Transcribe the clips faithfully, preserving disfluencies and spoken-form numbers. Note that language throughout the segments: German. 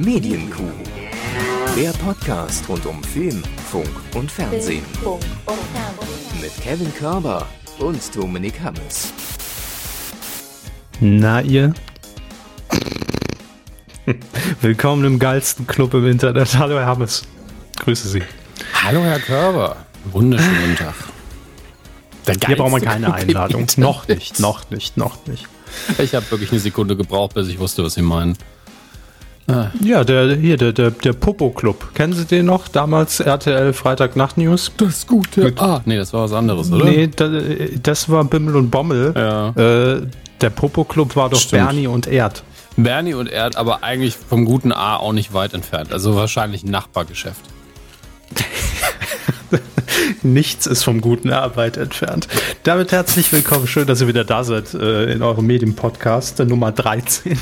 Medienkuh. Der Podcast rund um Film, Funk und Fernsehen. Mit Kevin Körber und Dominik Hammes. Na ihr? Willkommen im geilsten Club im Internet. Hallo Herr Hammes. Grüße Sie. Hallo Herr Körber. Wunderschönen guten Tag. Hier brauchen wir keine Einladung. Noch nicht, noch nicht, noch nicht. Ich habe wirklich eine Sekunde gebraucht, bis ich wusste, was Sie meinen. Ah. Ja, der hier, der, der, der Popo-Club. Kennen Sie den noch? Damals R T L Freitag-Nacht-News. Das Gute. Mit, ah, nee, das war was anderes, oder? Nee, da, das war Bimmel und Bommel. Ja. Äh, der Popo-Club war doch Stimmt. Bernie und Erd. Bernie und Erd, aber eigentlich vom guten A auch nicht weit entfernt. Also wahrscheinlich ein Nachbargeschäft. Nichts ist vom guten A weit entfernt. Damit herzlich willkommen. Schön, dass ihr wieder da seid äh, in eurem Medienpodcast Nummer dreizehn.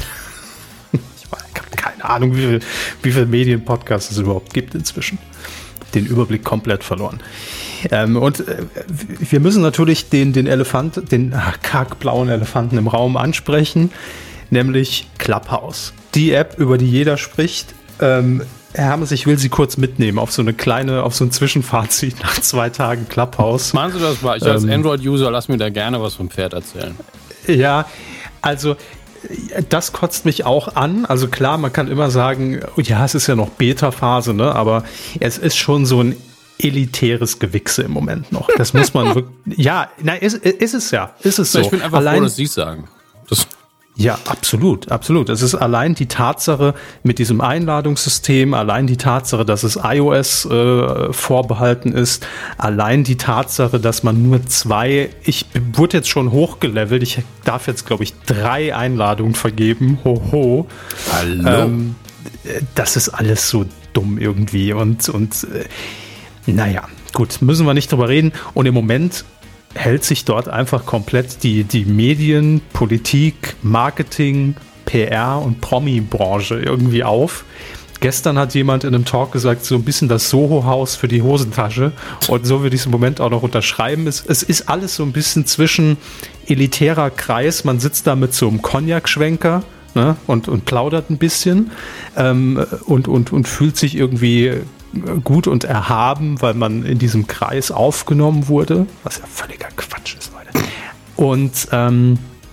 Ich habe keine Ahnung, wie viel, wie viele Medienpodcasts es überhaupt gibt inzwischen. Den Überblick komplett verloren. Ähm, und äh, wir müssen natürlich den, den Elefant, den ach, kargblauen Elefanten im Raum ansprechen, nämlich Clubhouse. Die App, über die jeder spricht. Ähm, Herr Hammes, ich will Sie kurz mitnehmen auf so eine kleine, auf so ein Zwischenfazit nach zwei Tagen Clubhouse. Machen Sie das mal. Ich als ähm, Android-User lass mir da gerne was vom Pferd erzählen. Ja, also das kotzt mich auch an. Also klar, man kann immer sagen, ja, es ist ja noch Beta-Phase, ne? Aber es ist schon so ein elitäres Gewichse im Moment noch. Das muss man wirklich. Ja, nein, ist, ist es ja. Ist es so. Ich bin einfach Allein, froh, dass Sie es sagen. Das Ja, absolut, absolut. Es ist allein die Tatsache mit diesem Einladungssystem, allein die Tatsache, dass es iOS äh, vorbehalten ist, allein die Tatsache, dass man nur zwei, ich wurde jetzt schon hochgelevelt, ich darf jetzt, glaube ich, drei Einladungen vergeben, hoho. Hallo. Ähm, das ist alles so dumm irgendwie und, und äh, naja, gut, müssen wir nicht drüber reden. Und im Moment hält sich dort einfach komplett die, die Medien, Politik, Marketing, P R und Promi-Branche irgendwie auf. Gestern hat jemand in einem Talk gesagt, so ein bisschen das Soho-Haus für die Hosentasche. Und so würde ich es im Moment auch noch unterschreiben. Es, es ist alles so ein bisschen zwischen elitärer Kreis. Man sitzt da mit so einem Cognac-Schwenker, ne, und, und plaudert ein bisschen ähm, und, und, und fühlt sich irgendwie gut und erhaben, weil man in diesem Kreis aufgenommen wurde, was ja völliger Quatsch ist, Leute. Und ähm,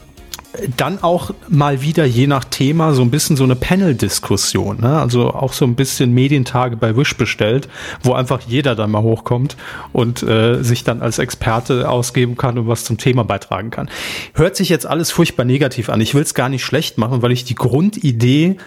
dann auch mal wieder je nach Thema so ein bisschen so eine Panel-Diskussion, ne? Also auch so ein bisschen Medientage bei Wish bestellt, wo einfach jeder dann mal hochkommt und äh, sich dann als Experte ausgeben kann und was zum Thema beitragen kann. Hört sich jetzt alles furchtbar negativ an. Ich will es gar nicht schlecht machen, weil ich die Grundidee,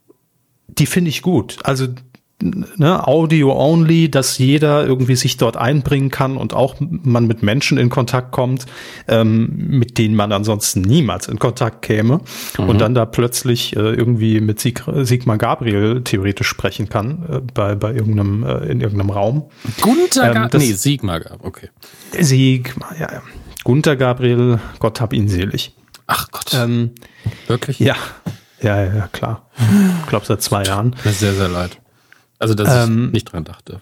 die finde ich gut. Also Ne, Audio-only, dass jeder irgendwie sich dort einbringen kann und auch man mit Menschen in Kontakt kommt, ähm, mit denen man ansonsten niemals in Kontakt käme, mhm. und dann da plötzlich äh, irgendwie mit Sig- Sigmar Gabriel theoretisch sprechen kann äh, bei bei irgendeinem äh, in irgendeinem Raum. Gunther Gabriel, ähm, nee, Sigmar Gabriel, okay. Sigmar, ja, ja. Gunther Gabriel, Gott hab ihn selig. Ach Gott. Ähm, Wirklich? Ja, ja, ja, klar. Ich glaube seit zwei Jahren. Das ist sehr, sehr leid. Also, dass ähm, ich nicht dran dachte.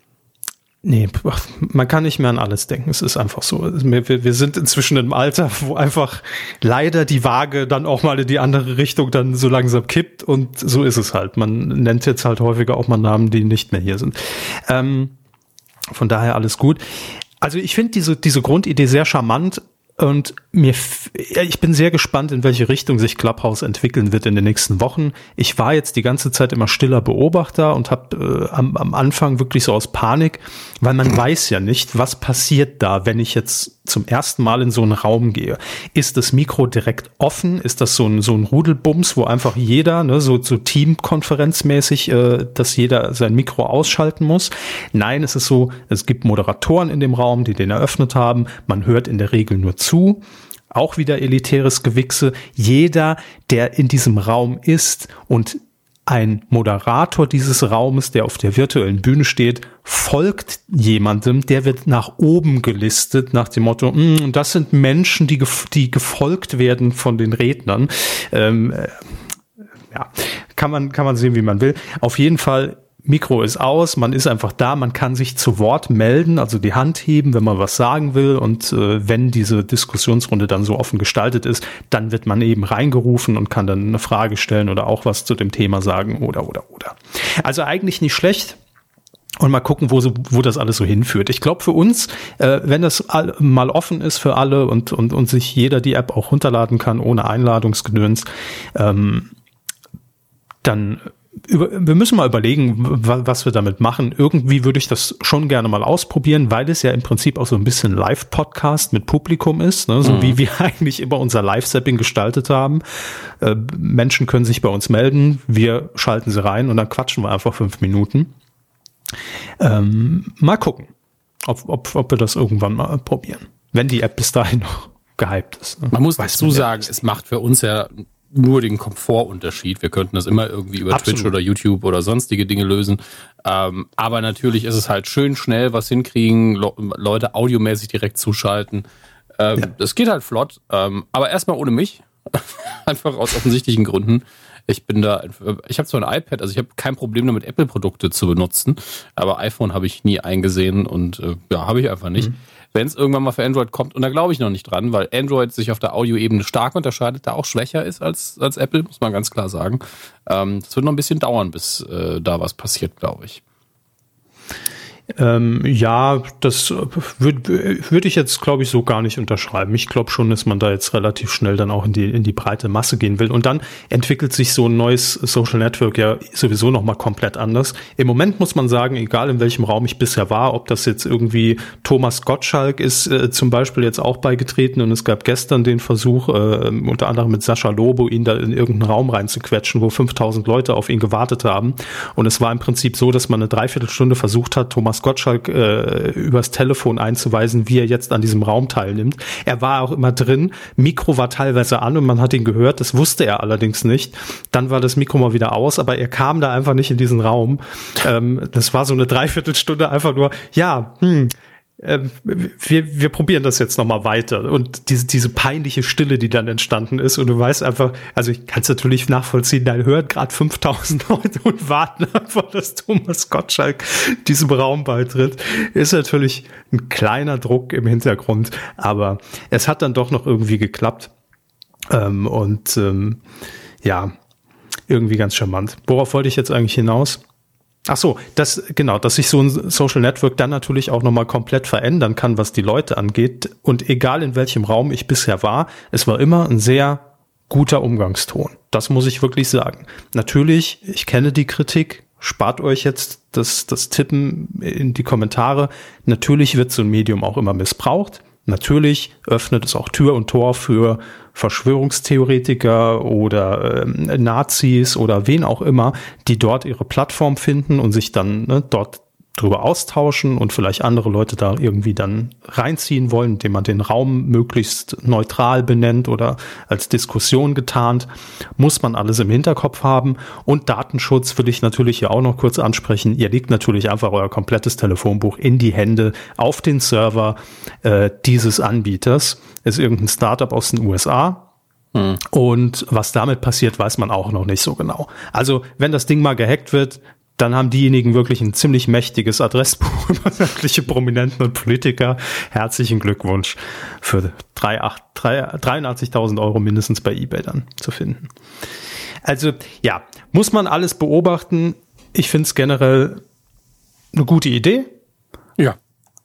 Nee, man kann nicht mehr an alles denken. Es ist einfach so. Wir, wir sind inzwischen im Alter, wo einfach leider die Waage dann auch mal in die andere Richtung dann so langsam kippt. Und so ist es halt. Man nennt jetzt halt häufiger auch mal Namen, die nicht mehr hier sind. Ähm, von daher alles gut. Also ich finde diese, diese Grundidee sehr charmant. Und mir, f- ich bin sehr gespannt, in welche Richtung sich Clubhouse entwickeln wird in den nächsten Wochen. Ich war jetzt die ganze Zeit immer stiller Beobachter und habe äh, am, am Anfang wirklich so aus Panik, weil man weiß ja nicht, was passiert da, wenn ich jetzt zum ersten Mal in so einen Raum gehe. Ist das Mikro direkt offen? Ist das so ein, so ein Rudelbums, wo einfach jeder, ne, so, so Teamkonferenzmäßig, äh, dass jeder sein Mikro ausschalten muss? Nein, es ist so, es gibt Moderatoren in dem Raum, die den eröffnet haben. Man hört in der Regel nur zu. Auch wieder elitäres Gewichse. Jeder, der in diesem Raum ist und ein Moderator dieses Raumes, der auf der virtuellen Bühne steht, folgt jemandem, der wird nach oben gelistet, nach dem Motto, das sind Menschen, die, gef- die gefolgt werden von den Rednern. Ähm, äh, ja, kann man, kann man sehen, wie man will. Auf jeden Fall Mikro ist aus, man ist einfach da, man kann sich zu Wort melden, also die Hand heben, wenn man was sagen will, und äh, wenn diese Diskussionsrunde dann so offen gestaltet ist, dann wird man eben reingerufen und kann dann eine Frage stellen oder auch was zu dem Thema sagen oder, oder, oder. Also eigentlich nicht schlecht. Und mal gucken, wo, so, wo das alles so hinführt. Ich glaube für uns, äh, wenn das all, mal offen ist für alle und, und, und sich jeder die App auch runterladen kann, ohne Einladungsgedöns, ähm, dann über, wir müssen mal überlegen, was wir damit machen. Irgendwie würde ich das schon gerne mal ausprobieren, weil es ja im Prinzip auch so ein bisschen Live-Podcast mit Publikum ist, ne? So mhm. wie wir eigentlich immer unser Live-Zapping gestaltet haben. Äh, Menschen können sich bei uns melden, wir schalten sie rein und dann quatschen wir einfach fünf Minuten. Ähm, mal gucken, ob, ob, ob wir das irgendwann mal probieren, wenn die App bis dahin noch gehypt ist. Ne? Man muss dazu sagen, es macht für uns ja nur den Komfortunterschied. Wir könnten das immer irgendwie über Absolut. Twitch oder YouTube oder sonstige Dinge lösen. Ähm, aber natürlich ist es halt schön schnell was hinkriegen, Le- Leute audiomäßig direkt zuschalten. Ähm, ja. Das geht halt flott, ähm, aber erstmal ohne mich. Einfach aus offensichtlichen Gründen. Ich bin da, ich habe zwar ein iPad, also ich habe kein Problem damit, Apple-Produkte zu benutzen, aber iPhone habe ich nie eingesehen und äh, ja, habe ich einfach nicht. Mhm. Wenn es irgendwann mal für Android kommt, und da glaube ich noch nicht dran, weil Android sich auf der Audioebene stark unterscheidet, da auch schwächer ist als, als Apple, muss man ganz klar sagen. Ähm, das wird noch ein bisschen dauern, bis äh, da was passiert, glaube ich. Ähm, ja, das würde würd ich jetzt, glaube ich, so gar nicht unterschreiben. Ich glaube schon, dass man da jetzt relativ schnell dann auch in die in die breite Masse gehen will. Und dann entwickelt sich so ein neues Social Network ja sowieso nochmal komplett anders. Im Moment muss man sagen, egal in welchem Raum ich bisher war, ob das jetzt irgendwie Thomas Gottschalk ist äh, zum Beispiel jetzt auch beigetreten, und es gab gestern den Versuch, äh, unter anderem mit Sascha Lobo, ihn da in irgendeinen Raum reinzuquetschen, wo fünftausend Leute auf ihn gewartet haben. Und es war im Prinzip so, dass man eine Dreiviertelstunde versucht hat, Thomas Gottschalk äh, übers Telefon einzuweisen, wie er jetzt an diesem Raum teilnimmt. Er war auch immer drin, Mikro war teilweise an und man hat ihn gehört, das wusste er allerdings nicht. Dann war das Mikro mal wieder aus, aber er kam da einfach nicht in diesen Raum. Ähm, das war so eine Dreiviertelstunde einfach nur, ja, hm, Ähm, wir, wir probieren das jetzt nochmal weiter, und diese, diese peinliche Stille, die dann entstanden ist, und du weißt einfach, also ich kann es natürlich nachvollziehen, da hören gerade fünftausend Leute und warten einfach, dass Thomas Gottschalk diesem Raum beitritt, ist natürlich ein kleiner Druck im Hintergrund, aber es hat dann doch noch irgendwie geklappt, ähm, und ähm, ja, irgendwie ganz charmant. Worauf wollte ich jetzt eigentlich hinaus? Ach so, das, genau, dass sich so ein Social Network dann natürlich auch nochmal komplett verändern kann, was die Leute angeht. Und egal in welchem Raum ich bisher war, es war immer ein sehr guter Umgangston. Das muss ich wirklich sagen. Natürlich, ich kenne die Kritik, spart euch jetzt das, das Tippen in die Kommentare. Natürlich wird so ein Medium auch immer missbraucht. Natürlich öffnet es auch Tür und Tor für Verschwörungstheoretiker oder äh, Nazis oder wen auch immer, die dort ihre Plattform finden und sich dann ne, dort drüber austauschen und vielleicht andere Leute da irgendwie dann reinziehen wollen, indem man den Raum möglichst neutral benennt oder als Diskussion getarnt, muss man alles im Hinterkopf haben. Und Datenschutz will ich natürlich hier auch noch kurz ansprechen. Ihr legt natürlich einfach euer komplettes Telefonbuch in die Hände auf den Server äh, dieses Anbieters. Ist irgendein Startup aus den U S A. Hm. Und was damit passiert, weiß man auch noch nicht so genau. Also wenn das Ding mal gehackt wird, dann haben diejenigen wirklich ein ziemlich mächtiges Adressbuch über sämtliche Prominenten und Politiker. Herzlichen Glückwunsch für dreiundachtzigtausend Euro mindestens bei eBay dann zu finden. Also ja, muss man alles beobachten. Ich finde es generell eine gute Idee. Ja.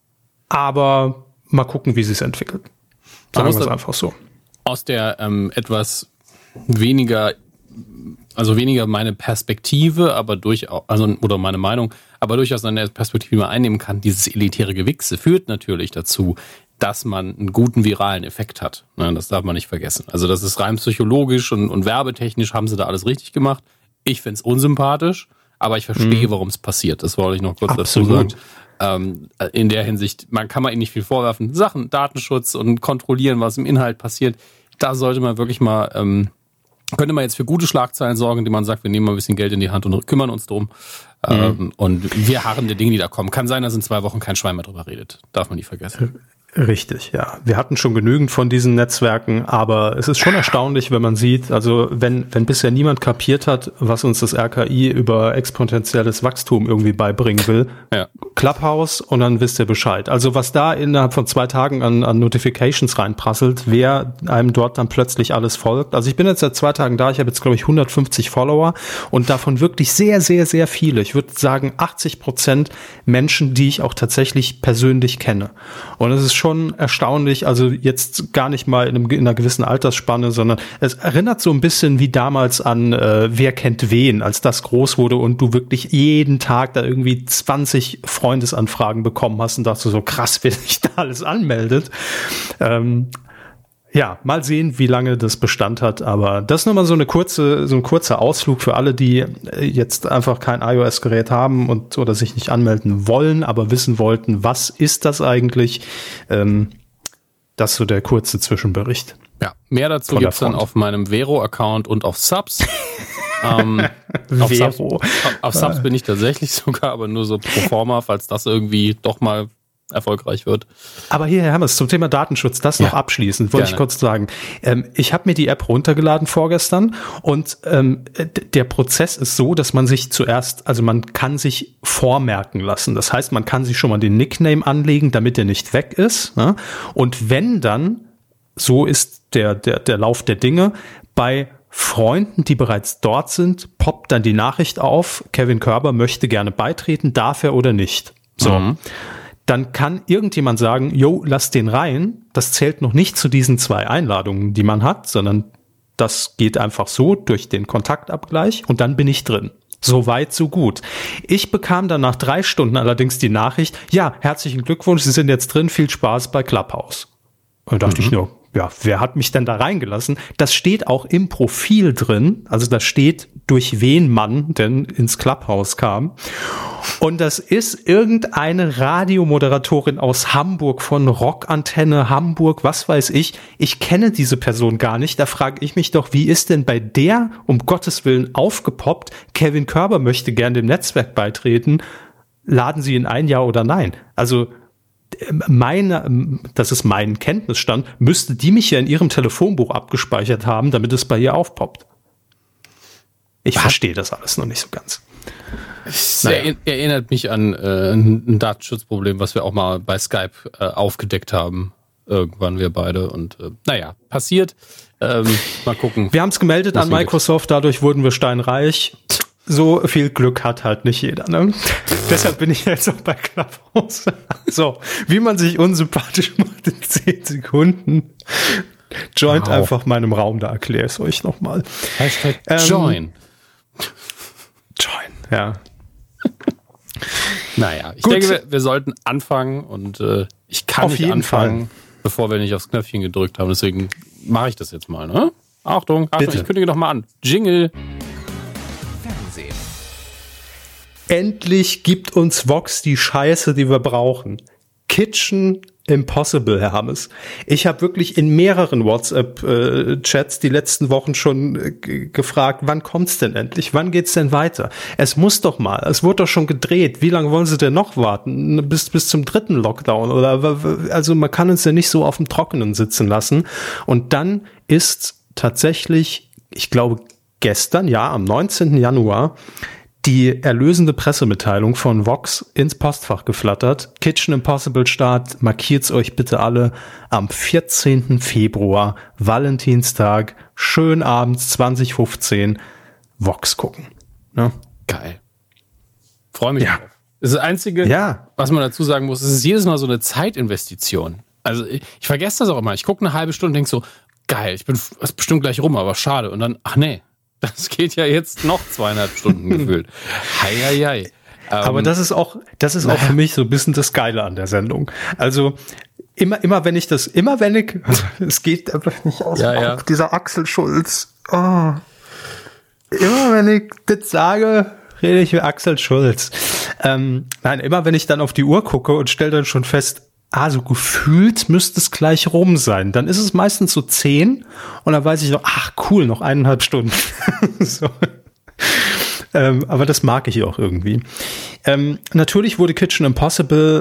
Aber mal gucken, wie sie es entwickelt. Sagen wir es einfach so. Aus der ähm, etwas weniger Also weniger meine Perspektive, aber durchaus, also, oder meine Meinung, aber durchaus eine Perspektive, die man einnehmen kann. Dieses elitäre Gewichse führt natürlich dazu, dass man einen guten viralen Effekt hat. Das darf man nicht vergessen. Also das ist rein psychologisch und, und werbetechnisch haben sie da alles richtig gemacht. Ich finde es unsympathisch, aber ich verstehe, mhm. warum es passiert. Das wollte ich noch kurz Absolut. dazu sagen. Ähm, in der Hinsicht, man kann man ihnen nicht viel vorwerfen. Sachen, Datenschutz und kontrollieren, was im Inhalt passiert, da sollte man wirklich mal... Ähm, könnte man jetzt für gute Schlagzeilen sorgen, indem man sagt, wir nehmen mal ein bisschen Geld in die Hand und kümmern uns drum. Mhm. Ähm, und wir harren der Dinge, die da kommen. Kann sein, dass in zwei Wochen kein Schwein mehr drüber redet. Darf man nicht vergessen. Richtig, ja. Wir hatten schon genügend von diesen Netzwerken, aber es ist schon erstaunlich, wenn man sieht, also wenn, wenn bisher niemand kapiert hat, was uns das R K I über exponentielles Wachstum irgendwie beibringen will, ja. Clubhouse und dann wisst ihr Bescheid. Also was da innerhalb von zwei Tagen an, an Notifications reinprasselt, wer einem dort dann plötzlich alles folgt. Also ich bin jetzt seit zwei Tagen da, ich habe jetzt glaube ich hundertfünfzig Follower und davon wirklich sehr, sehr, sehr viele. Ich würde sagen achtzig Prozent Menschen, die ich auch tatsächlich persönlich kenne. Und es ist schon erstaunlich, also jetzt gar nicht mal in, einem, in einer gewissen Altersspanne, sondern es erinnert so ein bisschen wie damals an äh, Wer kennt wen, als das groß wurde und du wirklich jeden Tag da irgendwie zwanzig Freundesanfragen bekommen hast und dachte so, krass, wer sich da alles anmeldet. Ähm, ja, mal sehen, wie lange das Bestand hat, aber das ist nochmal so eine kurze, so ein kurzer Ausflug für alle, die jetzt einfach kein iOS-Gerät haben und oder sich nicht anmelden wollen, aber wissen wollten, was ist das eigentlich? Ähm, das ist so der kurze Zwischenbericht. Ja, mehr dazu gibt's dann auf meinem Vero-Account und auf Subs. ähm, auf Subs, auf, auf Subs bin ich tatsächlich sogar, aber nur so pro forma, falls das irgendwie doch mal erfolgreich wird. Aber hier, Herr Hammes, zum Thema Datenschutz, das ja. noch abschließend, wollte ich kurz sagen. Ähm, ich habe mir die App runtergeladen vorgestern und ähm, der Prozess ist so, dass man sich zuerst, also man kann sich vormerken lassen. Das heißt, man kann sich schon mal den Nickname anlegen, damit der nicht weg ist. Ne? Und wenn dann, so ist der, der, der Lauf der Dinge, bei Freunden, die bereits dort sind, poppt dann die Nachricht auf, Kevin Körber möchte gerne beitreten, darf er oder nicht? So. Mhm. Dann kann irgendjemand sagen, jo, lass den rein. Das zählt noch nicht zu diesen zwei Einladungen, die man hat, sondern das geht einfach so durch den Kontaktabgleich und dann bin ich drin. So weit, so gut. Ich bekam dann nach drei Stunden allerdings die Nachricht, ja, herzlichen Glückwunsch, Sie sind jetzt drin, viel Spaß bei Clubhouse. Und da dachte mhm. ich nur, ja, wer hat mich denn da reingelassen? Das steht auch im Profil drin, also da steht, durch wen man denn ins Clubhouse kam. Und das ist irgendeine Radiomoderatorin aus Hamburg von Rockantenne Hamburg, was weiß ich. Ich kenne diese Person gar nicht. Da frage ich mich doch, wie ist denn bei der, um Gottes Willen, aufgepoppt, Kevin Körber möchte gern dem Netzwerk beitreten, laden Sie ihn ein, ja oder nein? Also meine, das ist mein Kenntnisstand, müsste die mich ja in ihrem Telefonbuch abgespeichert haben, damit es bei ihr aufpoppt. Ich Was? verstehe das alles noch nicht so ganz. Es naja. erinnert mich an äh, ein Datenschutzproblem, was wir auch mal bei Skype äh, aufgedeckt haben. Irgendwann wir beide. Und äh, naja, passiert. Ähm, mal gucken. Wir haben es gemeldet an Microsoft, dadurch wurden wir steinreich. So viel Glück hat halt nicht jeder, ne? Deshalb bin ich jetzt auch bei Clubhouse. So, wie man sich unsympathisch macht in zehn Sekunden. Joint wow. einfach meinem Raum, da erkläre ich es euch nochmal. Hashtag ähm, Join. Join, ja. Naja, ich Gut. denke, wir, wir sollten anfangen und äh, ich kann Auf nicht jeden anfangen, Fall. bevor wir nicht aufs Knöpfchen gedrückt haben. Deswegen mache ich das jetzt mal, ne? Achtung, Achtung, Bitte. Ich kündige doch mal an. Jingle. Endlich gibt uns Vox die Scheiße, die wir brauchen. Kitchen Impossible, Herr Hammes. Ich habe wirklich in mehreren WhatsApp-Chats die letzten Wochen schon g- gefragt, wann kommt's denn endlich? Wann geht's denn weiter? Es muss doch mal. Es wurde doch schon gedreht. Wie lange wollen Sie denn noch warten? Bis bis zum dritten Lockdown? Oder also man kann uns ja nicht so auf dem Trockenen sitzen lassen. Und dann ist tatsächlich, ich glaube gestern, ja, am neunzehnten Januar, die erlösende Pressemitteilung von Vox ins Postfach geflattert. Kitchen Impossible Start, markiert's euch bitte alle am vierzehnten Februar, Valentinstag, schön abends zwanzig fünfzehn, Vox gucken. Ne? Geil. Freue mich ja. drauf. Das, das Einzige, ja. was man dazu sagen muss, es ist jedes Mal so eine Zeitinvestition. Also ich, ich vergesse das auch immer. Ich gucke eine halbe Stunde und denke so, geil, ich bin das ist bestimmt gleich rum, aber schade. Und dann, ach nee. Das geht ja jetzt noch zweieinhalb Stunden gefühlt. Hei, hei, hei. Ähm, Aber das ist auch, das ist auch für mich so ein bisschen das Geile an der Sendung. Also immer, immer wenn ich das, immer wenn ich, es geht einfach nicht aus ja, ja. dieser Axel Schulz. Oh. Immer wenn ich das sage, rede ich mit Axel Schulz. Ähm, nein, immer wenn ich dann auf die Uhr gucke und stelle dann schon fest, ah, so gefühlt müsste es gleich rum sein. Dann ist es meistens so zehn und dann weiß ich noch, ach cool, noch eineinhalb Stunden. so. ähm, aber das mag ich auch irgendwie. Ähm, natürlich wurde Kitchen Impossible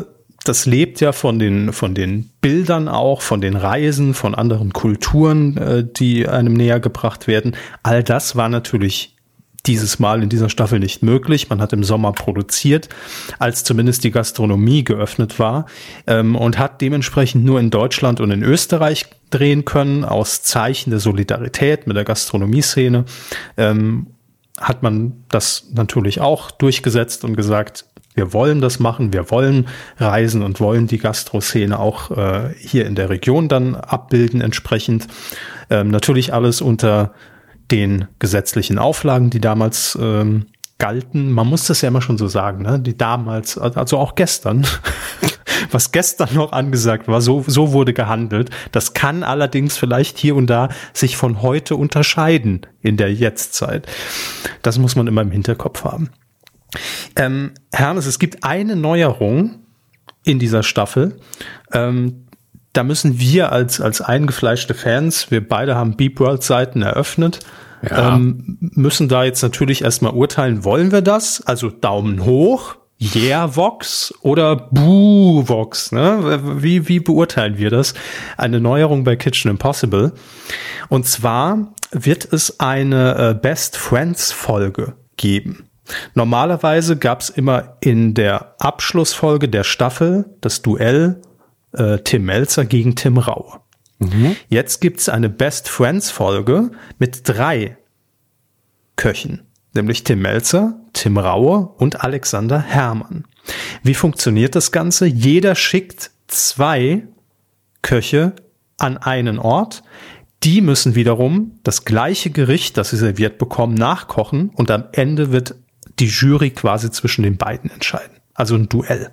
das lebt ja von den, von den Bildern auch, von den Reisen, von anderen Kulturen, äh, die einem näher gebracht werden. All das war natürlich dieses Mal in dieser Staffel nicht möglich. Man hat im Sommer produziert, als zumindest die Gastronomie geöffnet war, ähm, und hat dementsprechend nur in Deutschland und in Österreich drehen können, aus Zeichen der Solidarität mit der Gastronomieszene. Ähm, hat man das natürlich auch durchgesetzt und gesagt, wir wollen das machen, wir wollen reisen und wollen die Gastroszene auch äh, hier in der Region dann abbilden entsprechend. Ähm, natürlich alles unter den gesetzlichen Auflagen, die damals ähm, galten. Man muss das ja immer schon so sagen, ne? Die damals, also auch gestern, was gestern noch angesagt war, so, so wurde gehandelt. Das kann allerdings vielleicht hier und da sich von heute unterscheiden in der Jetztzeit. Das muss man immer im Hinterkopf haben. Ähm, Hermes, es gibt eine Neuerung in dieser Staffel. Ähm, Da müssen wir als, als eingefleischte Fans, wir beide haben Beep World Seiten eröffnet, ja. ähm, müssen da jetzt natürlich erstmal urteilen, wollen wir das? Also Daumen hoch, yeah Vox oder Buh Vox, ne? Wie, wie beurteilen wir das? Eine Neuerung bei Kitchen Impossible. Und zwar wird es eine äh, Best Friends Folge geben. Normalerweise gab es immer in der Abschlussfolge der Staffel das Duell Tim Melzer gegen Tim Raue. Mhm. Jetzt gibt's eine Best Friends Folge mit drei Köchen, nämlich Tim Melzer, Tim Raue und Alexander Herrmann. Wie funktioniert das Ganze? Jeder schickt zwei Köche an einen Ort. Die müssen wiederum das gleiche Gericht, das sie serviert bekommen, nachkochen und am Ende wird die Jury quasi zwischen den beiden entscheiden. Also ein Duell.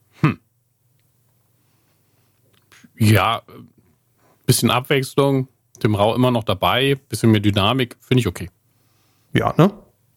Ja, bisschen Abwechslung, Tim Rau immer noch dabei, bisschen mehr Dynamik, finde ich okay. Ja, ne?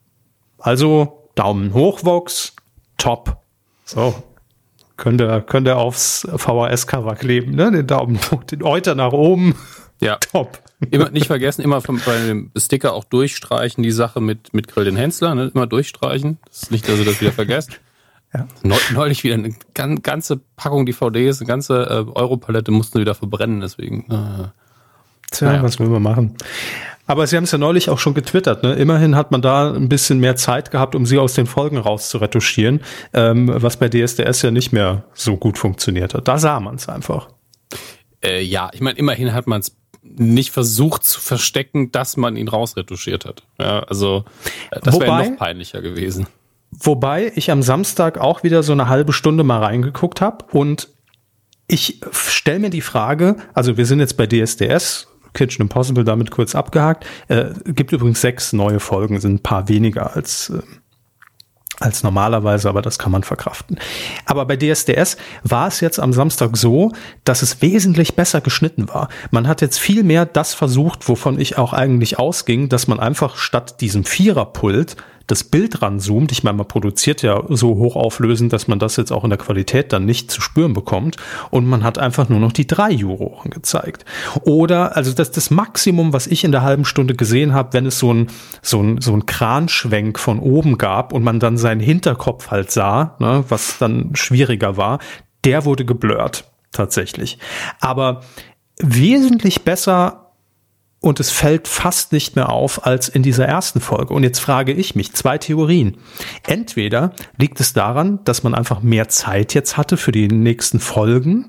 Also Daumen hoch, Vox, top. So, könnt ihr, könnt ihr aufs V H S-Cover kleben, ne? Den Daumen hoch, den Euter nach oben, ja. Top. Immer nicht vergessen, immer von, bei dem Sticker auch durchstreichen, die Sache mit, mit Grill den Hensler, ne? Immer durchstreichen, das ist nicht, dass ihr das wieder vergesst. Ja. Neulich wieder eine ganze Packung D V Ds, eine ganze äh, Europalette mussten wir wieder verbrennen, deswegen. Äh, Tja, naja. Was will man machen? Aber Sie haben es ja neulich auch schon getwittert, ne? Immerhin hat man da ein bisschen mehr Zeit gehabt, um sie aus den Folgen rauszuretuschieren, ähm, was bei D S D S ja nicht mehr so gut funktioniert hat. Da sah man es einfach. Äh, ja, ich meine, immerhin hat man es nicht versucht zu verstecken, dass man ihn rausretuschiert hat. Ja, also das wäre noch peinlicher gewesen. Wobei ich am Samstag auch wieder so eine halbe Stunde mal reingeguckt habe und ich stelle mir die Frage, also wir sind jetzt bei D S D S, Kitchen Impossible damit kurz abgehakt, äh, gibt übrigens sechs neue Folgen, sind ein paar weniger als äh, als normalerweise, aber das kann man verkraften. Aber bei D S D S war es jetzt am Samstag so, dass es wesentlich besser geschnitten war. Man hat jetzt viel mehr das versucht, wovon ich auch eigentlich ausging, dass man einfach statt diesem Viererpult das Bild ranzoomt. Ich meine, man produziert ja so hochauflösend, dass man das jetzt auch in der Qualität dann nicht zu spüren bekommt. Und man hat einfach nur noch die drei Juroren gezeigt. Oder, also das das Maximum, was ich in der halben Stunde gesehen habe, wenn es so ein so ein so ein Kranschwenk von oben gab und man dann seinen Hinterkopf halt sah, ne, was dann schwieriger war, der wurde geblurrt tatsächlich. Aber wesentlich besser. Und es fällt fast nicht mehr auf als in dieser ersten Folge. Und jetzt frage ich mich, zwei Theorien. Entweder liegt es daran, dass man einfach mehr Zeit jetzt hatte für die nächsten Folgen,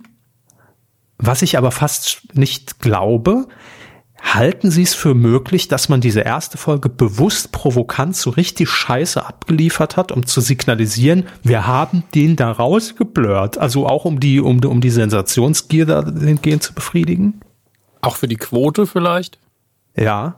was ich aber fast nicht glaube. Halten Sie es für möglich, dass man diese erste Folge bewusst provokant so richtig scheiße abgeliefert hat, um zu signalisieren, wir haben den da rausgeblurrt? Also auch um die, um, um die Sensationsgier dahingehend zu befriedigen? Auch für die Quote vielleicht? Ja,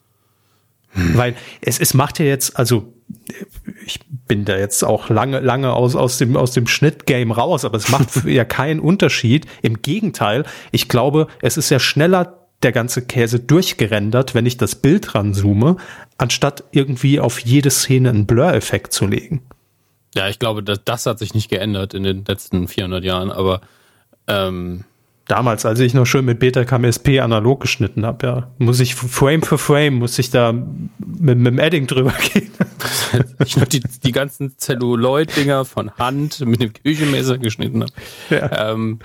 hm. Weil es, es macht ja jetzt, also ich bin da jetzt auch lange, lange aus, aus dem, aus dem Schnittgame raus, aber es macht ja keinen Unterschied. Im Gegenteil, ich glaube, es ist ja schneller der ganze Käse durchgerendert, wenn ich das Bild ranzoome, anstatt irgendwie auf jede Szene einen Blur-Effekt zu legen. Ja, ich glaube, das, das hat sich nicht geändert in den letzten vierhundert Jahren, aber ähm Damals, als ich noch schön mit Betacam S P analog geschnitten habe, ja, muss ich Frame für Frame, muss ich da mit, mit dem Edding drüber gehen. Ich würde die, die ganzen Celluloid-Dinger von Hand mit dem Küchenmesser geschnitten habe. Ja. Ähm,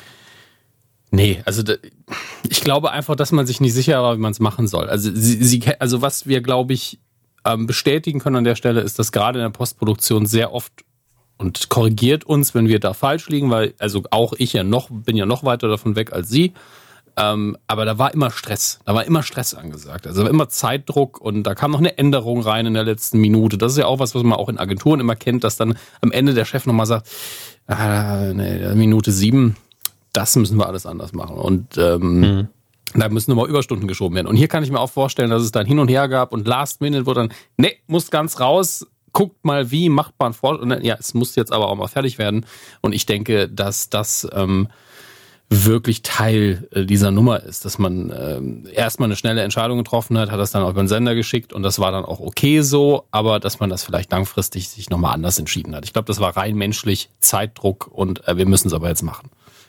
nee, also da, ich glaube einfach, dass man sich nicht sicher war, wie man es machen soll. Also, sie, sie, also was wir, glaube ich, ähm, bestätigen können an der Stelle, ist, dass gerade in der Postproduktion sehr oft und korrigiert uns, wenn wir da falsch liegen, weil also auch ich ja noch bin ja noch weiter davon weg als Sie. Ähm, aber da war immer Stress, da war immer Stress angesagt. Also immer Zeitdruck und da kam noch eine Änderung rein in der letzten Minute. Das ist ja auch was, was man auch in Agenturen immer kennt, dass dann am Ende der Chef nochmal sagt, ah, nee, Minute sieben, das müssen wir alles anders machen. Und ähm, mhm. da müssen nochmal Überstunden geschoben werden. Und hier kann ich mir auch vorstellen, dass es dann hin und her gab und Last Minute wurde dann, nee, muss ganz raus. Guckt mal, wie macht man vor. Und ja, es muss jetzt aber auch mal fertig werden. Und ich denke, dass das ähm, wirklich Teil äh, dieser Nummer ist, dass man ähm, erstmal eine schnelle Entscheidung getroffen hat, hat das dann auch über den Sender geschickt und das war dann auch okay so, aber dass man das vielleicht langfristig sich nochmal anders entschieden hat. Ich glaube, das war rein menschlich, Zeitdruck und äh, wir müssen es aber jetzt machen.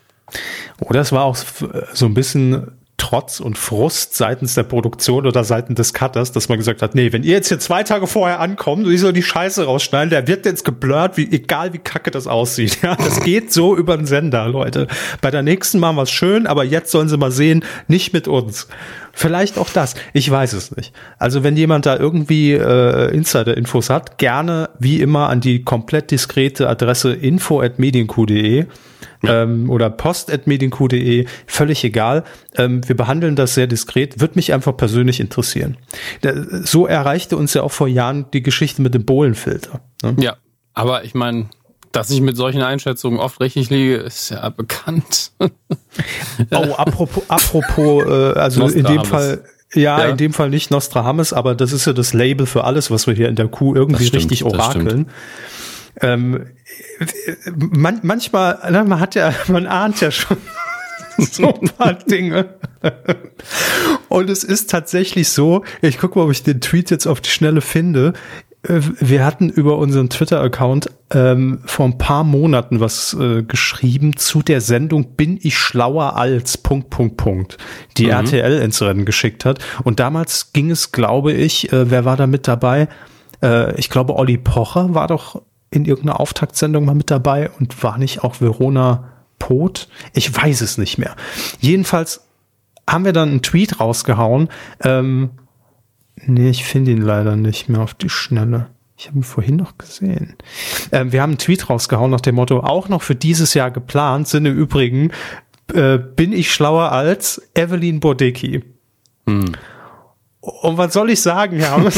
Oder es war auch so ein bisschen Trotz und Frust seitens der Produktion oder seitens des Cutters, dass man gesagt hat, nee, wenn ihr jetzt hier zwei Tage vorher ankommt und ich soll die Scheiße rausschneiden, der wird jetzt geblurrt, wie, egal wie kacke das aussieht. Ja, das geht so über den Sender, Leute. Bei der nächsten machen wir es schön, aber jetzt sollen sie mal sehen, nicht mit uns. Vielleicht auch das. Ich weiß es nicht. Also wenn jemand da irgendwie äh, Insider-Infos hat, gerne wie immer an die komplett diskrete Adresse info at medienq punkt de ähm, oder post at medienq punkt de, völlig egal. Ähm, wir behandeln das sehr diskret, wird mich einfach persönlich interessieren. So erreichte uns ja auch vor Jahren die Geschichte mit dem Bohlenfilter. Ne? Ja, aber ich meine, dass ich mit solchen Einschätzungen oft richtig liege, ist ja bekannt. Oh, apropos, apropos, äh, also in dem Fall, ja, ja, in dem Fall nicht Nostradamus, aber das ist ja das Label für alles, was wir hier in der Kuh irgendwie stimmt, richtig orakeln. Ähm, man, manchmal, na, man hat ja, man ahnt ja schon so ein paar Dinge. Und es ist tatsächlich so, ich gucke mal, ob ich den Tweet jetzt auf die Schnelle finde. Wir hatten über unseren Twitter-Account ähm, vor ein paar Monaten was äh, geschrieben zu der Sendung Bin ich schlauer als Punkt, Punkt, Punkt, die mhm. R T L ins Rennen geschickt hat. Und damals ging es, glaube ich, äh, wer war da mit dabei? Äh, ich glaube, Olli Pocher war doch in irgendeiner Auftaktsendung mal mit dabei und war nicht auch Verona Poth? Ich weiß es nicht mehr. Jedenfalls haben wir dann einen Tweet rausgehauen, ähm, nee, ich finde ihn leider nicht mehr auf die Schnelle. Ich habe ihn vorhin noch gesehen. Ähm, wir haben einen Tweet rausgehauen nach dem Motto, auch noch für dieses Jahr geplant sind im Übrigen, äh, bin ich schlauer als Evelyn Bodecki. Hm. Und was soll ich sagen, Herr Hammes?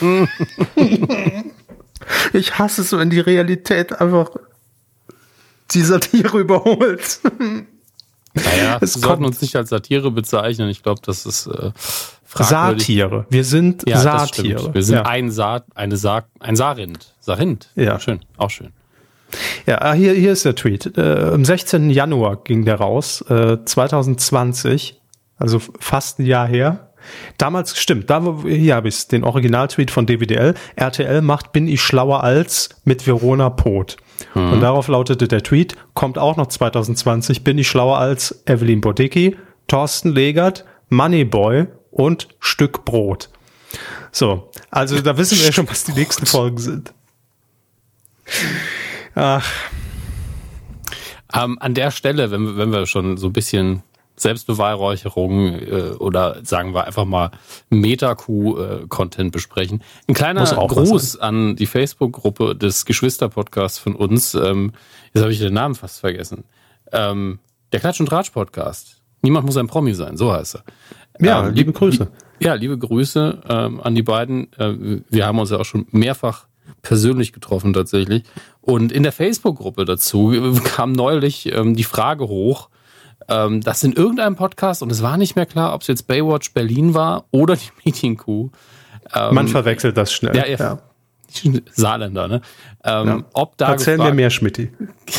Ich hasse es, wenn die Realität einfach die Satire überholt. Naja, wir sollten uns nicht als Satire bezeichnen. Ich glaube, das ist äh, fragwürdig. Satire. Wir sind ja, Satire. Wir sind ja. ein Saat, eine Sa ein Sarind. Sarind. Ja. Schön. Auch schön. Ja, hier, hier ist der Tweet. Äh, am sechzehnten Januar ging der raus, äh, zwanzig zwanzig, also fast ein Jahr her. Damals, stimmt, da hier habe ich den Originaltweet von D W D L. R T L macht Bin ich schlauer als mit Verona Poth. Mhm. Und darauf lautete der Tweet, kommt auch noch zwanzig zwanzig, Bin ich schlauer als Evelyn Bodecki, Thorsten Legert, Moneyboy und Stück Brot. So, also da wissen wir ja schon, was die nächsten Folgen sind. Ach. Ähm, an der Stelle, wenn, wenn wir schon so ein bisschen Selbstbeweihräucherung äh, oder sagen wir einfach mal Meta-Q-Content besprechen. Ein kleiner Gruß an die Facebook-Gruppe des Geschwister-Podcasts von uns. Ähm, jetzt habe ich den Namen fast vergessen. Ähm, der Klatsch- und Tratsch-Podcast. Niemand muss ein Promi sein, so heißt er. Ja, ähm, liebe Grüße. Li- ja, liebe Grüße ähm, an die beiden. Äh, wir haben uns ja auch schon mehrfach persönlich getroffen tatsächlich. Und in der Facebook-Gruppe dazu kam neulich ähm, die Frage hoch, dass in irgendeinem Podcast, und es war nicht mehr klar, ob es jetzt Baywatch Berlin war oder die Medienkuh. Ähm, Man verwechselt das schnell. Ja, ja. Saarländer, ne? Ähm, ja. Ob da Erzählen gefragt, wir mehr, Schmitty.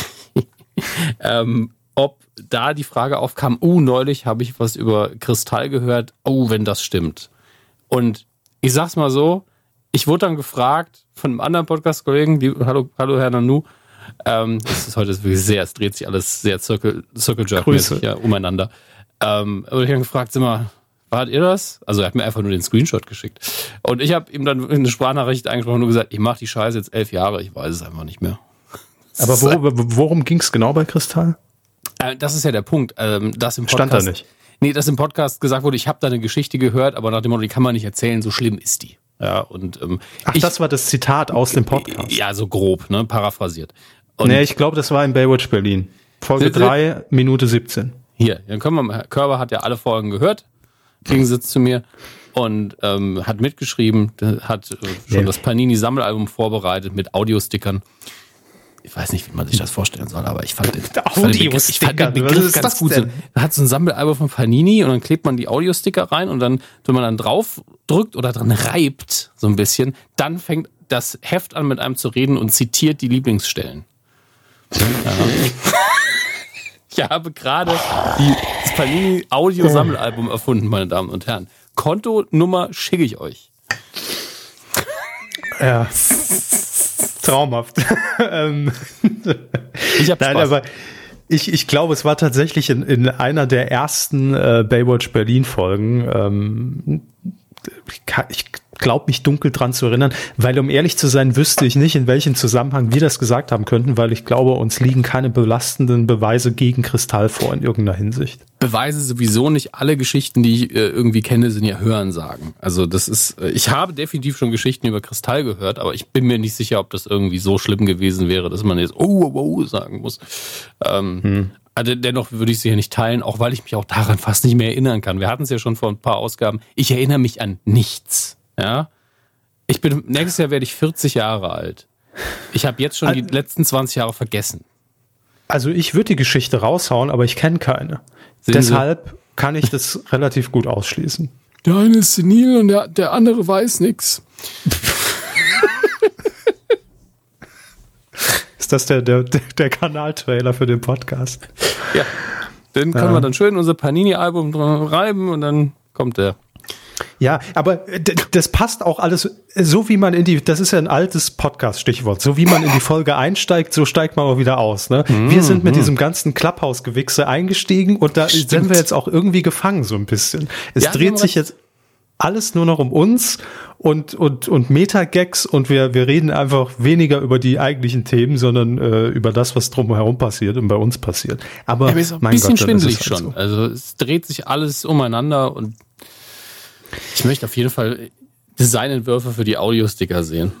ähm, ob da die Frage aufkam, oh, neulich habe ich was über Kristall gehört, oh, wenn das stimmt. Und ich sag's mal so, ich wurde dann gefragt von einem anderen Podcast-Kollegen, die, hallo, hallo Herr Nanu, Ähm, es ist heute wirklich sehr, es dreht sich alles sehr Circle, Circle Jerk-mäßig ja, umeinander. Ähm, und ich habe gefragt, sag mal, wart ihr das? Also er hat mir einfach nur den Screenshot geschickt. Und ich habe ihm dann eine Sprachnachricht eingesprochen und nur gesagt, ich mache die Scheiße jetzt elf Jahre, ich weiß es einfach nicht mehr. Aber wor worum ging es genau bei Kristall? Äh, das ist ja der Punkt. Ähm, dass im Podcast, Stand da nicht? Nee, dass im Podcast gesagt wurde, ich habe da eine Geschichte gehört, aber nach dem Motto, die kann man nicht erzählen, so schlimm ist die. Ja, und, ähm, Ach, ich, das war das Zitat aus dem Podcast? Ja, so grob, ne, paraphrasiert. Und nee, ich glaube, das war in Baywatch Berlin. Folge drei, Minute siebzehn. Hier, dann können wir mal, Körber hat ja alle Folgen gehört, im Gegensatz zu mir, und ähm, hat mitgeschrieben, hat äh, schon ja. das Panini-Sammelalbum vorbereitet mit Audiostickern. Ich weiß nicht, wie man sich das vorstellen soll, aber ich fand den, fand den Begriff, ich fand den Begriff ganz gut. So, da hat so ein Sammelalbum von Panini und dann klebt man die Audiosticker rein und dann, wenn man dann drauf drückt oder dran reibt, so ein bisschen, dann fängt das Heft an mit einem zu reden und zitiert die Lieblingsstellen. Ja. Ich habe gerade die, das Panini Audio-Sammelalbum erfunden, meine Damen und Herren. Kontonummer schicke ich euch. Ja. Traumhaft. ich habe Spaß. Nein, aber ich, ich glaube, es war tatsächlich in, in einer der ersten äh, Baywatch Berlin Folgen. Ähm, ich, ich glaube mich dunkel dran zu erinnern, weil um ehrlich zu sein, wüsste ich nicht, in welchem Zusammenhang wir das gesagt haben könnten, weil ich glaube, uns liegen keine belastenden Beweise gegen Kristall vor in irgendeiner Hinsicht. Beweise sowieso nicht. Alle Geschichten, die ich äh, irgendwie kenne, sind ja Hörensagen. Also das ist, äh, ich habe definitiv schon Geschichten über Kristall gehört, aber ich bin mir nicht sicher, ob das irgendwie so schlimm gewesen wäre, dass man jetzt oh, oh, oh sagen muss. Ähm, hm. Also dennoch würde ich sie ja nicht teilen, auch weil ich mich auch daran fast nicht mehr erinnern kann. Wir hatten es ja schon vor ein paar Ausgaben. Ich erinnere mich an nichts. Ja, ich bin, nächstes Jahr werde ich vierzig Jahre alt. Ich habe jetzt schon also, die letzten zwanzig Jahre vergessen. Also ich würde die Geschichte raushauen, aber ich kenne keine. Sehen Deshalb Sie? Kann ich das relativ gut ausschließen. Der eine ist senil und der, der andere weiß nichts. Ist das der, der, der Kanaltrailer für den Podcast? Ja, den können ja. wir dann schön unser Panini-Album dran reiben und dann kommt der. Ja, aber das passt auch alles, so wie man in die, das ist ja ein altes Podcast-Stichwort, so wie man in die Folge einsteigt, so steigt man auch wieder aus. Ne? Mm, wir sind mit mm. diesem ganzen Clubhouse-Gewichse eingestiegen und da Stimmt. sind wir jetzt auch irgendwie gefangen so ein bisschen. Es ja, dreht sich jetzt alles nur noch um uns und und und Meta-Gags und wir wir reden einfach weniger über die eigentlichen Themen, sondern äh, über das, was drumherum passiert und bei uns passiert. Aber ja, ist auch ein mein bisschen Gott, schwindelig halt schon. So. Also es dreht sich alles umeinander und ich möchte auf jeden Fall Designentwürfe für die Audiosticker sehen.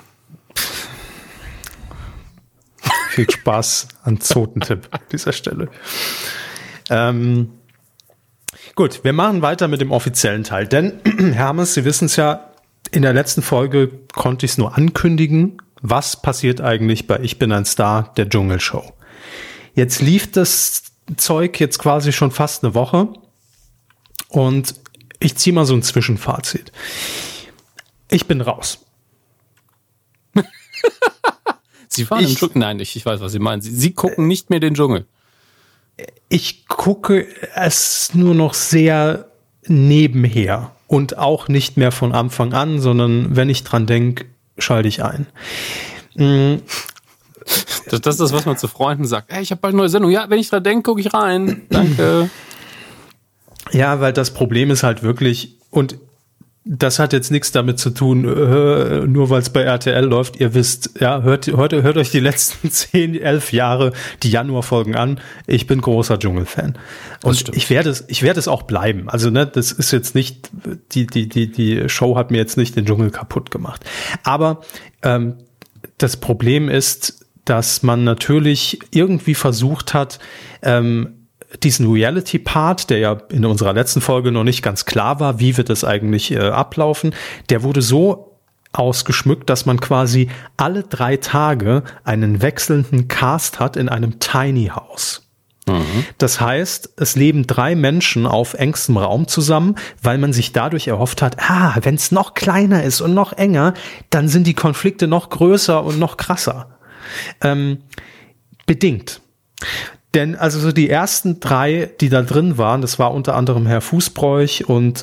Viel Spaß an Zotentipp an dieser Stelle. Ähm, gut, wir machen weiter mit dem offiziellen Teil. Denn, Hermes, Sie wissen es ja, in der letzten Folge konnte ich es nur ankündigen, was passiert eigentlich bei Ich bin ein Star, der Dschungelshow. Jetzt lief das Zeug jetzt quasi schon fast eine Woche und ich ziehe mal so ein Zwischenfazit. Ich bin raus. Sie fahren ich, im Dschungel? Nein, ich, ich weiß, was Sie meinen. Sie, Sie gucken nicht mehr den Dschungel. Ich gucke es nur noch sehr nebenher und auch nicht mehr von Anfang an, sondern wenn ich dran denke, schalte ich ein. Das, das ist das, was man zu Freunden sagt. Hey, ich habe bald eine neue Sendung. Ja, wenn ich dran denke, gucke ich rein. Danke. Ja, weil das Problem ist halt wirklich, und das hat jetzt nichts damit zu tun, äh, nur weil es bei R T L läuft. Ihr wisst, ja, hört, hört, hört euch die letzten zehn, elf Jahre die Januarfolgen an. Ich bin großer Dschungelfan. Und ich werde es, ich werde es auch bleiben. Also, ne, das ist jetzt nicht, die, die, die, die Show hat mir jetzt nicht den Dschungel kaputt gemacht. Aber, ähm, das Problem ist, dass man natürlich irgendwie versucht hat, ähm, diesen Reality-Part, der ja in unserer letzten Folge noch nicht ganz klar war, wie wird das eigentlich äh, ablaufen, der wurde so ausgeschmückt, dass man quasi alle drei Tage einen wechselnden Cast hat in einem Tiny House. Mhm. Das heißt, es leben drei Menschen auf engstem Raum zusammen, weil man sich dadurch erhofft hat, ah, wenn es noch kleiner ist und noch enger, dann sind die Konflikte noch größer und noch krasser. Ähm, bedingt. Denn also so die ersten drei, die da drin waren, das war unter anderem Herr Fußbräuch und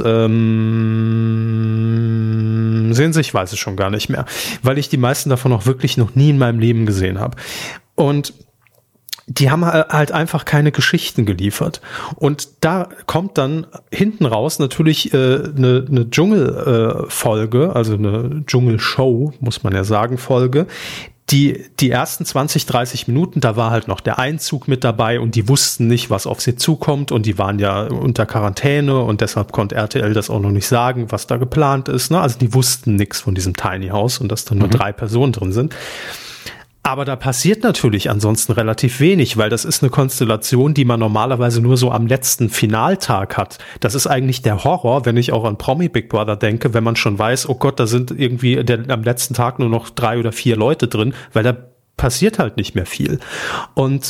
ähm, sehen Sie, ich weiß es schon gar nicht mehr, weil ich die meisten davon auch wirklich noch nie in meinem Leben gesehen habe. Und die haben halt einfach keine Geschichten geliefert. Und da kommt dann hinten raus natürlich äh, eine, eine Dschungelfolge, äh, also eine Dschungelshow, muss man ja sagen, Folge. Die, die ersten zwanzig, dreißig Minuten, da war halt noch der Einzug mit dabei und die wussten nicht, was auf sie zukommt und die waren ja unter Quarantäne und deshalb konnte R T L das auch noch nicht sagen, was da geplant ist. Ne? Also die wussten nichts von diesem Tiny House und dass da nur mhm. drei Personen drin sind. Aber da passiert natürlich ansonsten relativ wenig, weil das ist eine Konstellation, die man normalerweise nur so am letzten Finaltag hat. Das ist eigentlich der Horror, wenn ich auch an Promi Big Brother denke, wenn man schon weiß, oh Gott, da sind irgendwie der, am letzten Tag nur noch drei oder vier Leute drin, weil da passiert halt nicht mehr viel. Und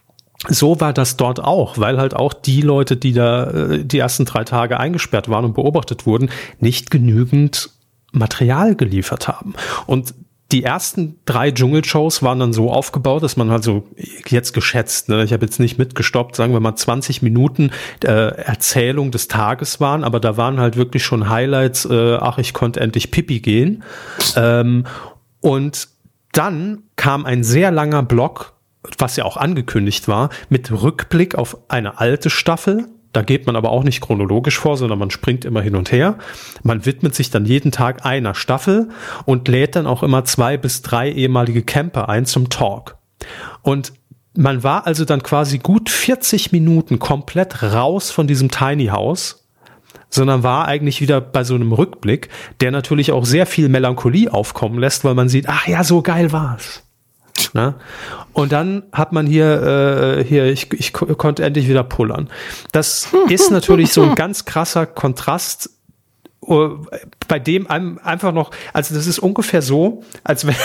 so war das dort auch, weil halt auch die Leute, die da die ersten drei Tage eingesperrt waren und beobachtet wurden, nicht genügend Material geliefert haben. Und die ersten drei Dschungelshows waren dann so aufgebaut, dass man halt so jetzt geschätzt, ne, ich habe jetzt nicht mitgestoppt, sagen wir mal zwanzig Minuten äh, Erzählung des Tages waren, aber da waren halt wirklich schon Highlights, äh, ach, ich konnte endlich Pipi gehen. Ähm, und dann kam ein sehr langer Block, was ja auch angekündigt war, mit Rückblick auf eine alte Staffel. Da geht man aber auch nicht chronologisch vor, sondern man springt immer hin und her. Man widmet sich dann jeden Tag einer Staffel und lädt dann auch immer zwei bis drei ehemalige Camper ein zum Talk. Und man war also dann quasi gut vierzig Minuten komplett raus von diesem Tiny House, sondern war eigentlich wieder bei so einem Rückblick, der natürlich auch sehr viel Melancholie aufkommen lässt, weil man sieht, ach ja, so geil war's. Ne? Und dann hat man hier, äh, hier ich, ich konnte endlich wieder pullern. Das ist natürlich so ein ganz krasser Kontrast, uh, bei dem einem einfach noch, also das ist ungefähr so, als wenn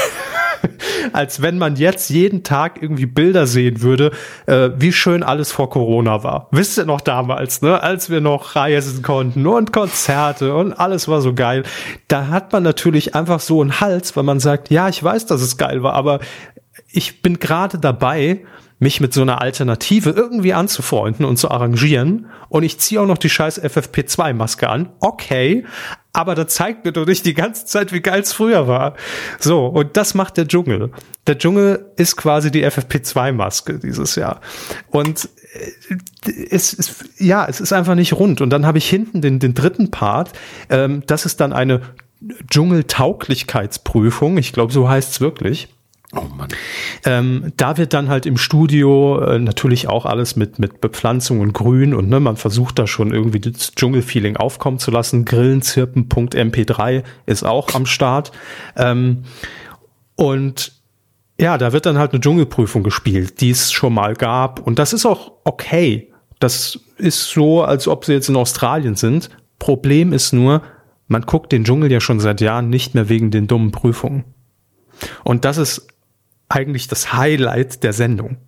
als wenn man jetzt jeden Tag irgendwie Bilder sehen würde, äh, wie schön alles vor Corona war. Wisst ihr noch damals, ne, als wir noch reisen konnten und Konzerte und alles war so geil. Da hat man natürlich einfach so einen Hals, weil man sagt, ja, ich weiß, dass es geil war, aber ich bin gerade dabei, mich mit so einer Alternative irgendwie anzufreunden und zu arrangieren und ich ziehe auch noch die scheiß F F P zwei Maske an. Okay, aber das zeigt mir doch nicht die ganze Zeit, wie geil es früher war. So, und das macht der Dschungel. Der Dschungel ist quasi die F F P zwei Maske dieses Jahr. Und es ist, ja, es ist einfach nicht rund. Und dann habe ich hinten den, den dritten Part. Ähm, das ist dann eine Dschungeltauglichkeitsprüfung. Ich glaube, so heißt es wirklich. Oh Mann. Ähm, da wird dann halt im Studio äh, natürlich auch alles mit mit Bepflanzung und Grün und ne, man versucht da schon irgendwie das Dschungelfeeling aufkommen zu lassen. Grillenzirpen Punkt M P drei ist auch am Start. Ähm, und ja, da wird dann halt eine Dschungelprüfung gespielt, die es schon mal gab. Und das ist auch okay. Das ist so, als ob sie jetzt in Australien sind. Problem ist nur, man guckt den Dschungel ja schon seit Jahren nicht mehr wegen den dummen Prüfungen. Und das ist eigentlich das Highlight der Sendung.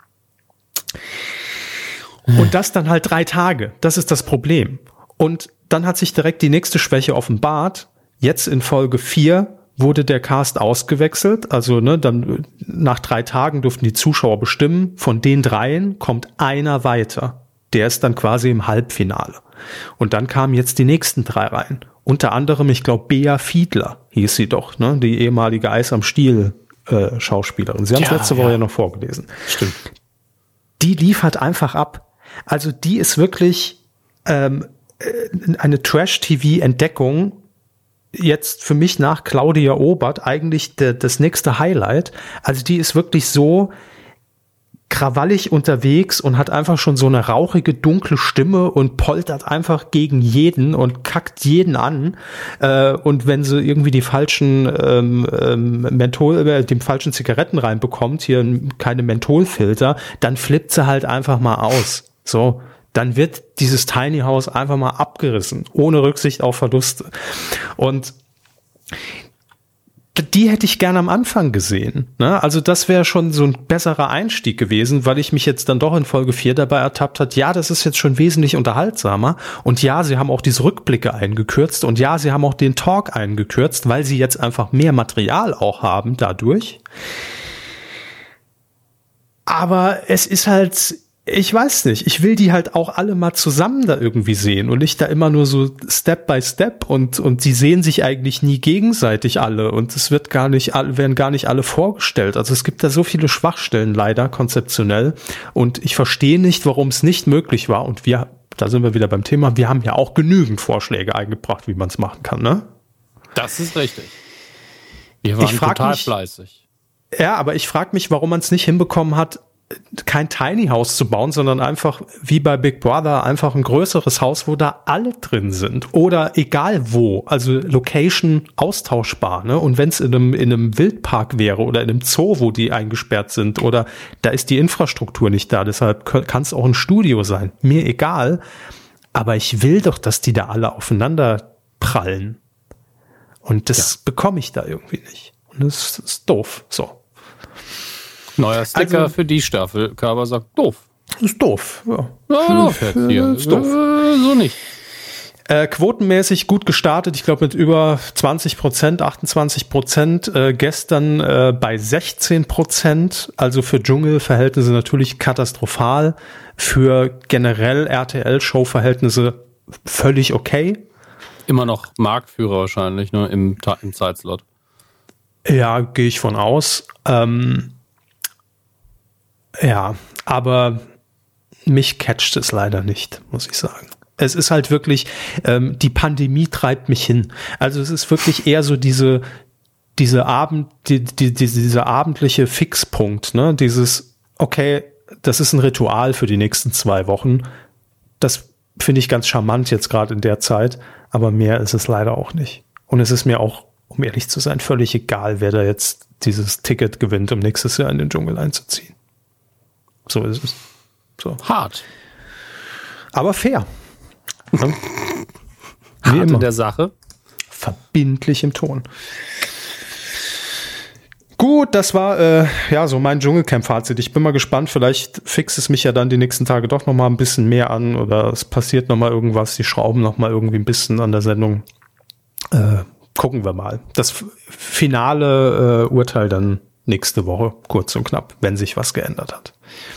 Und das dann halt drei Tage. Das ist das Problem. Und dann hat sich direkt die nächste Schwäche offenbart. Jetzt in Folge vier wurde der Cast ausgewechselt. Also ne, dann nach drei Tagen durften die Zuschauer bestimmen. Von den dreien kommt einer weiter. Der ist dann quasi im Halbfinale. Und dann kamen jetzt die nächsten drei rein. Unter anderem, ich glaube, Bea Fiedler hieß sie doch, ne, die ehemalige Eis am Stiel äh, Schauspielerin. Sie haben es ja, letzte Woche ja. ja noch vorgelesen. Stimmt. Die liefert einfach ab. Also die ist wirklich ähm, eine Trash-T V-Entdeckung. Jetzt für mich nach Claudia Obert eigentlich de, das nächste Highlight. Also die ist wirklich so krawallig unterwegs und hat einfach schon so eine rauchige, dunkle Stimme und poltert einfach gegen jeden und kackt jeden an. Äh, und wenn sie irgendwie die falschen ähm, ähm, Menthol, äh, den falschen Zigaretten reinbekommt, hier keine Mentholfilter, dann flippt sie halt einfach mal aus. So, dann wird dieses Tiny House einfach mal abgerissen, ohne Rücksicht auf Verluste. Und die hätte ich gerne am Anfang gesehen. Ne? Also das wäre schon so ein besserer Einstieg gewesen, weil ich mich jetzt dann doch in Folge vier dabei ertappt hat. Ja, das ist jetzt schon wesentlich unterhaltsamer. Und ja, sie haben auch diese Rückblicke eingekürzt. Und ja, sie haben auch den Talk eingekürzt, weil sie jetzt einfach mehr Material auch haben dadurch. Aber es ist halt Ich weiß nicht, ich will die halt auch alle mal zusammen da irgendwie sehen und nicht da immer nur so Step by Step und und die sehen sich eigentlich nie gegenseitig alle und es wird gar nicht werden gar nicht alle vorgestellt. Also es gibt da so viele Schwachstellen leider konzeptionell und ich verstehe nicht, warum es nicht möglich war und wir, da sind wir wieder beim Thema, wir haben ja auch genügend Vorschläge eingebracht, wie man es machen kann, ne? Das ist richtig. Wir waren total mich, fleißig. Ja, aber ich frage mich, warum man es nicht hinbekommen hat, kein Tiny House zu bauen, sondern einfach wie bei Big Brother einfach ein größeres Haus, wo da alle drin sind oder egal wo, also Location austauschbar, ne? Und wenn es in einem in einem Wildpark wäre oder in einem Zoo, wo die eingesperrt sind oder da ist die Infrastruktur nicht da, deshalb kann es auch ein Studio sein. Mir egal, aber ich will doch, dass die da alle aufeinander prallen. Und das ja. bekomme ich da irgendwie nicht. Und das ist doof. So. Neuer Sticker also, für die Staffel. Körber sagt, doof. Ist doof. Ja, ja doof jetzt hier. Ist doof. Äh, so nicht. Äh, quotenmäßig gut gestartet. Ich glaube mit über zwanzig Prozent, achtundzwanzig Prozent. Äh, gestern äh, bei sechzehn Prozent. Also für Dschungelverhältnisse natürlich katastrophal. Für generell R T L-Show-Verhältnisse völlig okay. Immer noch Marktführer wahrscheinlich, ne, im, im Zeitslot. Ja, gehe ich von aus. Ähm, Ja, aber mich catcht es leider nicht, muss ich sagen. Es ist halt wirklich, ähm, die Pandemie treibt mich hin. Also es ist wirklich eher so diese, diese Abend, die, die, die, dieser abendliche Fixpunkt, ne? Dieses, okay, das ist ein Ritual für die nächsten zwei Wochen. Das finde ich ganz charmant jetzt gerade in der Zeit, aber mehr ist es leider auch nicht. Und es ist mir auch, um ehrlich zu sein, völlig egal, wer da jetzt dieses Ticket gewinnt, um nächstes Jahr in den Dschungel einzuziehen. So ist es. So. Hart. Aber fair. Ne? Hart in der Sache. Verbindlich im Ton. Gut, das war äh, ja so mein Dschungelcamp-Fazit. Ich bin mal gespannt, vielleicht fixt es mich ja dann die nächsten Tage doch noch mal ein bisschen mehr an oder es passiert noch mal irgendwas, die schrauben noch mal irgendwie ein bisschen an der Sendung. Äh, gucken wir mal. Das finale äh, Urteil dann nächste Woche, kurz und knapp, wenn sich was geändert hat.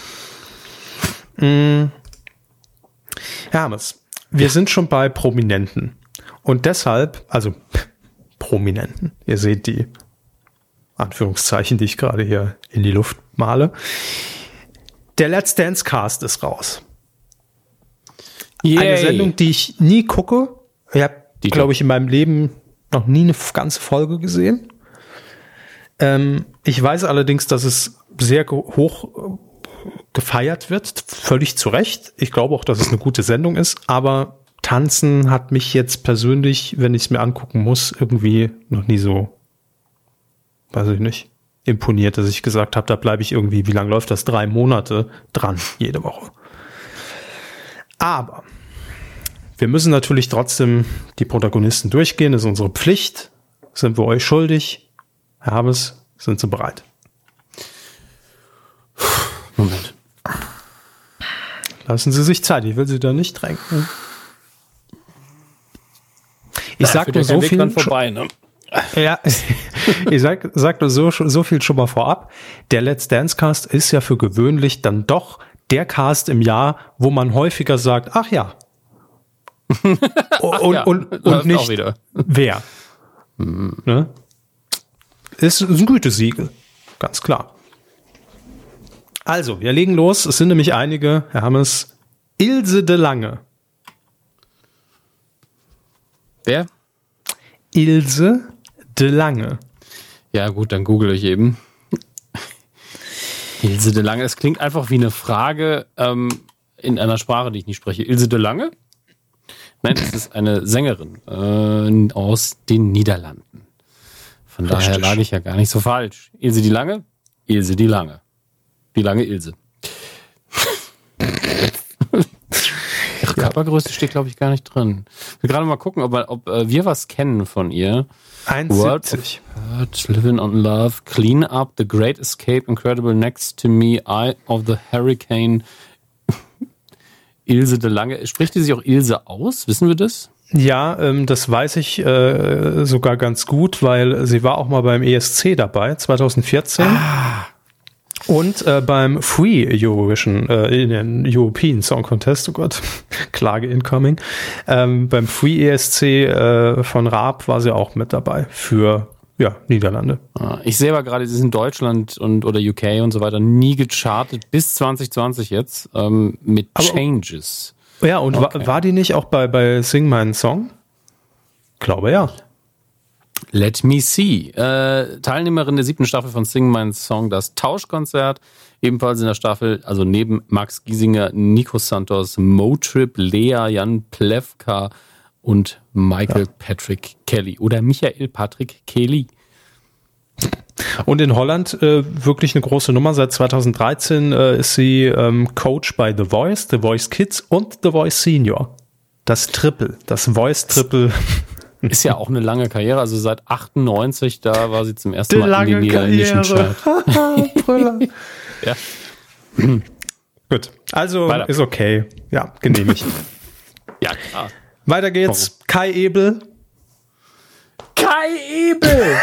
Hm. Hermes, wir sind schon bei Prominenten. Und deshalb, also Prominenten, ihr seht die Anführungszeichen, die ich gerade hier in die Luft male. Der Let's Dance Cast ist raus. Yay. Eine Sendung, die ich nie gucke. Ich habe, glaube ich, in meinem Leben noch nie eine ganze Folge gesehen. Ähm, ich weiß allerdings, dass es sehr hoch gefeiert wird, völlig zu Recht. Ich glaube auch, dass es eine gute Sendung ist, aber Tanzen hat mich jetzt persönlich, wenn ich es mir angucken muss, irgendwie noch nie so, weiß ich nicht, imponiert, dass ich gesagt habe, da bleibe ich irgendwie, wie lange läuft das? Drei Monate dran, jede Woche. Aber wir müssen natürlich trotzdem die Protagonisten durchgehen, das ist unsere Pflicht, sind wir euch schuldig. Herr Habes, sind Sie bereit? Moment. Lassen Sie sich Zeit, ich will Sie da nicht drängen. Ich sag nur so viel vorbei, ne? Ja, ich sag, sag nur so, so viel schon mal vorab. Der Let's Dance Cast ist ja für gewöhnlich dann doch der Cast im Jahr, wo man häufiger sagt, ach ja. Und, ja, und, und nicht wer. Mhm. Ne? Ist ein Gütesiegel, ganz klar. Also, wir legen los. Es sind nämlich einige, Herr Hammes. Ilse de Lange. Wer? Ilse de Lange. Ja gut, dann google ich eben. Ilse de Lange, es klingt einfach wie eine Frage ähm, in einer Sprache, die ich nicht spreche. Ilse de Lange? Nein, es ist eine Sängerin äh, aus den Niederlanden. Von Richtig. Daher lag ich ja gar nicht so falsch. Ilse die Lange? Ilse die Lange. Die lange Ilse. Ihre Körpergröße steht, glaube ich, gar nicht drin. Ich will gerade mal gucken, ob, ob äh, wir was kennen von ihr. eins Komma siebzig. Hurt, Living on Love, Clean Up, The Great Escape, Incredible, Next to Me, Eye of the Hurricane. Ilse de Lange. Spricht die sich auch Ilse aus? Wissen wir das? Ja, ähm, das weiß ich äh, sogar ganz gut, weil sie war auch mal beim E S C dabei, zwanzig vierzehn. Ah. Und äh, beim Free Eurovision, äh, in den European Song Contest, oh Gott, Klage incoming, ähm, beim Free E S C äh, von Raab war sie auch mit dabei für ja, Niederlande. Ich sehe aber gerade, sie sind in Deutschland und oder U K und so weiter nie gechartet bis zwanzig zwanzig jetzt ähm, mit aber, Changes. Ja, und okay. war, war die nicht auch bei, bei Sing My Song? Glaube ja. Let me see. Äh, Teilnehmerin der siebten Staffel von Sing My Song, das Tauschkonzert. Ebenfalls in der Staffel, also neben Max Giesinger, Nico Santos, Motrip, Lea, Jan Plewka und Michael ja. Patrick Kelly oder Michael Patrick Kelly. Und in Holland äh, wirklich eine große Nummer. Seit zwanzig dreizehn äh, ist sie ähm, Coach bei The Voice, The Voice Kids und The Voice Senior. Das Triple, das Voice-Triple. Ist ja auch eine lange Karriere, also seit achtundneunzig, da war sie zum ersten die Mal in den niederländischen Chart. Ja. Gut, also weiter. Ist okay. Ja, genehmigt. Ja, klar. Weiter geht's. Warum? Kai Ebel. Kai Ebel!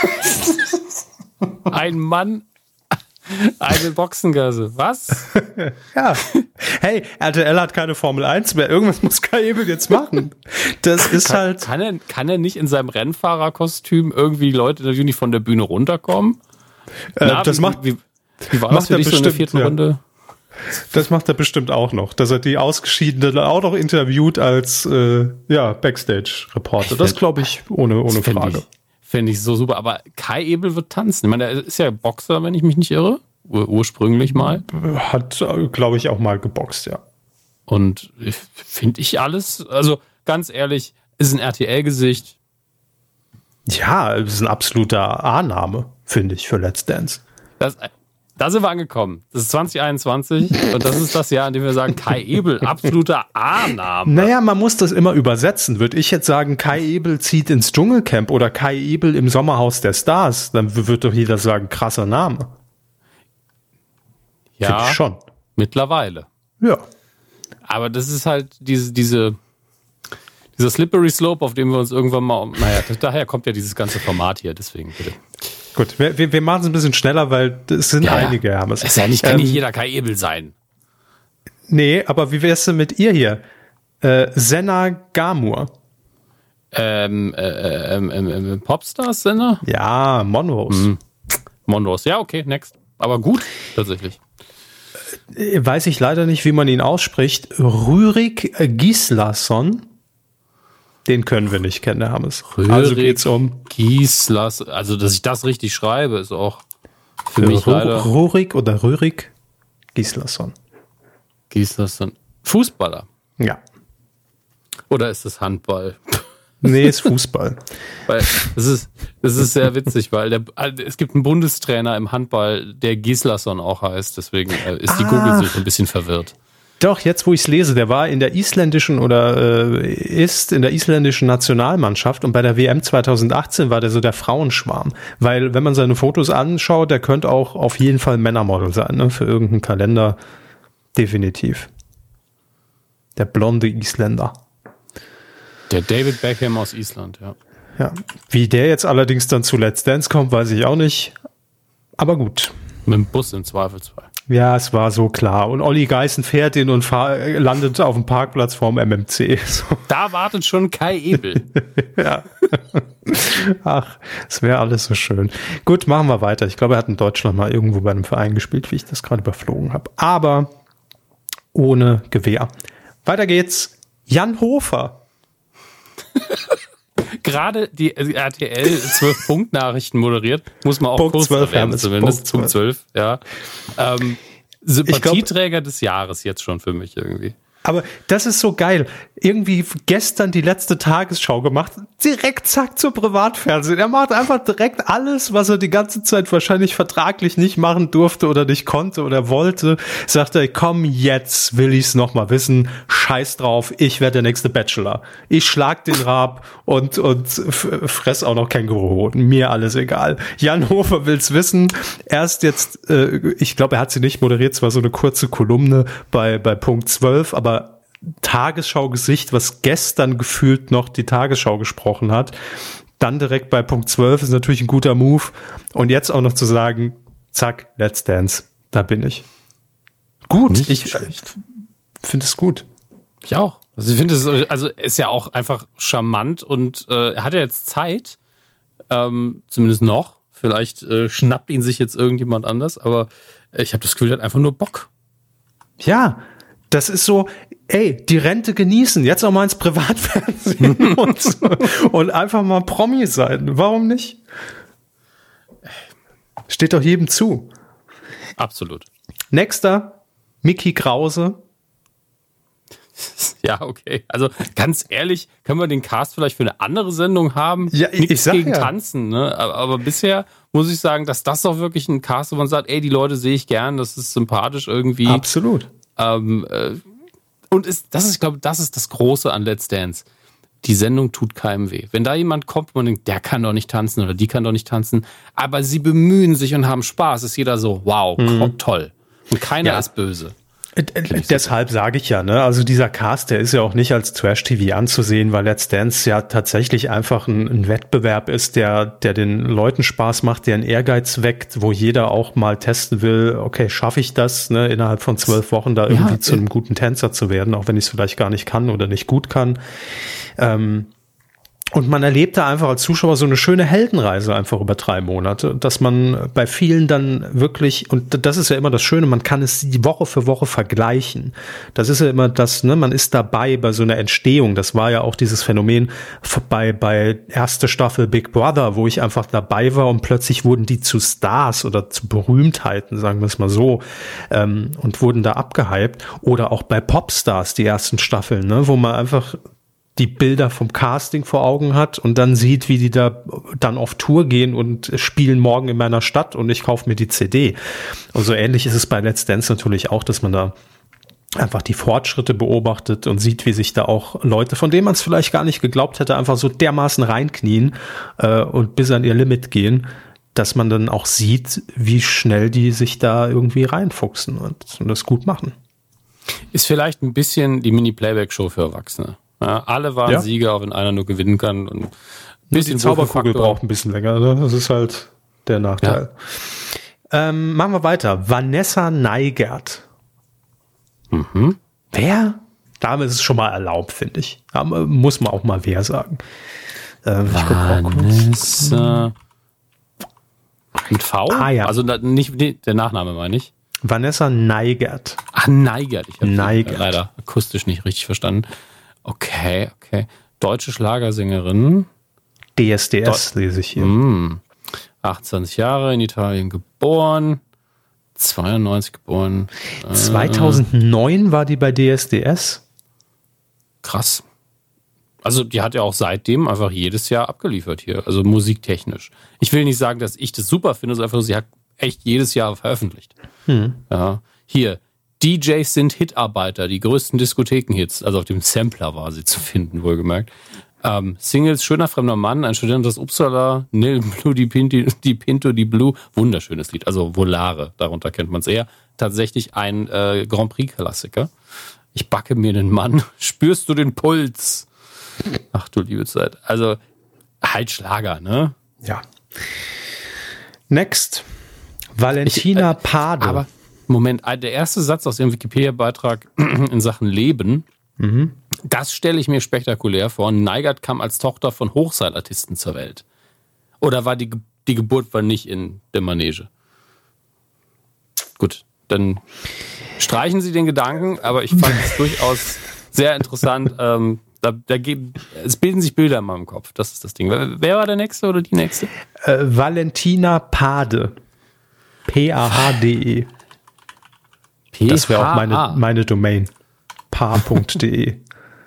Ein Mann, eine Boxengasse. Was? Ja. Hey, R T L hat keine Formel eins mehr. Irgendwas muss Kai Ebel jetzt machen. Das ist kann, halt... Kann er, kann er nicht in seinem Rennfahrerkostüm irgendwie Leute natürlich nicht von der Bühne runterkommen? Äh, Na, das wie, macht... Wie, wie war das für dich bestimmt, so in der vierten ja. Runde? Das macht er bestimmt auch noch, dass er die Ausgeschiedenen auch noch interviewt als äh, ja, Backstage-Reporter. Das glaube ich ohne, ohne Frage. Ich, Fände ich so super. Aber Kai Ebel wird tanzen. Ich meine, er ist ja Boxer, wenn ich mich nicht irre. Ur- ursprünglich mal. Hat, glaube ich, auch mal geboxt, ja. Und finde ich alles, also ganz ehrlich, ist ein R T L-Gesicht. Ja, ist ein absoluter A-Name, finde ich, für Let's Dance. Das, da sind wir angekommen. Das ist zwanzig einundzwanzig und das ist das Jahr, in dem wir sagen, Kai Ebel, absoluter A-Name. Naja, man muss das immer übersetzen. Würde ich jetzt sagen, Kai Ebel zieht ins Dschungelcamp oder Kai Ebel im Sommerhaus der Stars, dann wird doch jeder sagen, krasser Name. Ja, Find ich schon. Mittlerweile. Ja. Aber das ist halt diese, diese, dieser Slippery Slope, auf dem wir uns irgendwann mal, naja, daher kommt ja dieses ganze Format hier, deswegen bitte. Gut, wir, wir, wir machen es ein bisschen schneller, weil es sind ja, einige, ja. Hermes. Ist ja nicht, kann ähm, nicht jeder Kai Ebel sein. Nee, aber wie wär's denn mit ihr hier? Äh, Senna Gamur. Ähm, äh, ähm, ähm, Popstars-Senna? Ja, Monrose. Mhm. Monrose, ja, okay, next. Aber gut, tatsächlich. Weiß ich leider nicht, wie man ihn ausspricht. Rürik Gislason. Den können wir nicht kennen, Herr Hammes. Rürik also geht's um Gislason. Also, dass ich das richtig schreibe, ist auch für mich R- leider. Rürik oder Rürik Gislason. Gislason. Fußballer. Ja. Oder ist es Handball? Nee, ist Fußball. Weil das ist, das ist sehr witzig, weil der, es gibt einen Bundestrainer im Handball, der Gislason auch heißt. Deswegen ist die ah. Google-Suche ein bisschen verwirrt. Doch, jetzt wo ich es lese, der war in der isländischen oder äh, ist in der isländischen Nationalmannschaft und bei der W M zwanzig achtzehn war der so der Frauenschwarm. Weil wenn man seine Fotos anschaut, der könnte auch auf jeden Fall Männermodel sein, ne? Für irgendeinen Kalender. Definitiv. Der blonde Isländer. Der David Beckham aus Island, ja. Ja. Wie der jetzt allerdings dann zu Let's Dance kommt, weiß ich auch nicht. Aber gut. Mit dem Bus im Zweifelsfall. Ja, es war so klar. Und Olli Geißen fährt ihn und fahr, landet auf dem Parkplatz vorm M M C. So. Da wartet schon Kai Ebel. Ja. Ach, es wäre alles so schön. Gut, machen wir weiter. Ich glaube, er hat in Deutschland mal irgendwo bei einem Verein gespielt, wie ich das gerade überflogen habe. Aber ohne Gewehr. Weiter geht's. Jan Hofer. Gerade die R T L zwölf-Punkt-Nachrichten moderiert, muss man auch Punkt kurz zwölf erwähnen, zumindest. Punkt zwölf, ja. Ähm, Sympathieträger glaub, des Jahres jetzt schon für mich irgendwie. Aber das ist so geil. Irgendwie gestern die letzte Tagesschau gemacht, direkt zack zur Privatfernsehen. Er macht einfach direkt alles, was er die ganze Zeit wahrscheinlich vertraglich nicht machen durfte oder nicht konnte oder wollte. Sagt er, komm, jetzt will ich's noch mal wissen. Scheiß drauf, ich werde der nächste Bachelor. Ich schlag den Raab und und fress auch noch Känguruhoden. Mir alles egal. Jan Hofer will's wissen. Erst jetzt, äh, ich glaube, er hat sie nicht moderiert, zwar so eine kurze Kolumne bei bei Punkt zwölf, aber Tagesschau-Gesicht, was gestern gefühlt noch die Tagesschau gesprochen hat. Dann direkt bei Punkt zwölf ist natürlich ein guter Move. Und jetzt auch noch zu sagen, zack, Let's Dance. Da bin ich. Gut, Nicht ich, ich finde es gut. Ich auch. Also ich finde es, also ist ja auch einfach charmant und äh, er hat ja jetzt Zeit, ähm, zumindest noch. Vielleicht äh, schnappt ihn sich jetzt irgendjemand anders, aber ich habe das Gefühl, er hat einfach nur Bock. Ja, das ist so, ey, die Rente genießen, jetzt auch mal ins Privatfernsehen und, so, und einfach mal Promi sein. Warum nicht? Steht doch jedem zu. Absolut. Nächster, Micky Krause. Ja, okay. Also ganz ehrlich, können wir den Cast vielleicht für eine andere Sendung haben? Ja, ich, Nichts ich sag gegen ja. Tanzen, ne? Aber, aber bisher muss ich sagen, dass das doch wirklich ein Cast, wo man sagt, ey, die Leute sehe ich gern, das ist sympathisch irgendwie. Absolut. Ähm, äh, und ist, das ist, ich glaube, das ist das Große an Let's Dance. Die Sendung tut keinem weh. Wenn da jemand kommt, man denkt, der kann doch nicht tanzen oder die kann doch nicht tanzen, aber sie bemühen sich und haben Spaß, ist jeder so, wow, mhm. toll. Und keiner ja. ist böse. Deshalb sage ich ja, ne, also dieser Cast, der ist ja auch nicht als Trash-T V anzusehen, weil Let's Dance ja tatsächlich einfach ein, ein Wettbewerb ist, der, der den Leuten Spaß macht, der einen Ehrgeiz weckt, wo jeder auch mal testen will, okay, schaffe ich das, ne, innerhalb von zwölf Wochen da irgendwie ja, zu einem guten Tänzer zu werden, auch wenn ich es vielleicht gar nicht kann oder nicht gut kann. Ähm, Und man erlebt da einfach als Zuschauer so eine schöne Heldenreise einfach über drei Monate, dass man bei vielen dann wirklich, und das ist ja immer das Schöne, man kann es Woche für Woche vergleichen. Das ist ja immer das, ne, man ist dabei bei so einer Entstehung. Das war ja auch dieses Phänomen bei, bei erste Staffel Big Brother, wo ich einfach dabei war und plötzlich wurden die zu Stars oder zu Berühmtheiten, sagen wir es mal so, ähm, und wurden da abgehypt. Oder auch bei Popstars, die ersten Staffeln, ne, wo man einfach die Bilder vom Casting vor Augen hat und dann sieht, wie die da dann auf Tour gehen und spielen morgen in meiner Stadt und ich kaufe mir die C D. Und so ähnlich ist es bei Let's Dance natürlich auch, dass man da einfach die Fortschritte beobachtet und sieht, wie sich da auch Leute, von denen man es vielleicht gar nicht geglaubt hätte, einfach so dermaßen reinknien äh, und bis an ihr Limit gehen, dass man dann auch sieht, wie schnell die sich da irgendwie reinfuchsen und, und das gut machen. Ist vielleicht ein bisschen die Mini-Playback-Show für Erwachsene. Ja, alle waren ja. Sieger, auch wenn einer nur gewinnen kann. Und ein bisschen die Zauberkugel braucht ein bisschen länger. Ne? Das ist halt der Nachteil. Ja. Ähm, machen wir weiter. Vanessa Neigert. Mhm. Wer? Damit ist es schon mal erlaubt, finde ich. Aber muss man auch mal wer sagen. Ähm, ich gucke auch kurz. Mit V? Ah, ja. Also nicht nee, der Nachname, meine ich. Vanessa Neigert. Ach, Neigert. Ich habe Neigert. leider akustisch nicht richtig verstanden. Okay, okay. Deutsche Schlagersängerin. D S D S lese ich hier. Mm. achtundzwanzig Jahre, in Italien geboren. zweiundneunzig geboren. zweitausendneun war die bei D S D S. Krass. Also die hat ja auch seitdem einfach jedes Jahr abgeliefert hier. Also musiktechnisch. Ich will nicht sagen, dass ich das super finde, sondern einfach, sie hat echt jedes Jahr veröffentlicht. Hm. Ja. Hier. D Js sind Hitarbeiter, die größten Diskotheken-Hits, also auf dem Sampler war sie zu finden, wohlgemerkt. Ähm, Singles, Schöner fremder Mann, ein Student aus Uppsala, Nil Blue, die Pinto, die Pinto, die Blue, wunderschönes Lied, also Volare, darunter kennt man es eher. Tatsächlich ein äh, Grand Prix-Klassiker. Ich backe mir den Mann, spürst du den Puls? Ach du liebe Zeit. Also halt Schlager, ne? Ja. Next. Valentina ich, äh, Pade. Aber Moment, der erste Satz aus dem Wikipedia-Beitrag in Sachen Leben, mhm. das stelle ich mir spektakulär vor. Neigert kam als Tochter von Hochseilartisten zur Welt. Oder war die, die Geburt war nicht in der Manege? Gut, dann streichen Sie den Gedanken, aber ich fand es durchaus sehr interessant. Ähm, da, da geht, es bilden sich Bilder in meinem Kopf, das ist das Ding. Wer, wer war der Nächste oder die Nächste? Äh, Valentina Pade. P A H D E. Das wäre auch meine, meine Domain. pa punkt de.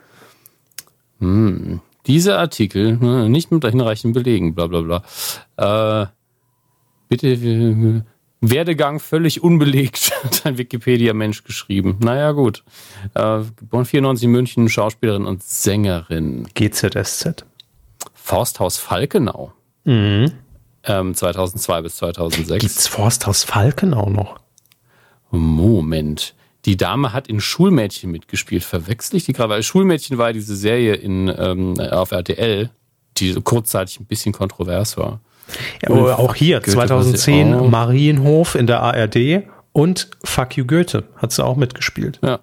Hm. Dieser Artikel, nicht mit hinreichenden Belegen, bla bla bla. Äh, bitte, Werdegang völlig unbelegt, hat ein Wikipedia-Mensch geschrieben. Naja, gut. Äh, geboren vierundneunzig in München, Schauspielerin und Sängerin. G Z S Z. Forsthaus Falkenau. Mhm. Ähm, zweitausendzwei bis zweitausendsechs. Gibt's Forsthaus Falkenau noch? Moment. Die Dame hat in Schulmädchen mitgespielt. Verwechsel ich die gerade? Weil Schulmädchen war diese Serie in, ähm, auf R T L, die so kurzzeitig ein bisschen kontrovers war. Ja, auch hier, zweitausendzehn oh. Marienhof in der A R D Und Fuck You Goethe hat sie auch mitgespielt. Ja.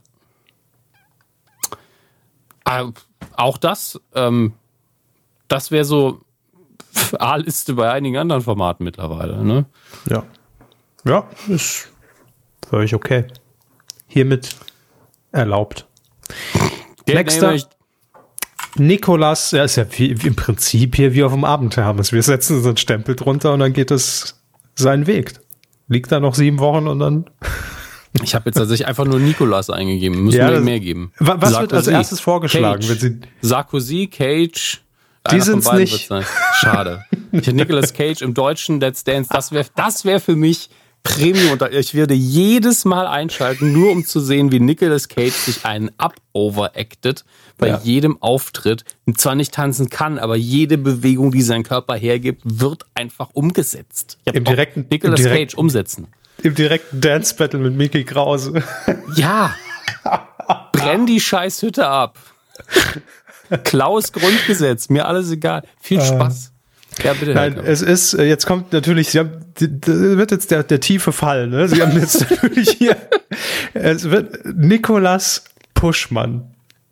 Äh, auch das, ähm, das wäre so A-Liste bei einigen anderen Formaten mittlerweile, ne? Ja. Ja, ist völlig okay. Hiermit erlaubt. Der Nächster. Nikolas, ja, ist ja wie, wie im Prinzip hier wie auf dem Abendhermes. Wir setzen so einen Stempel drunter und dann geht es seinen Weg. Liegt da noch sieben Wochen und dann. Ich habe jetzt tatsächlich einfach nur Nikolas eingegeben. Müssen ja, wir mehr geben. Was Sarkozy, wird als erstes vorgeschlagen? Cage. Wenn Sie Sarkozy, Cage. Die sind's nicht. Schade. Ich hätte Nicolas Cage im deutschen Let's Dance. Das wäre das wär für mich Premium. Und ich würde jedes Mal einschalten, nur um zu sehen, wie Nicolas Cage sich einen up-overactet bei ja. jedem Auftritt. Und zwar nicht tanzen kann, aber jede Bewegung, die sein Körper hergibt, wird einfach umgesetzt. Ich Im direkten, Nicolas im direkten, Cage umsetzen. Im direkten Dance-Battle mit Mickey Krause. Ja. Brenn die Scheißhütte ab. Klaus Grundgesetz. Mir alles egal. Viel Spaß. Ja, bitte. Nein, es ist, jetzt kommt natürlich, Sie haben, das wird jetzt der, der tiefe Fall, ne? Sie haben jetzt natürlich hier, es wird Nikolas Puschmann.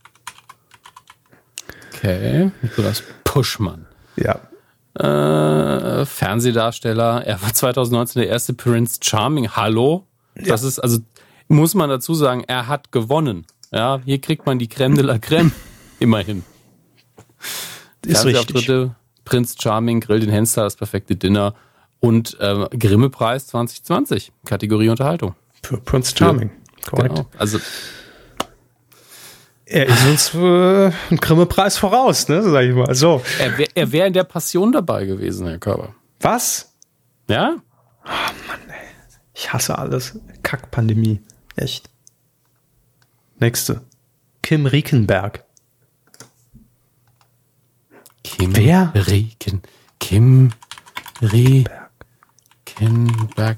Okay, Nikolas Puschmann. Ja. Äh, Fernsehdarsteller. Er war zwanzig neunzehn der erste Prince Charming. Hallo? Das ja. ist, also, muss man dazu sagen, er hat gewonnen. Ja, hier kriegt man die Crème de la Crème. Immerhin. Ist richtig. Prince Charming, Grill den Hensler, das perfekte Dinner und äh, Grimme-Preis zwanzig zwanzig, Kategorie Unterhaltung. Für Prince Charming, ja, korrekt. Genau. Also, er ist uns äh, einen Grimme-Preis voraus, ne, sag ich mal. So. Er wäre er wär in der Passion dabei gewesen, Herr Körber. Was? Ja? Oh Mann, ey. Ich hasse alles. Kack-Pandemie. Echt. Nächste. Kim Riekenberg. Kim Wer? Rieken. Kim Riekenberg.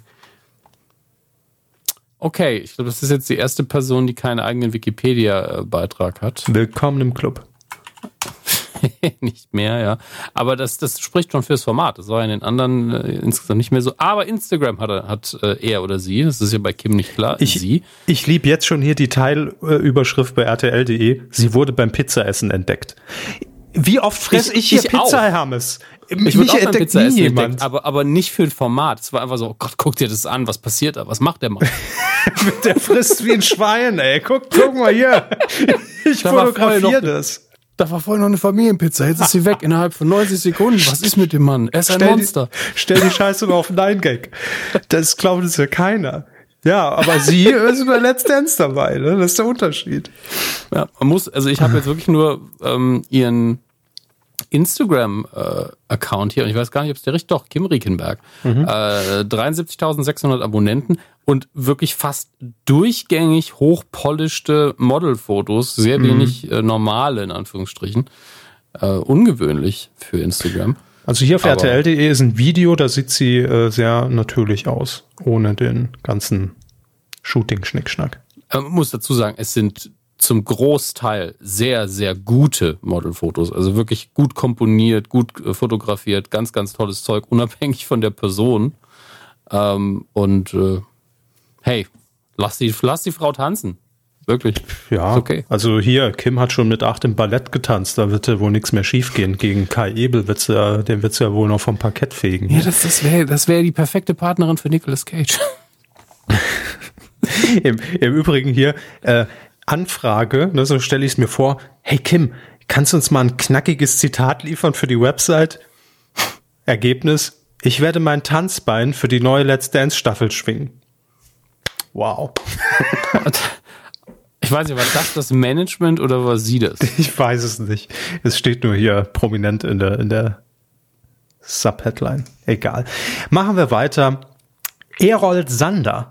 Okay, ich glaube, das ist jetzt die erste Person, die keinen eigenen Wikipedia-Beitrag hat. Willkommen im Club. Nicht mehr, ja. Aber das, das spricht schon fürs Format. Das war in den anderen äh, insgesamt nicht mehr so. Aber Instagram hat, er, hat äh, er oder sie, das ist ja bei Kim nicht klar, ich, sie. Ich liebe jetzt schon hier die Teilüberschrift bei R T L punkt de. Sie wurde beim Pizzaessen entdeckt. Wie oft fresse ich, ich hier ich Pizza, Herr Hammes? Ich würde auch beim Pizzaessen entdeckt, aber, aber nicht für ein Format. Es war einfach so, oh Gott, guck dir das an, was passiert da? Was macht der Mann? Der frisst wie ein Schwein, ey. Guck, guck mal hier. Ich da fotografiere das. Da war vorhin noch eine Familienpizza, jetzt ist sie weg innerhalb von neunzig Sekunden. Was ist mit dem Mann? Er ist ein stell Monster. Die, stell die Scheiße mal auf Nein Gag. Das glaubt es ja keiner. Ja, aber sie ist bei Let's Dance dabei, ne? Das ist der Unterschied. Ja, man muss, also ich habe jetzt wirklich nur ähm, ihren Instagram-Account äh, hier und ich weiß gar nicht, ob es der richtig, doch, Kim Riekenberg. Mhm. Äh, dreiundsiebzigtausendsechshundert Abonnenten und wirklich fast durchgängig hochpolischte Modelfotos, sehr mhm. wenig äh, normale in Anführungsstrichen. Äh, ungewöhnlich für Instagram. Also hier auf R T L punkt de ist ein Video, da sieht sie äh, sehr natürlich aus, ohne den ganzen Shooting-Schnickschnack. Man muss dazu sagen, es sind zum Großteil sehr, sehr gute Modelfotos. Also wirklich gut komponiert, gut äh, fotografiert, ganz, ganz tolles Zeug, unabhängig von der Person. Ähm, und äh, hey, lass die, lass die Frau tanzen. Wirklich. Ja, okay. Also hier, Kim hat schon mit acht im Ballett getanzt, da wird ja wohl nichts mehr schief gehen. Gegen Kai Ebel wird's ja, den wird's ja wohl noch vom Parkett fegen. Ja, das, das wäre das wär die perfekte Partnerin für Nicolas Cage. Im, Im Übrigen hier, äh, Anfrage, ne, so stelle ich es mir vor, hey Kim, kannst du uns mal ein knackiges Zitat liefern für die Website? Ergebnis, ich werde mein Tanzbein für die neue Let's Dance Staffel schwingen. Wow. Ich weiß nicht, war das das Management oder war sie das? Ich weiß es nicht. Es steht nur hier prominent in der, in der Subheadline. Egal. Machen wir weiter. Erold Sander.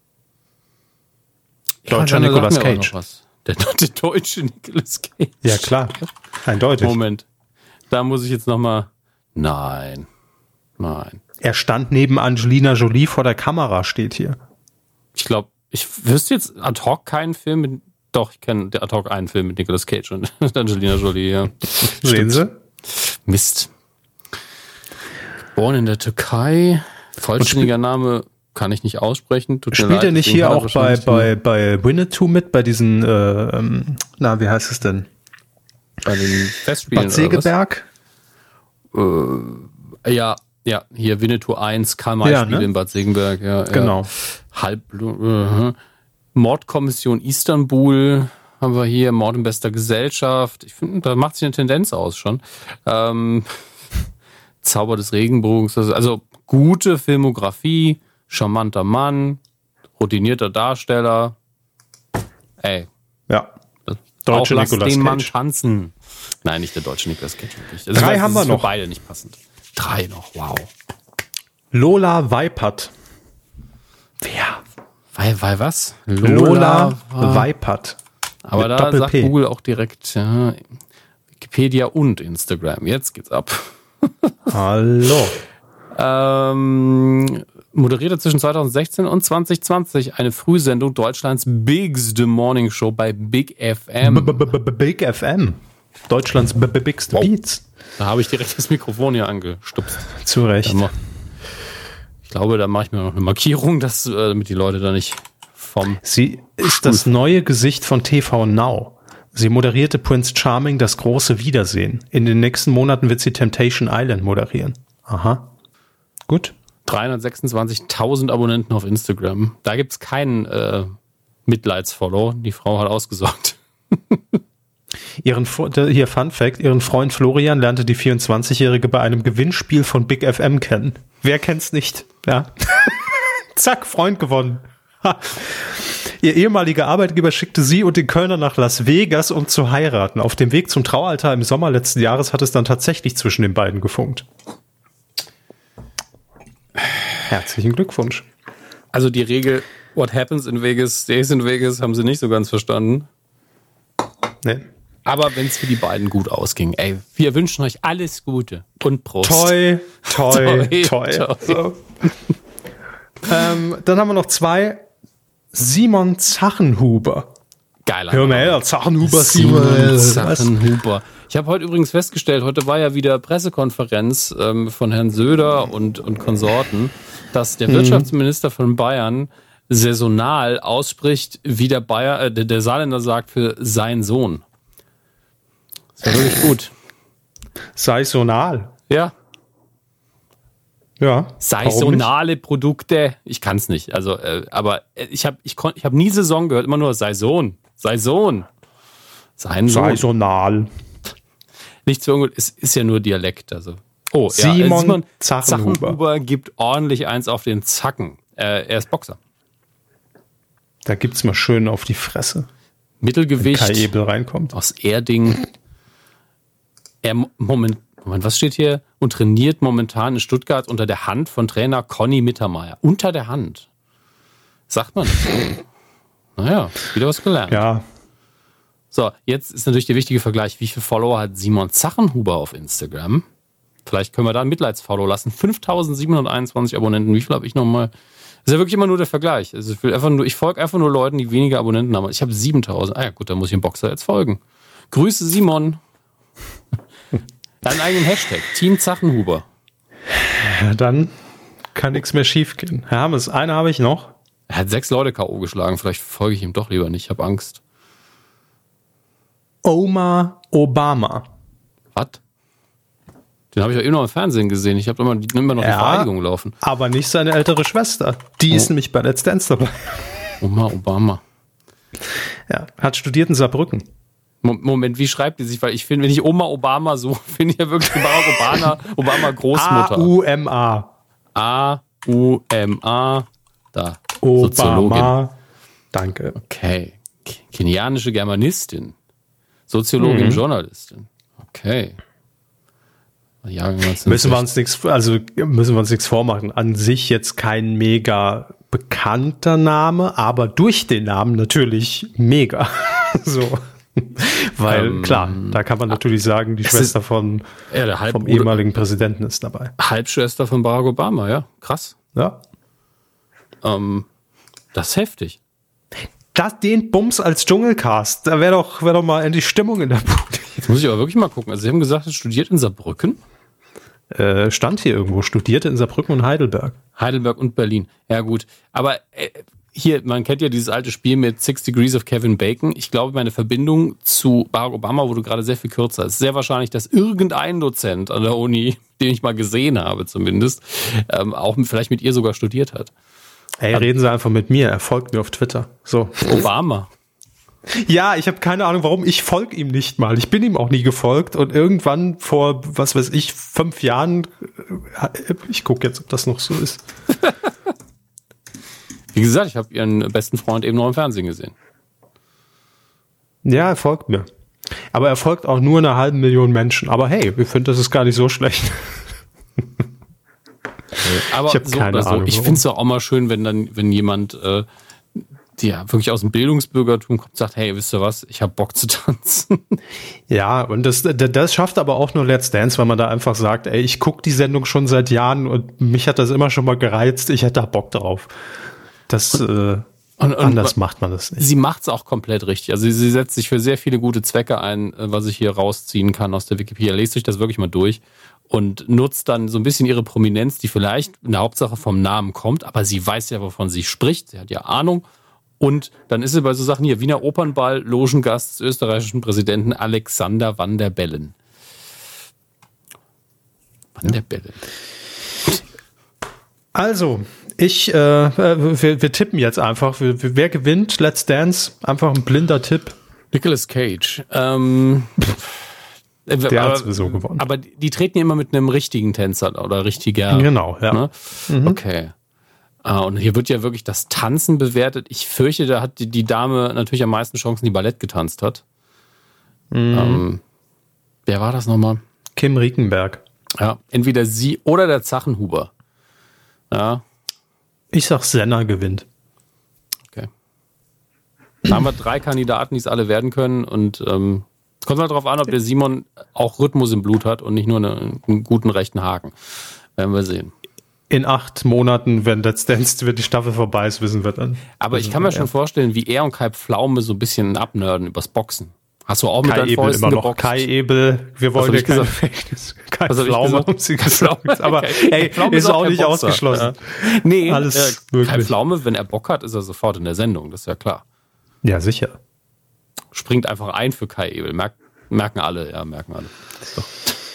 Deutscher ja, Nicolas Cage. Der, der deutsche Nicolas Cage. Ja, klar. Eindeutig. Moment. Da muss ich jetzt nochmal. Nein. Nein. Er stand neben Angelina Jolie vor der Kamera, steht hier. Ich glaube, ich wüsste jetzt ad hoc keinen Film mit. Doch, ich kenne ad hoc einen Film mit Nicolas Cage und Angelina Jolie, ja. Sehen Sie? Mist. Geboren in der Türkei. Vollständiger Name kann ich nicht aussprechen. Tut Spielt leid, er nicht hier auch bei, bei, bei Winnetou mit, bei diesen, äh, na, wie heißt es denn? Bei den Festspielen. Bad Segeberg? Äh, ja, ja, hier Winnetou eins, Karl-May-Spiele ja, ne? in Bad Segeberg. Ja, genau. Ja. Halb, uh, Mordkommission Istanbul haben wir hier, Mord in bester Gesellschaft. Ich finde, da macht sich eine Tendenz aus schon. Ähm, Zauber des Regenbogens, also gute Filmografie, charmanter Mann, routinierter Darsteller. Ey. Ja. Deutsche Nicolas Cage. Den Mann tanzen. Nein, nicht der deutsche Nicolas Cage. Wirklich. Also Drei weiß, haben wir noch. Für beide nicht passend. Drei noch, wow. Lola Weipert. Wer? Weil, weil was? Lola, Lola Weipert. Aber da Doppel sagt P. Google auch direkt ja, Wikipedia und Instagram. Jetzt geht's ab. Hallo. ähm, moderierte zwischen zweitausendsechzehn und zwanzig zwanzig eine Frühsendung Deutschlands Biggest Morning Show bei Big F M. Big F M. Deutschlands Biggest Beats. Da habe ich direkt das Mikrofon hier angestupst. Zu Recht. Ich glaube, da mache ich mir noch eine Markierung, dass, damit die Leute da nicht vom... Sie ist das neue Gesicht von T V Now. Sie moderierte Prince Charming das große Wiedersehen. In den nächsten Monaten wird sie Temptation Island moderieren. Aha. Gut. dreihundertsechsundzwanzigtausend Abonnenten auf Instagram. Da gibt's keinen äh, Mitleidsfollow. Die Frau hat ausgesorgt. Ihren, hier Fun Fact, ihren Freund Florian lernte die vierundzwanzigjährige bei einem Gewinnspiel von Big F M kennen. Wer kennt's nicht? Ja. Zack, Freund gewonnen. Ihr ehemaliger Arbeitgeber schickte sie und den Kölner nach Las Vegas, um zu heiraten. Auf dem Weg zum Traualtar im Sommer letzten Jahres hat es dann tatsächlich zwischen den beiden gefunkt. Herzlichen Glückwunsch. Also die Regel, what happens in Vegas, stays in Vegas, haben sie nicht so ganz verstanden. Nee. Aber wenn es für die beiden gut ausging, ey, wir wünschen euch alles Gute und Prost. Toi, toi, toi. toi. So. ähm, dann haben wir noch zwei. Simon Zachenhuber. Geiler. Hör mal her, Zachenhuber. Simon Zachenhuber. Ich habe heute übrigens festgestellt, heute war ja wieder Pressekonferenz ähm, von Herrn Söder und, und Konsorten, dass der mhm. Wirtschaftsminister von Bayern saisonal ausspricht, wie der Bayer, äh, der, der Saarländer sagt für sein Sohn. Das war wirklich gut. Saisonal. Ja. Ja. Saisonale Produkte. Ich kann es nicht. Also, äh, aber ich habe ich kon, ich hab nie Saison gehört, immer nur Saison. Saison. Sein Sohn. Saisonal. Nichts für ungut. Es ist ja nur Dialekt. Also. Oh, Simon, ja, Simon Zachenhuber. Zachenhuber gibt ordentlich eins auf den Zacken. Äh, er ist Boxer. Da gibt's mal schön auf die Fresse. Mittelgewicht. Wenn Kai Ebel reinkommt. Aus Erding. Er, Moment, Moment, was steht hier? Und trainiert momentan in Stuttgart unter der Hand von Trainer Conny Mittermeier. Unter der Hand. Sagt man nicht. Naja, wieder was gelernt. Ja. So, jetzt ist natürlich der wichtige Vergleich. Wie viele Follower hat Simon Zachenhuber auf Instagram? Vielleicht können wir da ein Mitleidsfollow lassen. fünftausendsiebenhunderteinundzwanzig Abonnenten. Wie viel habe ich nochmal? Das ist ja wirklich immer nur der Vergleich. Also ich will einfach nur, ich folge einfach nur Leuten, die weniger Abonnenten haben. Ich habe siebentausend. Ah ja gut, dann muss ich dem Boxer jetzt folgen. Grüße Simon. Deinen eigenen Hashtag. Team Zachenhuber. Ja, dann kann nichts mehr schief gehen. Herr Hammes, eine habe ich noch. Er hat sechs Leute K O geschlagen. Vielleicht folge ich ihm doch lieber nicht. Ich habe Angst. Omar Obama. Was? Den habe ich ja eben noch im Fernsehen gesehen. Ich habe immer, immer noch die ja, Vereidigung laufen. Aber nicht seine ältere Schwester. Die oh. ist nämlich bei Let's Dance dabei. Omar Obama. Ja, hat studiert in Saarbrücken. Moment, wie schreibt die sich? Weil ich finde, wenn ich Oma Obama so, finde ich ja wirklich Barack Obama, Obama Großmutter. A U M A. A U M A. Da. Obama. Soziologin. Danke. Okay. Kenianische Germanistin. Soziologin, mhm. Journalistin. Okay. Ja, müssen wir uns nichts, also müssen wir uns nichts vormachen. An sich jetzt kein mega bekannter Name, aber durch den Namen natürlich mega. So. Weil, ähm, klar, da kann man natürlich sagen, die Schwester ist, von ja, der Halb- vom ehemaligen Präsidenten ist dabei. Halbschwester von Barack Obama, ja. Krass. Ja. Ähm, das ist heftig. Das, den Bums als Dschungelcast, da wäre doch, wär doch mal endlich Stimmung in der Bude. Jetzt muss ich aber wirklich mal gucken. Also, Sie haben gesagt, er studiert in Saarbrücken? äh, stand hier irgendwo, studierte in Saarbrücken und Heidelberg. Heidelberg und Berlin. Ja gut, aber äh, hier, man kennt ja dieses alte Spiel mit Six Degrees of Kevin Bacon. Ich glaube, meine Verbindung zu Barack Obama wurde gerade sehr viel kürzer. Es ist sehr wahrscheinlich, dass irgendein Dozent an der Uni, den ich mal gesehen habe zumindest, ähm, auch vielleicht mit ihr sogar studiert hat. Ey, reden Sie einfach mit mir. Er folgt mir auf Twitter. So. Obama. Ja, ich habe keine Ahnung, warum. Ich folge ihm nicht mal. Ich bin ihm auch nie gefolgt. Und irgendwann vor, was weiß ich, fünf Jahren, ich gucke jetzt, ob das noch so ist. Wie gesagt, ich habe Ihren besten Freund eben noch im Fernsehen gesehen. Ja, er folgt mir. Aber er folgt auch nur einer halben Million Menschen. Aber hey, ich finde, das ist gar nicht so schlecht. Aber ich, so keine so. Ahnung, ich finde es auch mal schön, wenn dann, wenn jemand äh, ja, wirklich aus dem Bildungsbürgertum kommt und sagt, hey, wisst ihr was, ich habe Bock zu tanzen. Ja, und das, das schafft aber auch nur Let's Dance, weil man da einfach sagt, ey, ich gucke die Sendung schon seit Jahren und mich hat das immer schon mal gereizt, ich hätte da Bock drauf. Das, äh, und, und, anders macht man das nicht. Sie macht es auch komplett richtig. Also sie setzt sich für sehr viele gute Zwecke ein, was ich hier rausziehen kann aus der Wikipedia. Lest euch das wirklich mal durch und nutzt dann so ein bisschen ihre Prominenz, die vielleicht in der Hauptsache vom Namen kommt, aber sie weiß ja, wovon sie spricht, sie hat ja Ahnung. Und dann ist sie bei so Sachen hier, Wiener Opernball, Logengast des österreichischen Präsidenten Alexander Van der Bellen. Van der Bellen. Also, ich, äh, wir, wir tippen jetzt einfach. Wer gewinnt? Let's Dance? Einfach ein blinder Tipp. Nicolas Cage. Ähm, Der hat sowieso gewonnen. Aber die, die treten ja immer mit einem richtigen Tänzer oder richtiger. Genau, ja. Ne? Mhm. Okay. Und hier wird ja wirklich das Tanzen bewertet. Ich fürchte, da hat die, die Dame natürlich am meisten Chancen, die Ballett getanzt hat. Mhm. Ähm, wer war das nochmal? Kim Riekenberg. Ja, entweder sie oder der Zachenhuber. Ja. Ich sag, Senna gewinnt. Okay. Da haben wir drei Kandidaten, die es alle werden können. Und ähm, es kommt halt darauf an, ob der Simon auch Rhythmus im Blut hat und nicht nur eine, einen guten rechten Haken. Werden wir sehen. In acht Monaten, wenn Let's Dance, wenn die Staffel vorbei ist, wissen wir dann. Aber ich kann mir schon vorstellen, wie er und Kai Pflaume so ein bisschen abnörden übers Boxen. Hast du auch mit Kai deinen Ebel Fäusten immer noch. geboxt? Kai Ebel, wir wollen ja keine Verhältnis. Kai Pflaume haben sie gesagt. Aber ey, Pflaume ist auch nicht Boxer. Ausgeschlossen. Ja. Nee, alles äh, Kai Pflaume, wenn er Bock hat, ist er sofort in der Sendung, das ist ja klar. Ja, sicher. Springt einfach ein für Kai Ebel. Merk, merken alle, ja, merken alle. So.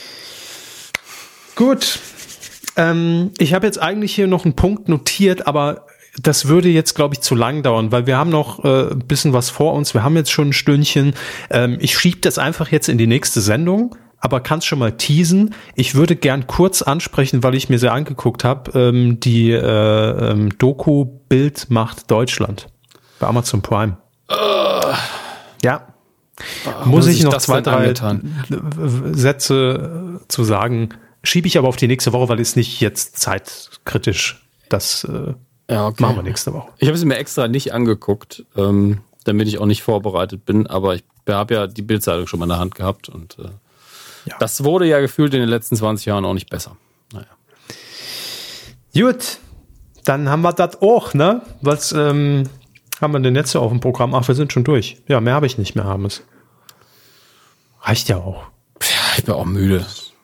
Gut. Ähm, ich habe jetzt eigentlich hier noch einen Punkt notiert, aber das würde jetzt, glaube ich, zu lang dauern, weil wir haben noch äh, ein bisschen was vor uns. Wir haben jetzt schon ein Stündchen. Ähm, ich schiebe das einfach jetzt in die nächste Sendung, aber kann es schon mal teasen. Ich würde gern kurz ansprechen, weil ich mir sehr angeguckt habe, ähm, die äh, ähm, Doku Bild macht Deutschland bei Amazon Prime. Uh, ja. Uh, Muss ich noch zwei, drei Sätze zu sagen. Schiebe ich aber auf die nächste Woche, weil es nicht jetzt zeitkritisch. Das äh, ja, okay. Machen wir nächste Woche. Ich habe es mir extra nicht angeguckt, ähm, damit ich auch nicht vorbereitet bin. Aber ich habe ja die Bildzeitung schon mal in der Hand gehabt. Und äh, ja. Das wurde ja gefühlt in den letzten zwanzig Jahren auch nicht besser. Naja. Gut, dann haben wir das auch, ne? Was ähm, haben wir denn jetzt so auf dem Programm? Ach, wir sind schon durch. Ja, mehr habe ich nicht mehr, Hermes. Reicht ja auch. Ja, ich bin auch müde.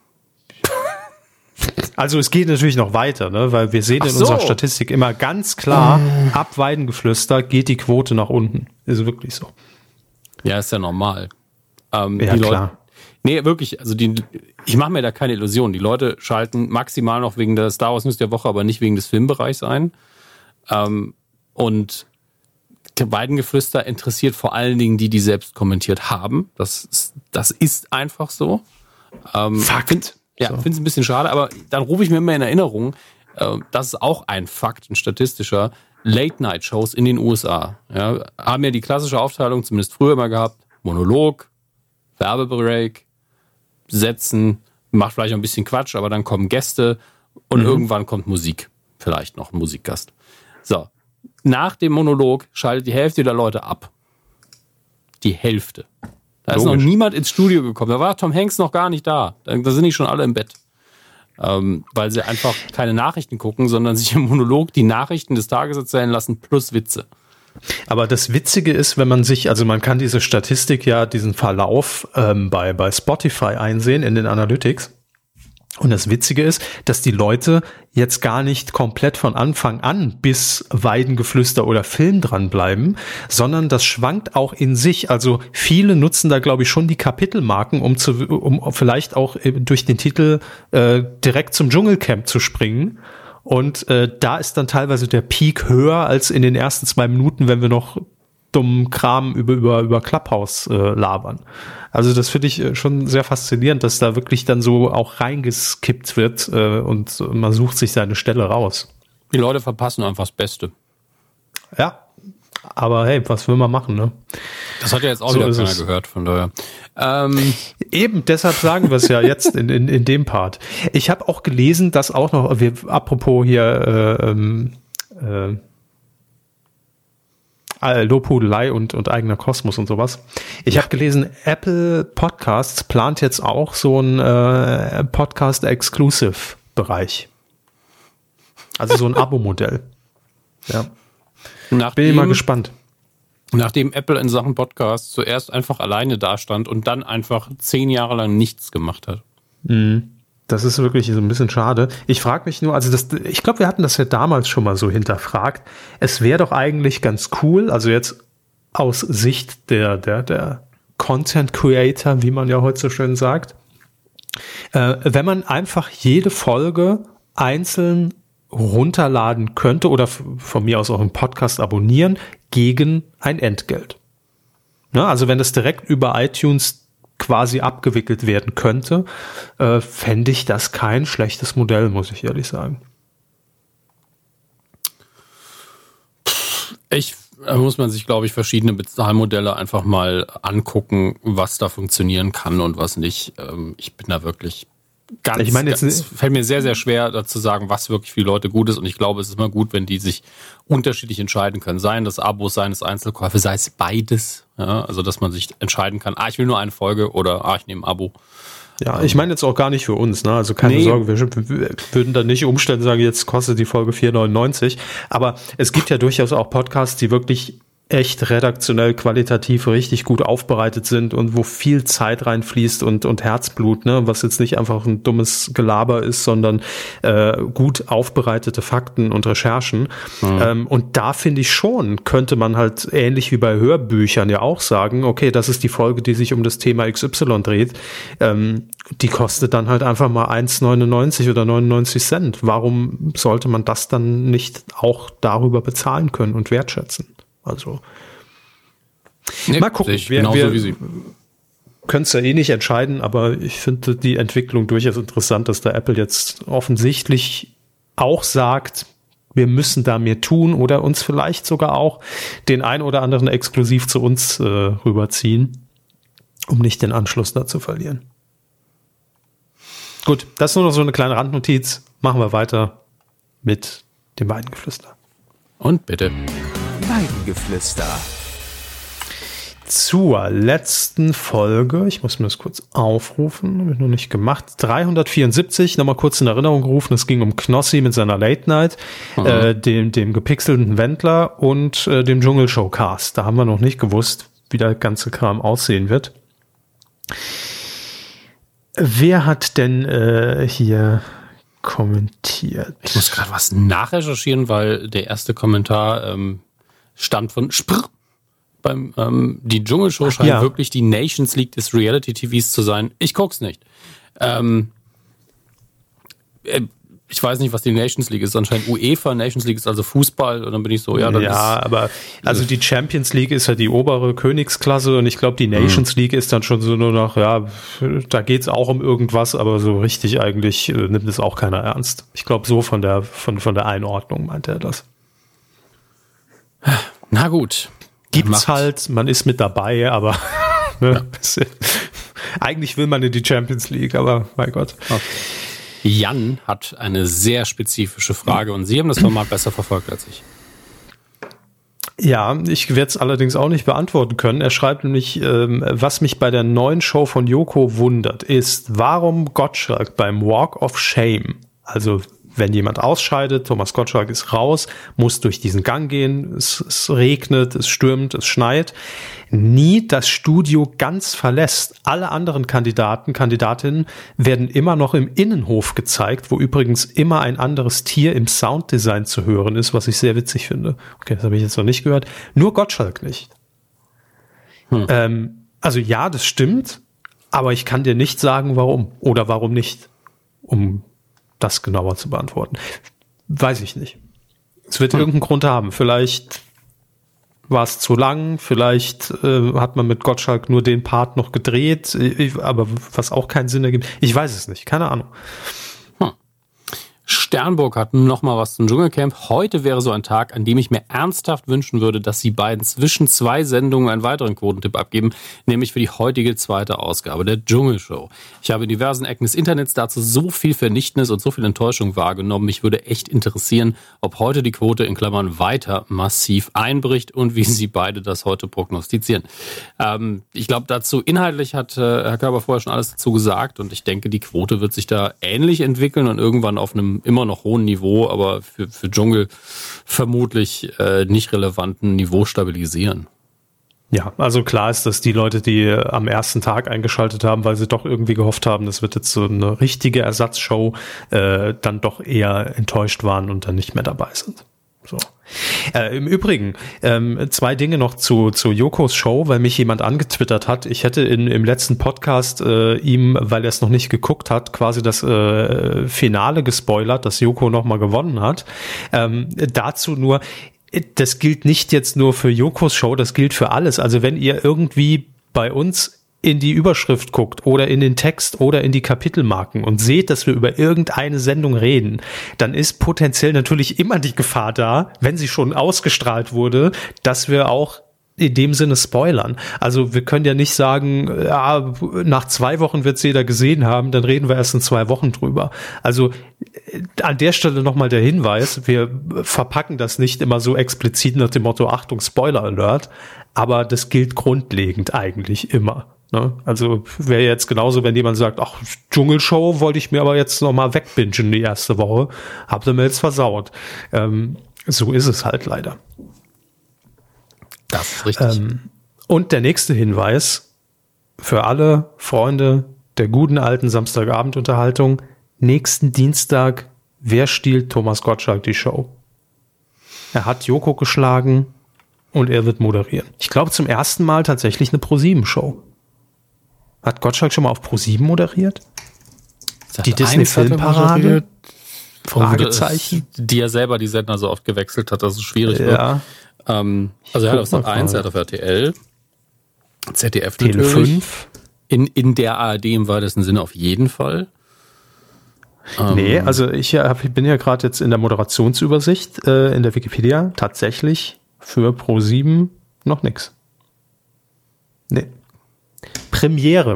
Also es geht natürlich noch weiter, ne? Weil wir sehen Ach in so. unserer Statistik immer ganz klar, mm. ab Weidengeflüster geht die Quote nach unten. Ist wirklich so. Ja, ist ja normal. Ähm, ja, die klar. Leute, nee, wirklich, also die, ich mache mir da keine Illusionen. Die Leute schalten maximal noch wegen der Star Wars News der Woche, aber nicht wegen des Filmbereichs ein. Ähm, und der Weidengeflüster interessiert vor allen Dingen die, die selbst kommentiert haben. Das ist, das ist einfach so. Ähm, Fakt. Ja, so. Finde es ein bisschen schade, aber dann rufe ich mir immer in Erinnerung, äh, das ist auch ein Fakt, ein statistischer, Late-Night-Shows in den U S A. Ja, haben ja die klassische Aufteilung, zumindest früher immer gehabt, Monolog, Werbebreak, Sätzen, macht vielleicht ein bisschen Quatsch, aber dann kommen Gäste und mhm. irgendwann kommt Musik. Vielleicht noch ein Musikgast. So, nach dem Monolog schaltet die Hälfte der Leute ab. Die Hälfte. Da Logisch. Ist noch niemand ins Studio gekommen. Da war Tom Hanks noch gar nicht da. Da sind die schon alle im Bett. Ähm, weil sie einfach keine Nachrichten gucken, sondern sich im Monolog die Nachrichten des Tages erzählen lassen plus Witze. Aber das Witzige ist, wenn man sich, also man kann diese Statistik ja, diesen Verlauf ähm, bei, bei Spotify einsehen in den Analytics. Und das Witzige ist, dass die Leute jetzt gar nicht komplett von Anfang an bis Weidengeflüster oder Film dranbleiben, sondern das schwankt auch in sich. Also viele nutzen da, glaube ich, schon die Kapitelmarken, um zu, um vielleicht auch durch den Titel äh, direkt zum Dschungelcamp zu springen. Und äh, da ist dann teilweise der Peak höher als in den ersten zwei Minuten, wenn wir noch dummen Kram über über über Clubhouse äh, labern. Also das finde ich schon sehr faszinierend, dass da wirklich dann so auch reingeskippt wird äh, und man sucht sich seine Stelle raus. Die Leute verpassen einfach das Beste. Ja, aber hey, was will man machen, ne? Das hat ja jetzt auch so wieder keiner es. gehört, von daher. Ähm. Eben, deshalb sagen wir es ja jetzt in, in, in dem Part. Ich habe auch gelesen, dass auch noch, wir, apropos hier äh, ähm, äh, Lobhudelei und, und eigener Kosmos und sowas. Ich ja. habe gelesen, Apple Podcasts plant jetzt auch so ein äh, Podcast-Exclusive-Bereich. Also so ein Abo-Modell. Ja. Nachdem, Bin ich mal gespannt. Nachdem Apple in Sachen Podcasts zuerst einfach alleine dastand und dann einfach zehn Jahre lang nichts gemacht hat. Mhm. Das ist wirklich so ein bisschen schade. Ich frage mich nur, also das, ich glaube, wir hatten das ja damals schon mal so hinterfragt. Es wäre doch eigentlich ganz cool, also jetzt aus Sicht der, der, der Content Creator, wie man ja heute so schön sagt, äh, wenn man einfach jede Folge einzeln runterladen könnte oder f- von mir aus auch im Podcast abonnieren gegen ein Entgelt. Ne? Also wenn das direkt über iTunes quasi abgewickelt werden könnte, äh, fände ich das kein schlechtes Modell, muss ich ehrlich sagen. Ich, da muss man sich, glaube ich, verschiedene Bezahlmodelle einfach mal angucken, was da funktionieren kann und was nicht. Ähm, ich bin da wirklich ganz, ich meine, jetzt ganz, fällt mir sehr, sehr schwer, da zu sagen, was wirklich für die Leute gut ist. Und ich glaube, es ist immer gut, wenn die sich unterschiedlich entscheiden können. Seien das Abos, seien es Einzelkäufe, sei es beides. Ja, also, dass man sich entscheiden kann, ah, ich will nur eine Folge oder ah, ich nehme ein Abo. Ja, ich meine jetzt auch gar nicht für uns, ne? Also keine Nee. Sorge, wir würden da nicht umstellen und sagen, jetzt kostet die Folge vier neunundneunzig. Aber es gibt ja durchaus auch Podcasts, die wirklich echt redaktionell qualitativ richtig gut aufbereitet sind und wo viel Zeit reinfließt und und Herzblut, ne, was jetzt nicht einfach ein dummes Gelaber ist, sondern äh, gut aufbereitete Fakten und Recherchen. Mhm. Ähm, und da finde ich schon, könnte man halt ähnlich wie bei Hörbüchern ja auch sagen, okay, das ist die Folge, die sich um das Thema X Y dreht. Ähm, die kostet dann halt einfach mal eins neunundneunzig oder neunundneunzig Cent. Warum sollte man das dann nicht auch darüber bezahlen können und wertschätzen? Also, nee, mal gucken. Ich wir genauso wir wie Sie. können es ja eh nicht entscheiden, aber ich finde die Entwicklung durchaus interessant, dass da Apple jetzt offensichtlich auch sagt, wir müssen da mehr tun oder uns vielleicht sogar auch den ein oder anderen exklusiv zu uns äh, rüberziehen, um nicht den Anschluss da zu verlieren. Gut, das ist nur noch so eine kleine Randnotiz. Machen wir weiter mit dem Weidengeflüster. Und bitte. Weidengeflüster. Zur letzten Folge, ich muss mir das kurz aufrufen, habe ich noch nicht gemacht, dreihundertvierundsiebzig, nochmal kurz in Erinnerung gerufen, es ging um Knossi mit seiner Late Night, mhm. äh, dem, dem gepixelten Wendler und äh, dem Dschungelshow-Cast. Da haben wir noch nicht gewusst, wie der ganze Kram aussehen wird. Wer hat denn äh, hier kommentiert? Ich muss gerade was nachrecherchieren, weil der erste Kommentar ähm, stammt von Spr. Beim, ähm, die Dschungelshow scheint ja. wirklich die Nations League des Reality-T Vs zu sein. Ich guck's nicht. Ähm, äh, ich weiß nicht, was die Nations League ist. Anscheinend UEFA Nations League ist also Fußball. Und dann bin ich so, ja, dann ja, ist, aber also die Champions League ist ja die obere Königsklasse und ich glaube, die Nations mhm. League ist dann schon so nur noch, ja, da geht's auch um irgendwas, aber so richtig eigentlich äh, nimmt es auch keiner ernst. Ich glaube, so von der von von der Einordnung meint er das. Na gut. Gibt's Macht. halt, man ist mit dabei, aber ne, ja. eigentlich will man in die Champions League, aber mein Gott. Okay. Jan hat eine sehr spezifische Frage und Sie haben das Format besser verfolgt als ich. Ja, ich werde es allerdings auch nicht beantworten können. Er schreibt nämlich, ähm, was mich bei der neuen Show von Joko wundert, ist, warum Gottschalk beim Walk of Shame, also wenn jemand ausscheidet, Thomas Gottschalk ist raus, muss durch diesen Gang gehen, es, es regnet, es stürmt, es schneit, nie das Studio ganz verlässt. Alle anderen Kandidaten, Kandidatinnen werden immer noch im Innenhof gezeigt, wo übrigens immer ein anderes Tier im Sounddesign zu hören ist, was ich sehr witzig finde. Okay, das habe ich jetzt noch nicht gehört. Nur Gottschalk nicht. Hm. Ähm, also ja, das stimmt, aber ich kann dir nicht sagen, warum oder warum nicht, um das genauer zu beantworten. Weiß ich nicht. Es wird hm. irgendeinen Grund haben. Vielleicht war es zu lang, vielleicht äh, hat man mit Gottschalk nur den Part noch gedreht, ich, aber was auch keinen Sinn ergibt. Ich weiß es nicht, keine Ahnung. Hm. Sternburg hat noch mal was zum Dschungelcamp. Heute wäre so ein Tag, an dem ich mir ernsthaft wünschen würde, dass die beiden zwischen zwei Sendungen einen weiteren Quotentipp abgeben, nämlich für die heutige zweite Ausgabe der Dschungelshow. Ich habe in diversen Ecken des Internets dazu so viel Vernichtendes und so viel Enttäuschung wahrgenommen. Mich würde echt interessieren, ob heute die Quote in Klammern weiter massiv einbricht und wie Sie beide das heute prognostizieren. Ähm, ich glaube, dazu inhaltlich hat äh, Herr Körber vorher schon alles dazu gesagt und ich denke, die Quote wird sich da ähnlich entwickeln und irgendwann auf einem immer noch hohen Niveau, aber für, für Dschungel vermutlich äh, nicht relevanten Niveau stabilisieren. Ja, also klar ist, dass die Leute, die am ersten Tag eingeschaltet haben, weil sie doch irgendwie gehofft haben, das wird jetzt so eine richtige Ersatzshow, äh, dann doch eher enttäuscht waren und dann nicht mehr dabei sind. So. Äh, Im Übrigen, ähm, zwei Dinge noch zu, zu Jokos Show, weil mich jemand angetwittert hat. Ich hätte in, im letzten Podcast äh, ihm, weil er es noch nicht geguckt hat, quasi das äh, Finale gespoilert, dass Joko nochmal gewonnen hat. Ähm, dazu nur, das gilt nicht jetzt nur für Jokos Show, das gilt für alles. Also wenn ihr irgendwie bei uns in die Überschrift guckt oder in den Text oder in die Kapitelmarken und seht, dass wir über irgendeine Sendung reden, dann ist potenziell natürlich immer die Gefahr da, wenn sie schon ausgestrahlt wurde, dass wir auch in dem Sinne spoilern. Also wir können ja nicht sagen, ja, nach zwei Wochen wird es jeder gesehen haben, dann reden wir erst in zwei Wochen drüber. Also an der Stelle nochmal der Hinweis, wir verpacken das nicht immer so explizit nach dem Motto, Achtung, Spoiler Alert, aber das gilt grundlegend eigentlich immer. Ne? Also wäre jetzt genauso, wenn jemand sagt, ach, Dschungelshow wollte ich mir aber jetzt nochmal wegbingen die erste Woche, habt ihr mir jetzt versaut. Ähm, so ist es halt leider. Das ist richtig. Ähm, und der nächste Hinweis für alle Freunde der guten alten Samstagabendunterhaltung: nächsten Dienstag, wer stiehlt Thomas Gottschalk die Show? Er hat Joko geschlagen und er wird moderieren. Ich glaube zum ersten Mal tatsächlich eine Pro sieben Show. Hat Gottschalk schon mal auf Pro sieben moderiert? Sat die Disney-Filmparade? Fragezeichen. Die er selber die Sender so oft gewechselt hat, dass es schwierig ja. wird. Ähm, also er hat auf Sat eins, er hat auf R T L, Z D F Tele natürlich. fünf. In, in der A R D im weitesten Sinne auf jeden Fall. Nee, ähm, also ich, hab, ich bin ja gerade jetzt in der Moderationsübersicht äh, in der Wikipedia. Tatsächlich für Pro sieben noch nix. Nee. Premiere.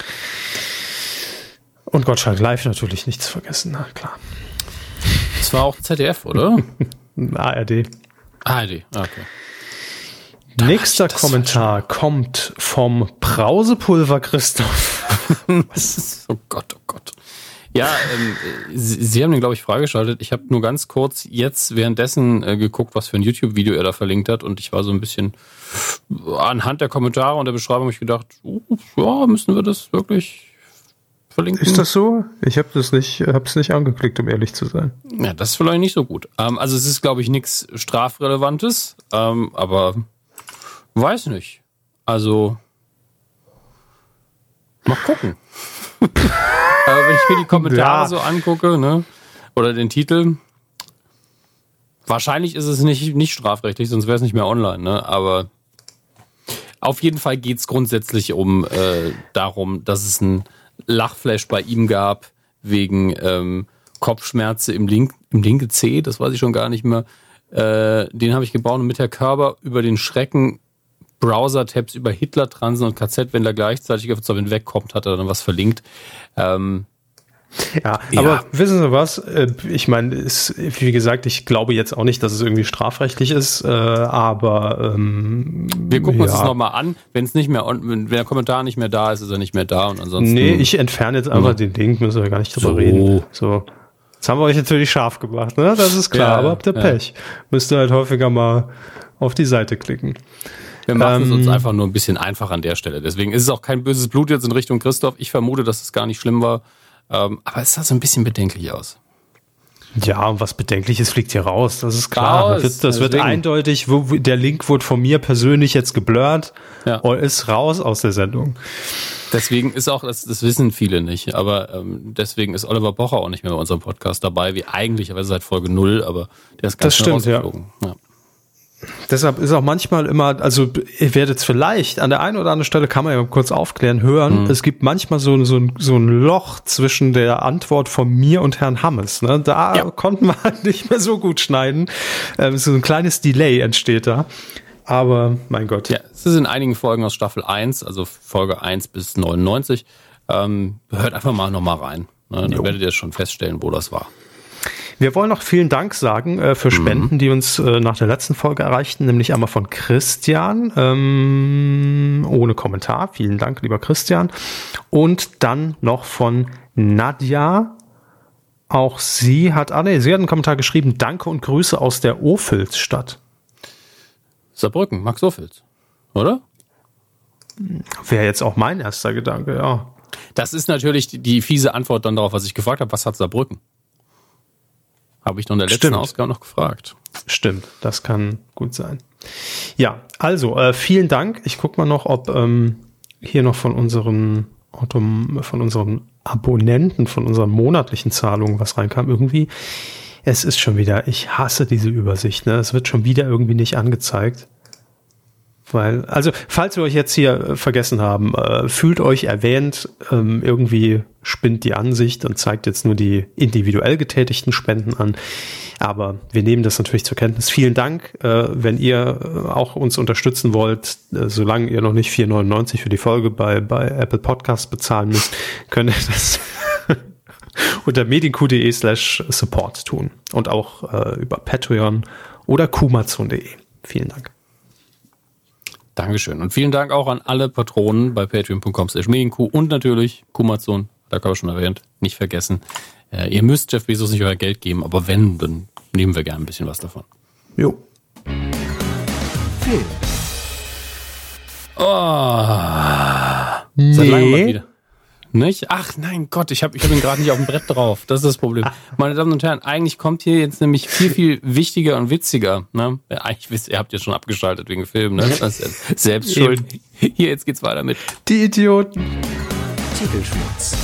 Und Gottschalk live natürlich nichts vergessen, na klar. Das war auch Z D F, oder? A R D. A R D, okay. Nächster Kommentar kommt vom Brausepulver Christoph. Oh Gott, oh Gott. Ja, ähm, Sie, Sie haben den, glaube ich, freigeschaltet. Ich habe nur ganz kurz jetzt währenddessen äh, geguckt, was für ein YouTube-Video er da verlinkt hat. Und ich war so ein bisschen anhand der Kommentare und der Beschreibung ich gedacht, uh, ja, müssen wir das wirklich verlinken? Ist das so? Ich habe das nicht, habe es nicht angeklickt, um ehrlich zu sein. Ja, das ist vielleicht nicht so gut. Ähm, also es ist, glaube ich, nichts Strafrelevantes, ähm, aber weiß nicht. Also mal gucken. Aber wenn ich mir die Kommentare ja. so angucke, ne, oder den Titel, wahrscheinlich ist es nicht, nicht strafrechtlich, sonst wäre es nicht mehr online, ne, aber auf jeden Fall geht es grundsätzlich um äh, darum, dass es ein Lachflash bei ihm gab, wegen ähm, Kopfschmerze im, Link, im linke Zeh, das weiß ich schon gar nicht mehr, äh, den habe ich gebaut und mit Herr Körber über den Schrecken Browser-Tabs über Hitler-Transen und K Z, wenn der gleichzeitig auf den wegkommt, hat er dann was verlinkt. Ähm, ja, ja, aber wissen Sie was? Ich meine, wie gesagt, ich glaube jetzt auch nicht, dass es irgendwie strafrechtlich ist, aber ähm, wir gucken ja. uns das nochmal an. Wenn es nicht mehr, wenn der Kommentar nicht mehr da ist, ist er nicht mehr da und ansonsten. Nee, ich entferne jetzt einfach mhm. den Link, müssen wir gar nicht drüber so. reden. So. Das haben wir euch natürlich scharf gemacht, ne? Das ist klar, ja, aber habt ihr ja. Pech. Müsst ihr halt häufiger mal auf die Seite klicken. Wir machen ähm, es uns einfach nur ein bisschen einfach an der Stelle. Deswegen ist es auch kein böses Blut jetzt in Richtung Christoph. Ich vermute, dass es gar nicht schlimm war. Ähm, aber es sah so ein bisschen bedenklich aus. Ja, und was Bedenkliches fliegt hier raus. Das ist klar. Raus, das wird, das wird eindeutig, wo, der Link wurde von mir persönlich jetzt geblurrt ja. und ist raus aus der Sendung. Deswegen ist auch, das, das wissen viele nicht, aber ähm, deswegen ist Oliver Pocher auch nicht mehr bei unserem Podcast dabei, wie eigentlich, aber seit Folge null, aber der ist ganz schnell rausgeflogen. Ja. Ja. Deshalb ist auch manchmal immer, also ihr werdet es vielleicht, an der einen oder anderen Stelle kann man ja kurz aufklären, hören, mhm. es gibt manchmal so, so, ein, so ein Loch zwischen der Antwort von mir und Herrn Hammes. Ne? Da ja. konnten wir halt nicht mehr so gut schneiden. Ähm, so ein kleines Delay entsteht da. Aber mein Gott. Ja, es ist in einigen Folgen aus Staffel eins, also Folge eins bis neunundneunzig. Ähm, hört einfach mal nochmal rein. Ne? Dann jo. werdet ihr schon feststellen, wo das war. Wir wollen noch vielen Dank sagen äh, für Spenden, mhm. die uns äh, nach der letzten Folge erreichten, nämlich einmal von Christian, ähm, ohne Kommentar. Vielen Dank, lieber Christian. Und dann noch von Nadja. Auch sie hat, ah nee, sie hat einen Kommentar geschrieben, danke und Grüße aus der Ophülsstadt. Saarbrücken, Max Ophüls, oder? Wäre jetzt auch mein erster Gedanke, ja. Das ist natürlich die, die fiese Antwort dann darauf, was ich gefragt habe, was hat Saarbrücken? Habe ich noch in der letzten Stimmt. Ausgabe noch gefragt. Stimmt, das kann gut sein. Ja, also äh, vielen Dank. Ich gucke mal noch, ob ähm, hier noch von unseren von unseren Abonnenten, von unseren monatlichen Zahlungen was reinkam. Irgendwie, es ist schon wieder, ich hasse diese Übersicht. Ne? Es wird schon wieder irgendwie nicht angezeigt. Weil, also, falls wir euch jetzt hier äh, vergessen haben, äh, fühlt euch erwähnt, ähm, irgendwie spinnt die Ansicht und zeigt jetzt nur die individuell getätigten Spenden an. Aber wir nehmen das natürlich zur Kenntnis. Vielen Dank, äh, wenn ihr äh, auch uns unterstützen wollt, äh, solange ihr noch nicht vier neunundneunzig für die Folge bei, bei Apple Podcasts bezahlen müsst, könnt ihr das unter medienq.de slash support tun. Und auch äh, über Patreon oder kumazon punkt de. Vielen Dank. Dankeschön. Und vielen Dank auch an alle Patronen bei patreon punkt com slash medienq und natürlich Kumazon, da habe ich schon erwähnt, nicht vergessen. Äh, ihr müsst Jeff Bezos nicht euer Geld geben, aber wenn, dann nehmen wir gerne ein bisschen was davon. Jo. Film. Oh. Nee. Seit langem mal wieder. Nicht? Ach nein, Gott, ich habe ich hab ihn gerade nicht auf dem Brett drauf. Das ist das Problem. Meine Damen und Herren, eigentlich kommt hier jetzt nämlich viel, viel wichtiger und witziger. Ne? Ja, eigentlich wisst ihr, habt ja schon abgeschaltet wegen Film. Ne? Das ist ja selbst schuld. Hier, jetzt geht's weiter mit Die Idioten. Titelschmutz.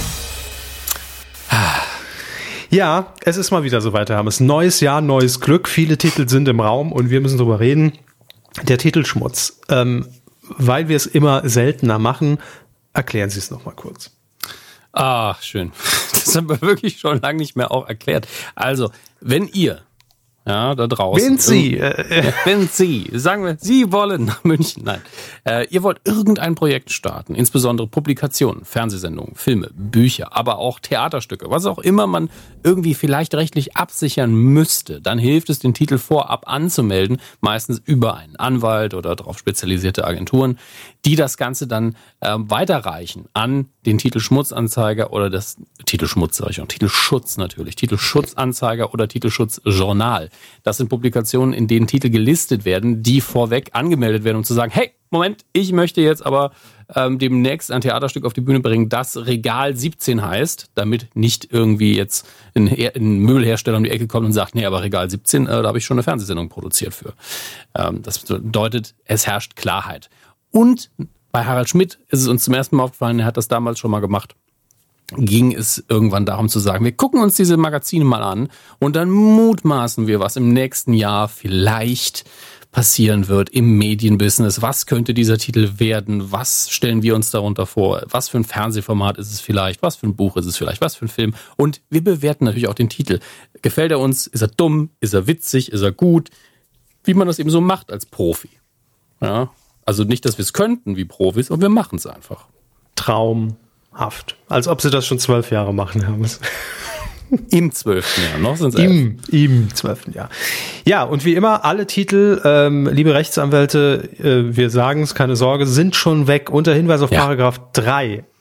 Ja, es ist mal wieder soweit, Hermes. Neues Jahr, neues Glück. Viele Titel sind im Raum und wir müssen drüber reden. Der Titelschmutz. Ähm, weil wir es immer seltener machen, erklären Sie es nochmal kurz. Ach, schön. Das haben wir wirklich schon lange nicht mehr auch erklärt. Also, wenn ihr, ja, da draußen. Wenn Sie, äh, wenn Sie, sagen wir, Sie wollen nach München, nein. Äh, ihr wollt irgendein Projekt starten, insbesondere Publikationen, Fernsehsendungen, Filme, Bücher, aber auch Theaterstücke, was auch immer man irgendwie vielleicht rechtlich absichern müsste, dann hilft es, den Titel vorab anzumelden, meistens über einen Anwalt oder darauf spezialisierte Agenturen, die das Ganze dann äh, weiterreichen an den Titelschmutzanzeiger oder das Titelschmutz, sag ich schon, Titelschutz natürlich, Titelschutzanzeiger oder Titelschutzjournal. Das sind Publikationen, in denen Titel gelistet werden, die vorweg angemeldet werden, um zu sagen, hey, Moment, ich möchte jetzt aber ähm, demnächst ein Theaterstück auf die Bühne bringen, das Regal siebzehn heißt, damit nicht irgendwie jetzt ein, ein Möbelhersteller um die Ecke kommt und sagt, nee, aber Regal siebzehn, äh, da habe ich schon eine Fernsehsendung produziert für. Ähm, das bedeutet, es herrscht Klarheit. Und bei Harald Schmidt ist es uns zum ersten Mal aufgefallen, er hat das damals schon mal gemacht, ging es irgendwann darum zu sagen, wir gucken uns diese Magazine mal an und dann mutmaßen wir, was im nächsten Jahr vielleicht passieren wird im Medienbusiness. Was könnte dieser Titel werden? Was stellen wir uns darunter vor? Was für ein Fernsehformat ist es vielleicht? Was für ein Buch ist es vielleicht? Was für ein Film? Und wir bewerten natürlich auch den Titel. Gefällt er uns? Ist er dumm? Ist er witzig? Ist er gut? Wie man das eben so macht als Profi. Ja, also nicht, dass wir es könnten wie Profis, aber wir machen es einfach. Traumhaft. Als ob sie das schon zwölf Jahre machen haben. Im zwölften Jahr, noch sind es Im, im zwölften Jahr. Ja, und wie immer, alle Titel, ähm, liebe Rechtsanwälte, äh, wir sagen es, keine Sorge, sind schon weg. Unter Hinweis auf ja. Paragraph drei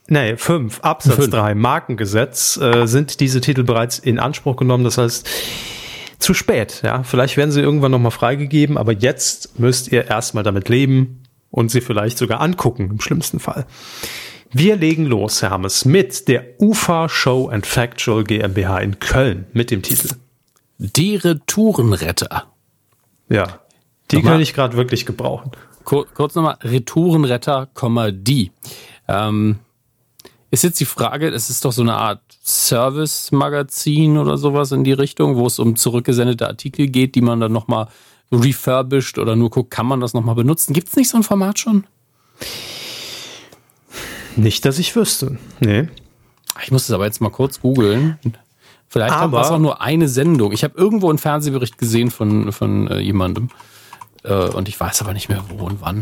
Nee, fünf, Absatz drei, Markengesetz, äh, sind diese Titel bereits in Anspruch genommen. Das heißt, zu spät. Ja, vielleicht werden sie irgendwann nochmal freigegeben, aber jetzt müsst ihr erstmal damit leben und sie vielleicht sogar angucken, im schlimmsten Fall. Wir legen los, Herr Hammes, mit der U F A Show and Factual GmbH in Köln mit dem Titel Die Retourenretter. Ja, die nochmal, kann ich gerade wirklich gebrauchen. Kur- kurz nochmal, Retourenretter, die. Ähm, ist jetzt die Frage, es ist doch so eine Art Service-Magazin oder sowas in die Richtung, wo es um zurückgesendete Artikel geht, die man dann nochmal refurbished oder nur guckt, kann man das nochmal benutzen? Gibt es nicht so ein Format schon? Nicht, dass ich wüsste. Nee. Ich muss das aber jetzt mal kurz googeln. Vielleicht war es auch nur eine Sendung. Ich habe irgendwo einen Fernsehbericht gesehen von, von äh, jemandem. Äh, und ich weiß aber nicht mehr, wo und wann.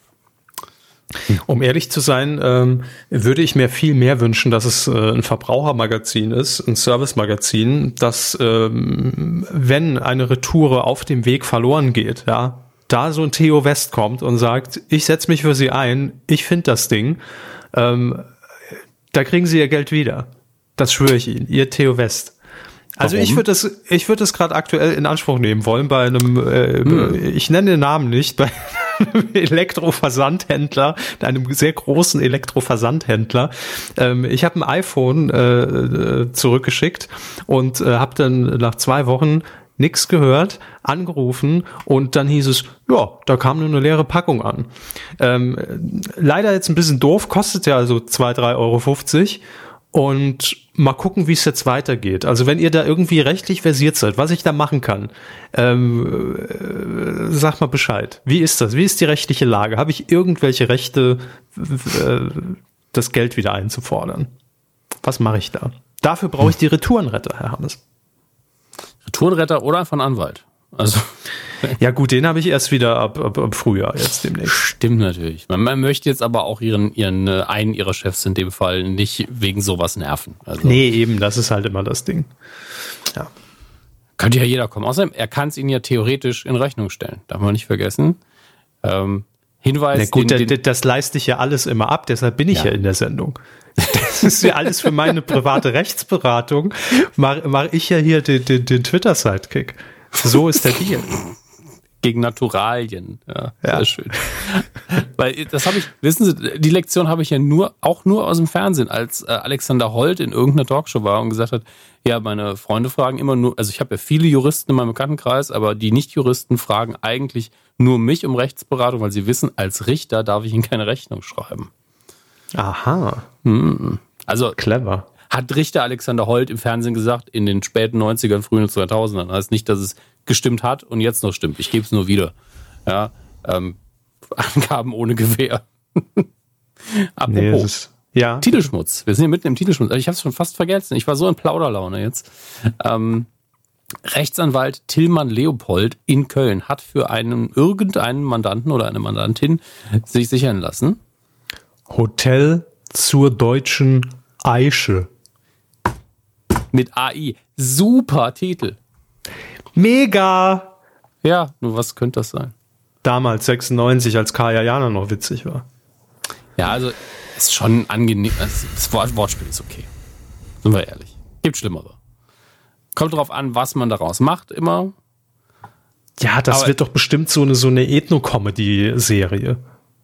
Um ehrlich zu sein, ähm, würde ich mir viel mehr wünschen, dass es äh, ein Verbrauchermagazin ist, ein Servicemagazin, dass, ähm, wenn eine Retoure auf dem Weg verloren geht, ja, da so ein Theo West kommt und sagt, ich setze mich für Sie ein, ich finde das Ding, ähm, da kriegen Sie Ihr Geld wieder. Das schwöre ich Ihnen, Ihr Theo West. Also Warum? ich würde das, ich würde das gerade aktuell in Anspruch nehmen wollen bei einem, äh, hm. ich nenne den Namen nicht, bei einem Elektroversandhändler, einem sehr großen Elektroversandhändler. Ähm, ich habe ein iPhone äh, zurückgeschickt und äh, habe dann nach zwei Wochen nichts gehört, angerufen und dann hieß es, ja, da kam nur eine leere Packung an. Ähm, leider jetzt ein bisschen doof, kostet ja also zwei, drei Euro fünfzig. Und mal gucken, wie es jetzt weitergeht. Also wenn ihr da irgendwie rechtlich versiert seid, was ich da machen kann, ähm, äh, sag mal Bescheid. Wie ist das? Wie ist die rechtliche Lage? Habe ich irgendwelche Rechte, äh, das Geld wieder einzufordern? Was mache ich da? Dafür brauche ich die Retourenretter, Herr Hammes. Retourenretter oder einfach einen Anwalt? Also ja gut, den habe ich erst wieder ab, ab, ab Frühjahr jetzt demnächst. Stimmt natürlich. Man, man möchte jetzt aber auch ihren, ihren einen ihrer Chefs in dem Fall nicht wegen sowas nerven. Also, nee, eben, das ist halt immer das Ding. Ja. Könnte ja jeder kommen. Außerdem, er kann es Ihnen ja theoretisch in Rechnung stellen. Darf man nicht vergessen. Ähm, Hinweis. Na gut, den, den, das leiste ich ja alles immer ab, deshalb bin ich ja, ja in der Sendung. Das ist ja alles für meine private Rechtsberatung. Mache mach ich ja hier den, den, den Twitter-Sidekick. So ist der Deal. Gegen Naturalien. Ja, ja. Sehr schön. Weil das habe ich, wissen Sie, die Lektion habe ich ja nur, auch nur aus dem Fernsehen, als äh, Alexander Holt in irgendeiner Talkshow war und gesagt hat, ja, meine Freunde fragen immer nur, also ich habe ja viele Juristen in meinem Bekanntenkreis, aber die Nicht-Juristen fragen eigentlich nur mich um Rechtsberatung, weil sie wissen, als Richter darf ich ihnen keine Rechnung schreiben. Aha. Hm. Also clever. Hat Richter Alexander Holt im Fernsehen gesagt, in den späten neunzigern, frühen zweitausendern. Das heißt nicht, dass es gestimmt hat und jetzt noch stimmt. Ich gebe es nur wieder. Ja, ähm, Angaben ohne Gewähr. Apropos. Nee, ist, ja. Titelschmutz. Wir sind hier mitten im Titelschmutz. Also ich habe es schon fast vergessen. Ich war so in Plauderlaune jetzt. Ähm, Rechtsanwalt Tillmann Leopold in Köln hat für einen irgendeinen Mandanten oder eine Mandantin sich sichern lassen. Hotel zur Deutschen Eiche. Mit A I. Super Titel. Mega! Ja, nur was könnte das sein? Damals sechsundneunzig, als Kaya Jana noch witzig war. Ja, also ist schon angenehm. Das Wortspiel ist okay. Sind wir ehrlich. Gibt Schlimmere. Kommt drauf an, was man daraus macht, immer. Ja, das Aber wird doch bestimmt so eine, so eine Ethno-Comedy-Serie.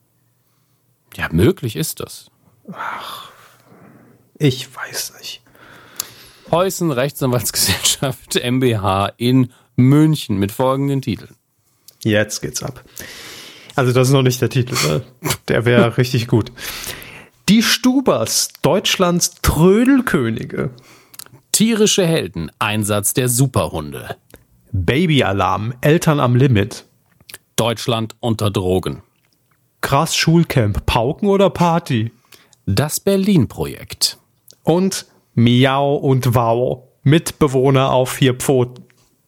Ja, möglich ist das. Ach, ich weiß nicht. Heusen Rechtsanwaltsgesellschaft M B H in München mit folgenden Titeln. Jetzt geht's ab. Also das ist noch nicht der Titel, ne? Der wäre richtig gut. Die Stubers, Deutschlands Trödelkönige. Tierische Helden, Einsatz der Superhunde. Babyalarm, Eltern am Limit. Deutschland unter Drogen. Krass Schulcamp, Pauken oder Party? Das Berlin-Projekt. Und Miau und Wow, Mitbewohner auf vier Pfoten.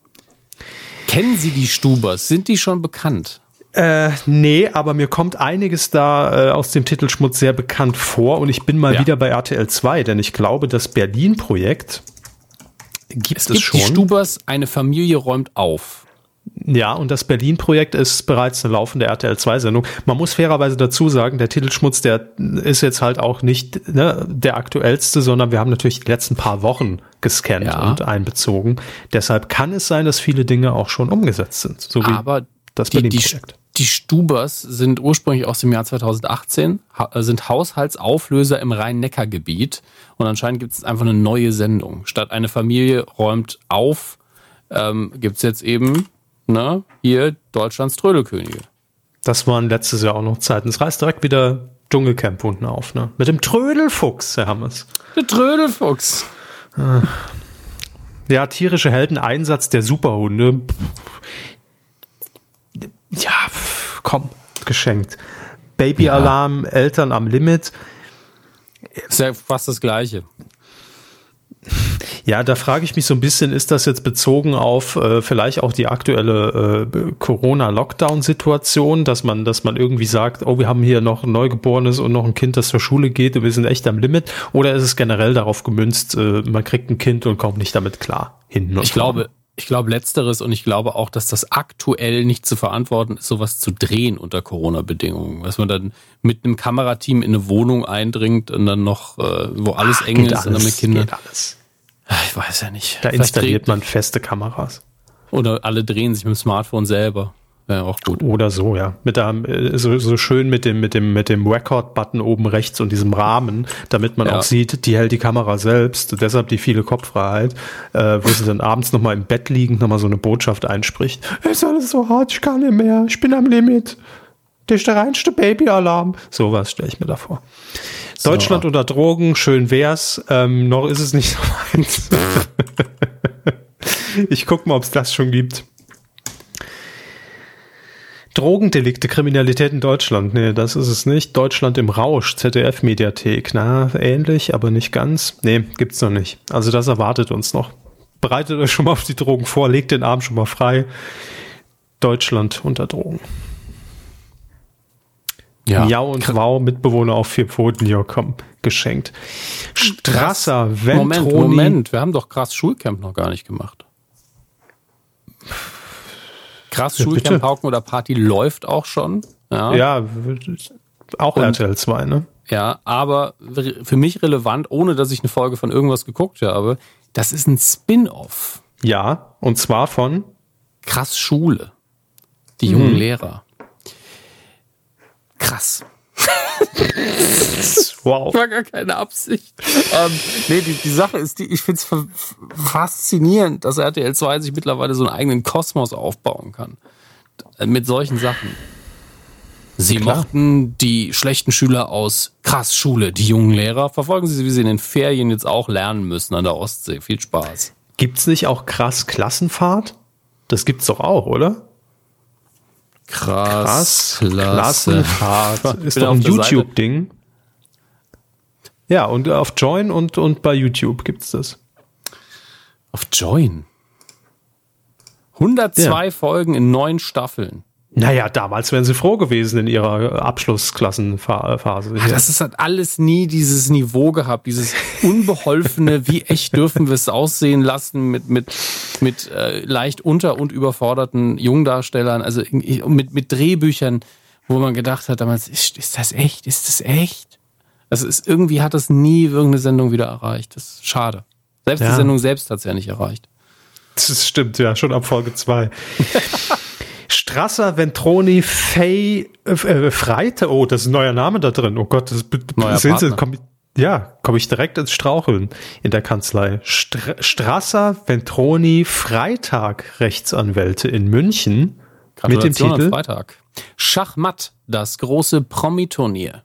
Kennen Sie die Stubers? Sind die schon bekannt? Äh, nee, aber mir kommt einiges da äh, aus dem Titelschmutz sehr bekannt vor und ich bin mal ja. wieder bei R T L zwei, denn ich glaube, das Berlin-Projekt gibt es, es gibt schon. Die Stubers, eine Familie räumt auf. Ja, und das Berlin-Projekt ist bereits eine laufende R T L zwei Sendung. Man muss fairerweise dazu sagen, der Titelschmutz, der ist jetzt halt auch nicht ne, der aktuellste, sondern wir haben natürlich die letzten paar Wochen gescannt ja. und einbezogen. Deshalb kann es sein, dass viele Dinge auch schon umgesetzt sind. So wie Aber das die, Berlin-Projekt. Die, die Stubers sind ursprünglich aus dem Jahr zweitausendachtzehn, ha, sind Haushaltsauflöser im Rhein-Neckar-Gebiet und anscheinend gibt es einfach eine neue Sendung. Statt eine Familie räumt auf, ähm, gibt es jetzt eben Na, hier Deutschlands Trödelkönige. Das waren letztes Jahr auch noch Zeiten. Es reißt direkt wieder Dschungelcamp unten auf, ne? Mit dem Trödelfuchs, Herr Hammers. Der Trödelfuchs. Ja, tierische Helden, Einsatz der Superhunde. Ja, komm, geschenkt. Babyalarm, ja. Eltern am Limit. Ist ja fast das Gleiche. Ja, da frage ich mich so ein bisschen, ist das jetzt bezogen auf äh, vielleicht auch die aktuelle äh, Corona-Lockdown-Situation, dass man, dass man irgendwie sagt, oh, wir haben hier noch ein Neugeborenes und noch ein Kind, das zur Schule geht und wir sind echt am Limit? Oder ist es generell darauf gemünzt, äh, man kriegt ein Kind und kommt nicht damit klar? Hinten und ich glaube, ich glaube Letzteres und ich glaube auch, dass das aktuell nicht zu verantworten ist, sowas zu drehen unter Corona-Bedingungen. Dass man dann mit einem Kamerateam in eine Wohnung eindringt und dann noch, äh, wo alles Ach, eng ist alles, und dann mit Kindern. Geht alles. Ich weiß ja nicht. Da Vielleicht installiert man feste Kameras. Oder alle drehen sich mit dem Smartphone selber. Wäre auch gut. Oder so, ja. Mit der, so, so schön mit dem, mit dem, mit dem Record-Button oben rechts und diesem Rahmen, damit man ja. auch sieht, die hält die Kamera selbst. Deshalb die viele Kopffreiheit, äh, wo sie dann abends nochmal im Bett liegend nochmal so eine Botschaft einspricht. Es ist alles so hart, ich kann nicht mehr, ich bin am Limit. Der ist der reinste Babyalarm. Sowas stelle ich mir da vor. So. Deutschland unter Drogen, schön wär's. Ähm, noch ist es nicht so weit. Ich guck mal, ob es das schon gibt. Drogendelikte, Kriminalität in Deutschland. Nee, das ist es nicht. Deutschland im Rausch, Z D F-Mediathek. Na, ähnlich, aber nicht ganz. Nee, gibt's noch nicht. Also das erwartet uns noch. Bereitet euch schon mal auf die Drogen vor, legt den Arm schon mal frei. Deutschland unter Drogen. Ja. Miau und Wow, Mitbewohner auf vier Pfoten, ja komm, geschenkt. Strasser, Ventroni. Moment, Moment, wir haben doch krass Schulcamp noch gar nicht gemacht. Krass ja, Schulcamp, bitte? Pauken oder Party läuft auch schon. Ja, ja auch und, R T L zwei, ne? Ja, aber für mich relevant, ohne dass ich eine Folge von irgendwas geguckt habe, das ist ein Spin-off. Ja, und zwar von Krass Schule. Die jungen hm. Lehrer. Krass. Wow. War gar keine Absicht. ähm, nee, die, die Sache ist, die, ich finde es faszinierend, dass R T L zwei sich mittlerweile so einen eigenen Kosmos aufbauen kann. Mit solchen Sachen. Sie Klar. mochten die schlechten Schüler aus Krass Schule, die jungen Lehrer. Verfolgen Sie sie, wie sie in den Ferien jetzt auch lernen müssen an der Ostsee. Viel Spaß. Gibt's nicht auch Krass Klassenfahrt? Das gibt's doch auch, oder? Krass, Krass Klassenfahrt. Ist doch ein YouTube-Ding. Ja, und auf Join und, und bei YouTube gibt's das. Auf Join? hundertzwei ja. Folgen in neun Staffeln. Naja, damals wären sie froh gewesen in ihrer Abschlussklassenphase. Ach, das ist halt alles nie dieses Niveau gehabt, dieses unbeholfene, wie echt dürfen wir es aussehen lassen mit mit mit äh, leicht unter- und überforderten Jungdarstellern, also mit mit Drehbüchern, wo man gedacht hat damals, ist, ist das echt, ist das echt? Also ist, irgendwie hat das nie irgendeine Sendung wieder erreicht. Das ist schade. Selbst ja. die Sendung selbst hat es ja nicht erreicht. Das stimmt, ja, schon ab Folge zwei. Strasser, Ventroni, Fey, äh, Freite, oh, das ist ein neuer Name da drin. Oh Gott, das neuer sind sie, komm, ja, komme ich direkt ins Straucheln in der Kanzlei. Str- Strasser, Ventroni, Freitag, Rechtsanwälte in München mit dem Titel Freitag. Schachmatt, das große Promi-Turnier.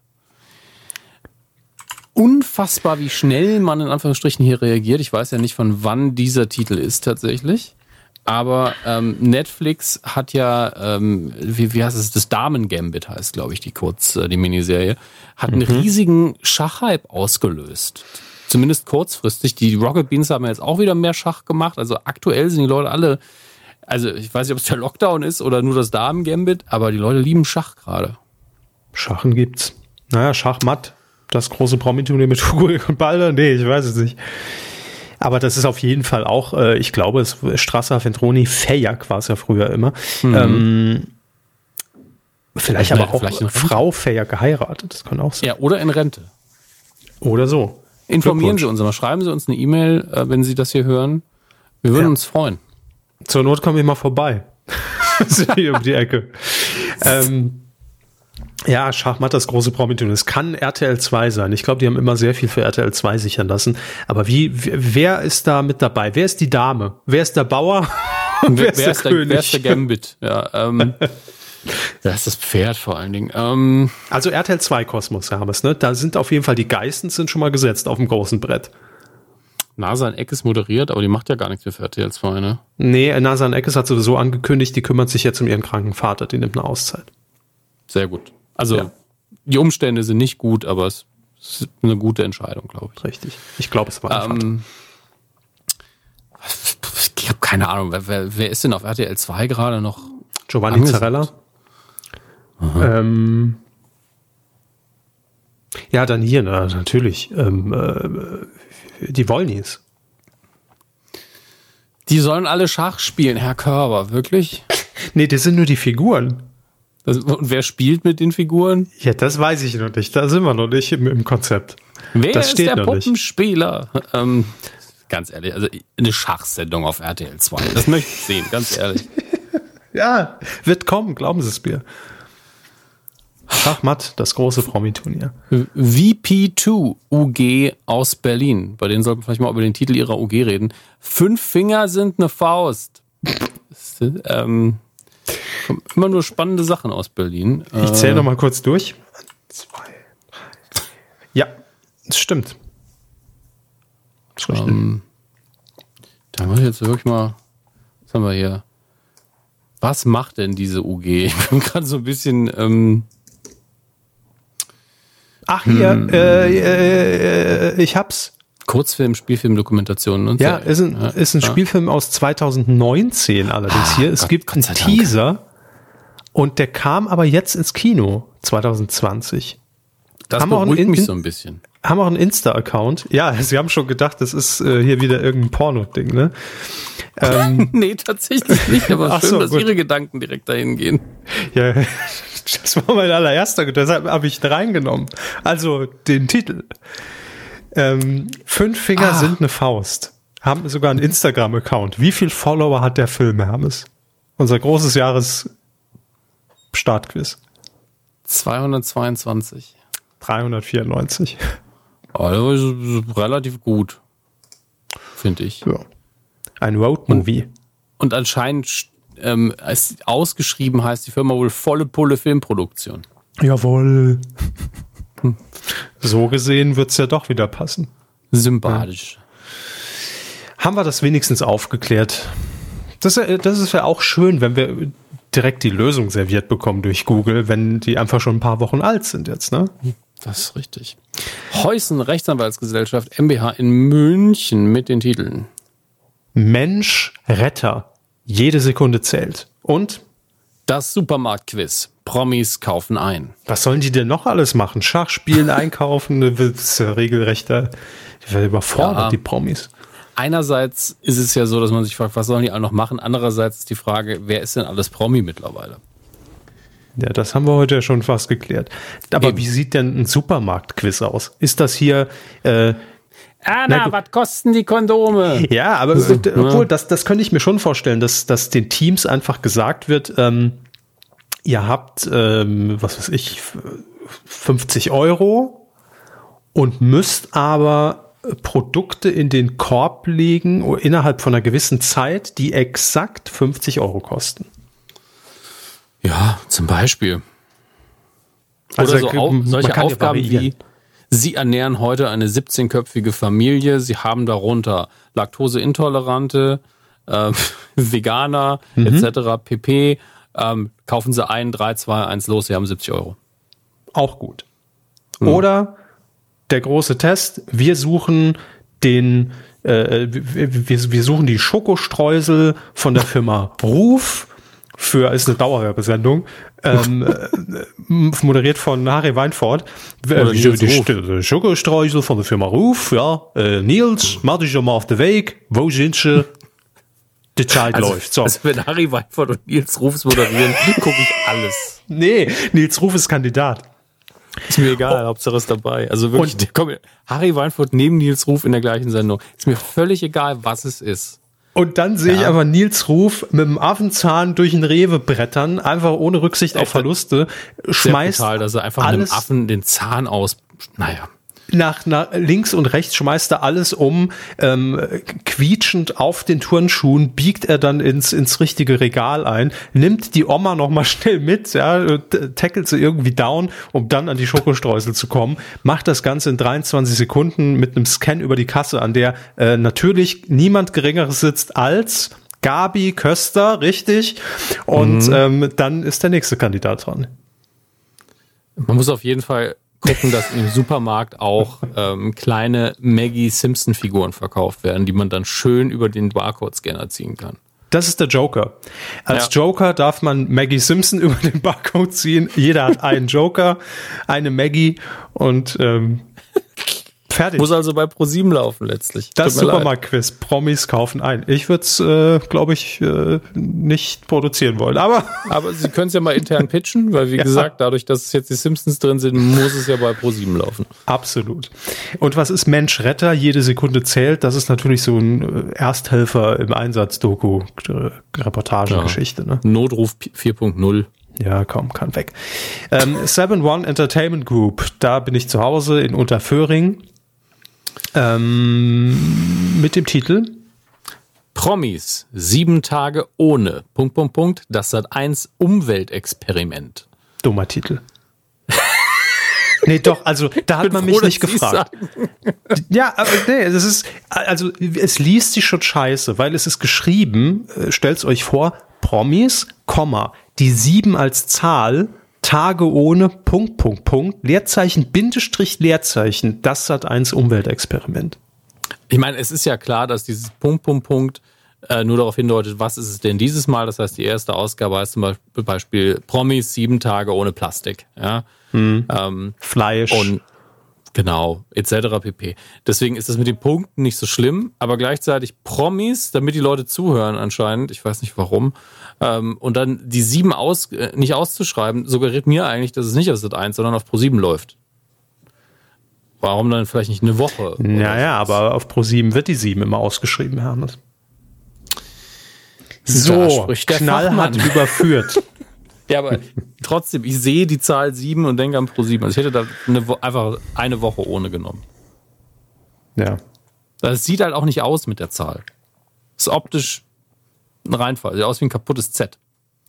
Unfassbar, wie schnell man in Anführungsstrichen hier reagiert. Ich weiß ja nicht, von wann dieser Titel ist tatsächlich. Aber ähm, Netflix hat ja, ähm, wie, wie heißt es, das Damen-Gambit heißt, glaube ich, die kurz, äh, die Miniserie, hat einen mhm. riesigen Schachhype ausgelöst. Zumindest kurzfristig. Die Rocket Beans haben jetzt auch wieder mehr Schach gemacht. Also aktuell sind die Leute alle, also ich weiß nicht, ob es der Lockdown ist oder nur das Damen-Gambit, aber die Leute lieben Schach gerade. Schachen gibt's. Naja, Schachmatt, das große Promi-Turnier mit Hugo und Balder, nee, ich weiß es nicht. Aber das ist auf jeden Fall auch, äh, ich glaube, es Strasser, Fentroni, Fejak war es ja früher immer. Mhm. Ähm, vielleicht, vielleicht aber auch vielleicht Frau Fejak geheiratet, das kann auch sein. Ja, oder in Rente. Oder so. Informieren Sie uns mal, schreiben Sie uns eine E-Mail, äh, wenn Sie das hier hören. Wir würden ja. uns freuen. Zur Not komme ich mal vorbei. Hier um die Ecke. ähm, ja, Schachmatt, das große Promi-Turnier. Es kann R T L zwei sein. Ich glaube, die haben immer sehr viel für R T L zwei sichern lassen. Aber wie, wer ist da mit dabei? Wer ist die Dame? Wer ist der Bauer? Und wer, wer, ist wer, ist der, König? Wer ist der Gambit? Ja, ähm, das ist das Pferd vor allen Dingen. Ähm, also R T L zwei Kosmos, Hermes, ne? Da sind auf jeden Fall die Geistens sind schon mal gesetzt auf dem großen Brett. Nasan Eckes moderiert, aber die macht ja gar nichts mehr für R T L zwei, ne? Nee, Nasan Eckes hat sowieso angekündigt, die kümmert sich jetzt um ihren kranken Vater, die nimmt eine Auszeit. Sehr gut. Also ja. Die Umstände sind nicht gut, aber es ist eine gute Entscheidung, glaube ich. Richtig. Ich glaube, es war ein ähm, Ich habe keine Ahnung, wer, wer, wer ist denn auf R T L zwei gerade noch? Giovanni Zarella. Ähm, ja, dann hier, na, natürlich. Ähm, äh, die Wollnies. Die sollen alle Schach spielen, Herr Körber, wirklich? Nee, das sind nur die Figuren. Das, und wer spielt mit den Figuren? Ja, das weiß ich noch nicht. Da sind wir noch nicht im, im Konzept. Wer das ist steht der noch Puppenspieler? Ähm, ganz ehrlich, also eine Schachsendung auf R T L zwei. Das möchte ich sehen, ganz ehrlich. Ja, wird kommen, glauben Sie es mir. Schachmatt, das große Promi-Turnier. V P zwei U G aus Berlin. Bei denen sollten wir vielleicht mal über den Titel ihrer U G reden. Fünf Finger sind eine Faust. Das, ähm, immer nur spannende Sachen aus Berlin. Ich zähle äh, noch mal kurz durch. Zwei, drei. Ja, das stimmt. Das ähm, da muss ich jetzt wirklich mal, was haben wir hier? Was macht denn diese U G? Ich bin gerade so ein bisschen... Ähm, Ach, hier, hm. äh, äh, ich hab's. Kurzfilm, Spielfilm, Dokumentation und so. Ja, ist ein, ja, ist ein ja. Spielfilm aus zweitausendneunzehn allerdings hier. Es Gott, gibt Gott einen Teaser Dank. Und der kam aber jetzt ins Kino zwanzig zwanzig. Das haben beruhigt in, mich so ein bisschen. Haben auch einen Insta-Account. Ja, sie haben schon gedacht, das ist äh, hier wieder irgendein Porno-Ding, ne? Ähm, nee, tatsächlich nicht, aber schön, so, dass gut. Ihre Gedanken direkt dahin gehen. Ja, das war mein allererster, deshalb habe ich reingenommen. Also den Titel. Ähm, Fünf Finger ah. sind eine Faust. Haben sogar einen Instagram-Account. Wie viel Follower hat der Film, Hermes? Unser großes Jahres-Startquiz. zweihundertzweiundzwanzig. dreihundertvierundneunzig. Also relativ gut, finde ich. Ja. Ein Roadmovie. Und, und anscheinend ähm, ausgeschrieben heißt die Firma wohl volle Pulle Filmproduktion. Jawohl. Hm. So gesehen wird's ja doch wieder passen. Sympathisch. Ja. Haben wir das wenigstens aufgeklärt? Das, das ist ja auch schön, wenn wir direkt die Lösung serviert bekommen durch Google, wenn die einfach schon ein paar Wochen alt sind jetzt, ne? Das ist richtig. Heusen Rechtsanwaltsgesellschaft M B H in München mit den Titeln Mensch, Retter. Jede Sekunde zählt. Und? Das Supermarktquiz. Promis kaufen ein. Was sollen die denn noch alles machen? Schach spielen, einkaufen, das ist ja regelrechter. Die werden überfordert, ja. Die Promis. Einerseits ist es ja so, dass man sich fragt, was sollen die alle noch machen? Andererseits ist die Frage, wer ist denn alles Promi mittlerweile? Ja, das haben wir heute ja schon fast geklärt. Aber Eben. Wie sieht denn ein Supermarktquiz aus? Ist das hier... Äh, Anna, was kosten die Kondome? Ja, aber so, obwohl, ja. das, das könnte ich mir schon vorstellen, dass, dass den Teams einfach gesagt wird, ähm, ihr habt, ähm, was weiß ich, fünfzig Euro und müsst aber Produkte in den Korb legen innerhalb von einer gewissen Zeit, die exakt fünfzig Euro kosten. Ja, zum Beispiel. Oder also, so au- solche Aufgaben ja wie Sie ernähren heute eine siebzehnköpfige Familie. Sie haben darunter Laktoseintolerante, äh, Veganer mhm. et cetera pp. Ähm, kaufen Sie ein, drei, zwei, eins los, Sie haben siebzig Euro. Auch gut. Mhm. Oder der große Test, wir suchen den, äh, wir, wir suchen die Schokostreusel von der Firma Ruf für, ist eine Dauerwerbesendung, ähm, äh, moderiert von Harry Weinfurt. Äh, die die Schokostreusel von der Firma Ruf, ja, äh, Nils, mach dich schon mal auf den Weg, wo sind sie? Die Zeit also, läuft. So. Also wenn Harry Weinfurt und Nils Rufs moderieren, gucke ich alles. Nee, Nils Ruf ist Kandidat. Ist mir egal, oh. Hauptsache ist dabei. Also wirklich, und, komm, Harry Weinfurt neben Nils Ruf in der gleichen Sendung. Ist mir völlig egal, was es ist. Und dann sehe ja. ich aber Nils Ruf mit dem Affenzahn durch den Rewe brettern, einfach ohne Rücksicht auf Verluste, schmeißt total, dass er einfach alles einem Affen den Zahn aus, naja. Nach, nach links und rechts schmeißt er alles um, ähm, quietschend auf den Turnschuhen, biegt er dann ins ins richtige Regal ein, nimmt die Oma noch mal schnell mit, ja, tackelt sie irgendwie down, um dann an die Schokostreusel zu kommen, macht das Ganze in dreiundzwanzig Sekunden mit einem Scan über die Kasse, an der äh, natürlich niemand Geringeres sitzt als Gabi Köster, richtig, und mhm. ähm, dann ist der nächste Kandidat dran. Man muss auf jeden Fall gucken, dass im Supermarkt auch ähm, kleine Maggie Simpson-Figuren verkauft werden, die man dann schön über den Barcode-Scanner ziehen kann. Das ist der Joker. Als ja. Joker darf man Maggie Simpson über den Barcode ziehen. Jeder hat einen Joker, eine Maggie und ähm, fertig. Muss also bei ProSieben laufen letztlich. Das Supermarkt-Quiz. Promis kaufen ein. Ich würde es, äh, glaube ich, äh, nicht produzieren wollen. Aber, aber Sie können es ja mal intern pitchen, weil wie ja. gesagt, dadurch, dass es jetzt die Simpsons drin sind, muss es ja bei ProSieben laufen. Absolut. Und was ist Mensch Retter? Jede Sekunde zählt. Das ist natürlich so ein Ersthelfer im Einsatz-Doku-Reportagengeschichte. Ja. Ne? Notruf vier Punkt null. Ja, komm, kann weg. Ähm, Seven One Entertainment Group. Da bin ich zu Hause in Unterföhring. Ähm, mit dem Titel Promis, sieben Tage ohne, Punkt, Punkt, Punkt, das Sat eins Umweltexperiment. Dummer Titel. Nee, doch, also da hat man froh, mich nicht gefragt. Ja, aber nee, das ist, also es liest sich schon scheiße, weil es ist geschrieben, stellt's euch vor, Promis, Komma, die sieben als Zahl, Tage ohne, Punkt, Punkt, Punkt, Leerzeichen, Bindestrich, Leerzeichen, das Sat eins Umweltexperiment. Ich meine, es ist ja klar, dass dieses Punkt, Punkt, Punkt äh, nur darauf hindeutet, was ist es denn dieses Mal? Das heißt, die erste Ausgabe heißt zum Beispiel Promis, sieben Tage ohne Plastik. Ja? Hm. Ähm, Fleisch. Und genau, et cetera pp. Deswegen ist das mit den Punkten nicht so schlimm, aber gleichzeitig Promis, damit die Leute zuhören anscheinend, ich weiß nicht warum, ähm, und dann die sieben aus, äh, nicht auszuschreiben, suggeriert mir eigentlich, dass es nicht auf Sat eins, sondern auf ProSieben läuft. Warum dann vielleicht nicht eine Woche? Naja, aber auf ProSieben wird die sieben immer ausgeschrieben, Hermes. So, knallhart überführt. Ja, aber trotzdem, ich sehe die Zahl sieben und denke an ProSieben. Also ich hätte da eine Wo- einfach eine Woche ohne genommen. Ja. Das sieht halt auch nicht aus mit der Zahl. Das ist optisch ein Reinfall. Sieht aus wie ein kaputtes Z.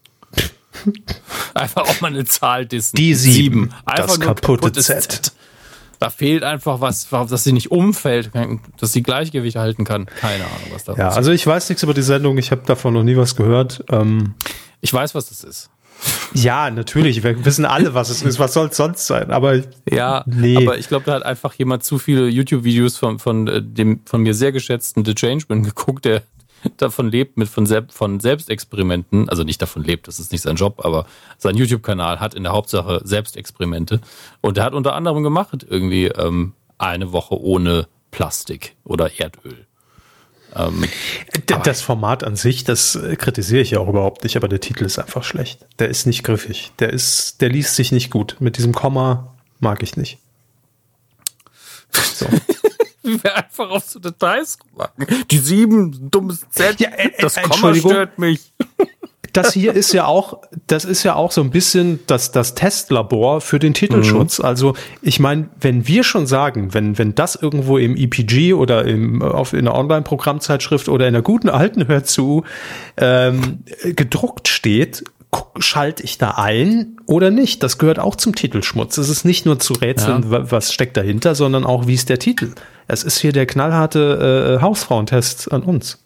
Einfach auch mal eine Zahl dissen. Die sieben. Einfach das nur kaputte kaputtes Z. Z. Da fehlt einfach was, dass sie nicht umfällt, dass sie Gleichgewicht halten kann. Keine Ahnung, was da Ja, also ich weiß nichts über die Sendung. Ich habe davon noch nie was gehört. Ähm ich weiß, was das ist. Ja, natürlich. Wir wissen alle, was es ist. Was soll es sonst sein? Aber ja, nee. aber ich glaube, da hat einfach jemand zu viele YouTube-Videos von, von dem von mir sehr geschätzten The Changeman geguckt, der davon lebt, mit von, Sel- von Selbstexperimenten. Also nicht davon lebt, das ist nicht sein Job, aber sein YouTube-Kanal hat in der Hauptsache Selbstexperimente. Und der hat unter anderem gemacht, irgendwie ähm, eine Woche ohne Plastik oder Erdöl. Ähm, das Format an sich, das kritisiere ich ja auch überhaupt nicht, aber der Titel ist einfach schlecht. Der ist nicht griffig. Der ist, der liest sich nicht gut. Mit diesem Komma mag ich nicht. So. Wie wir einfach auf so Details machen. Die sieben, dummes Z, ja, äh, das Komma stört mich. Das hier ist ja auch, das ist ja auch so ein bisschen das, das Testlabor für den Titelschutz. Mhm. Also ich meine, wenn wir schon sagen, wenn, wenn das irgendwo im E P G oder im, auf, in einer Online-Programmzeitschrift oder in einer guten alten Hörzu ähm, gedruckt steht, schalte ich da ein oder nicht? Das gehört auch zum Titelschmutz. Es ist nicht nur zu rätseln, ja. was steckt dahinter, sondern auch, wie ist der Titel? Es ist hier der knallharte äh, Hausfrauentest an uns.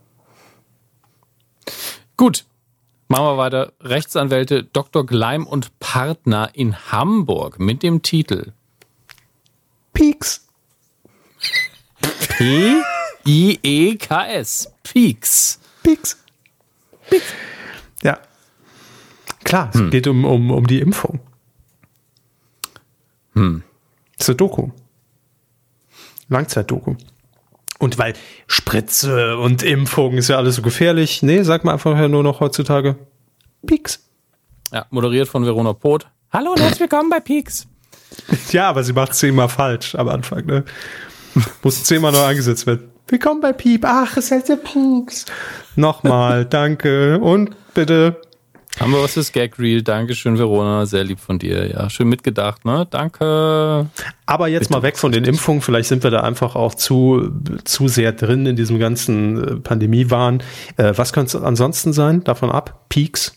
Gut. Machen wir weiter. Rechtsanwälte Doktor Gleim und Partner in Hamburg mit dem Titel Peaks. P I E K S. Peaks. Peaks. Peaks. Ja. Klar, es hm. geht um, um, um die Impfung. Hm. Das ist eine Doku. Langzeitdoku. Und weil Spritze und Impfung ist ja alles so gefährlich. Nee, sag mal einfach nur noch heutzutage Pieks. Ja, moderiert von Verona Poth. Hallo und herzlich willkommen bei Pieks. Ja, aber sie macht zehnmal falsch am Anfang, ne? Muss zehnmal noch eingesetzt werden. Willkommen bei Piep. Ach, es heißt ja Pieks. Nochmal, danke. Und bitte. Haben wir was fürs Gag-Reel. Dankeschön, Verona. Sehr lieb von dir. Ja, schön mitgedacht, ne? Danke. Aber jetzt bitte mal weg von den Impfungen. Vielleicht sind wir da einfach auch zu, zu sehr drin in diesem ganzen Pandemie-Wahn. Äh, was könnte es ansonsten sein? Davon ab? Pieks?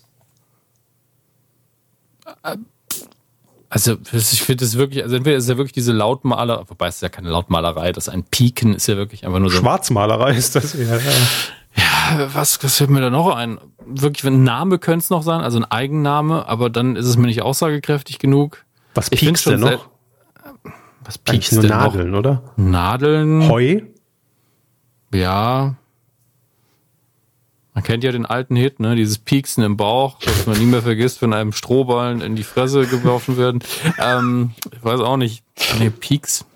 Also ich finde es wirklich, also entweder ist es ja wirklich diese Lautmaler, wobei es ist ja keine Lautmalerei, das ein Pieken ist ja wirklich einfach nur so. Schwarzmalerei ist das eher. Ja, ja was, was fällt mir da noch ein? Wirklich, ein Name könnte es noch sein, also ein Eigenname, aber dann ist es mir nicht aussagekräftig genug. Was piekst denn noch? Was piekst nur denn Nadeln, noch? Oder? Nadeln. Heu? Ja. Man kennt ja den alten Hit, ne? Dieses Pieksen im Bauch, das man nie mehr vergisst, wenn einem Strohballen in die Fresse geworfen werden. Ähm, ich weiß auch nicht. Nee, Pieks.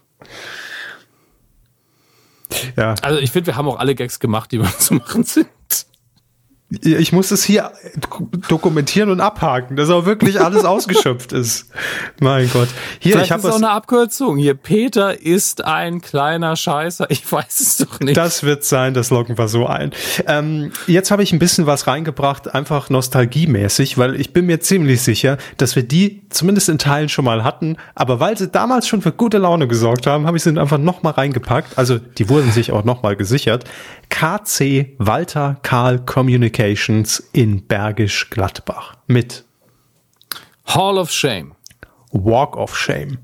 Ja. Also ich finde, wir haben auch alle Gags gemacht, die wir zu machen sind. Ich muss es hier dokumentieren und abhaken, dass auch wirklich alles ausgeschöpft ist. Mein Gott. Hier, Vielleicht ich habe ist auch eine Abkürzung. Hier, Peter ist ein kleiner Scheißer. Ich weiß es doch nicht. Das wird sein, das loggen wir so ein. Ähm, jetzt habe ich ein bisschen was reingebracht, einfach nostalgiemäßig, weil ich bin mir ziemlich sicher, dass wir die zumindest in Teilen schon mal hatten. Aber weil sie damals schon für gute Laune gesorgt haben, habe ich sie einfach nochmal reingepackt. Also die wurden sich auch nochmal gesichert. K C Walter Karl Communications in Bergisch Gladbach mit Hall of Shame, Walk of Shame,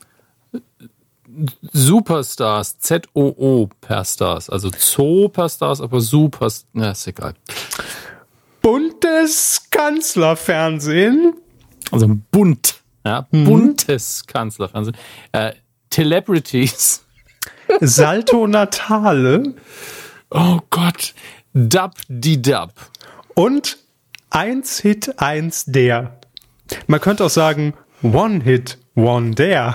Superstars, Z O O per Stars, also Superstars, aber Superstars, na ist egal. Bundeskanzlerfernsehen, also bunt, ja, mhm. buntes Kanzlerfernsehen, äh, Celebrities, Salto Natale. Oh Gott, Dub die Dub. Und eins Hit, eins der. Man könnte auch sagen, One Hit, One der.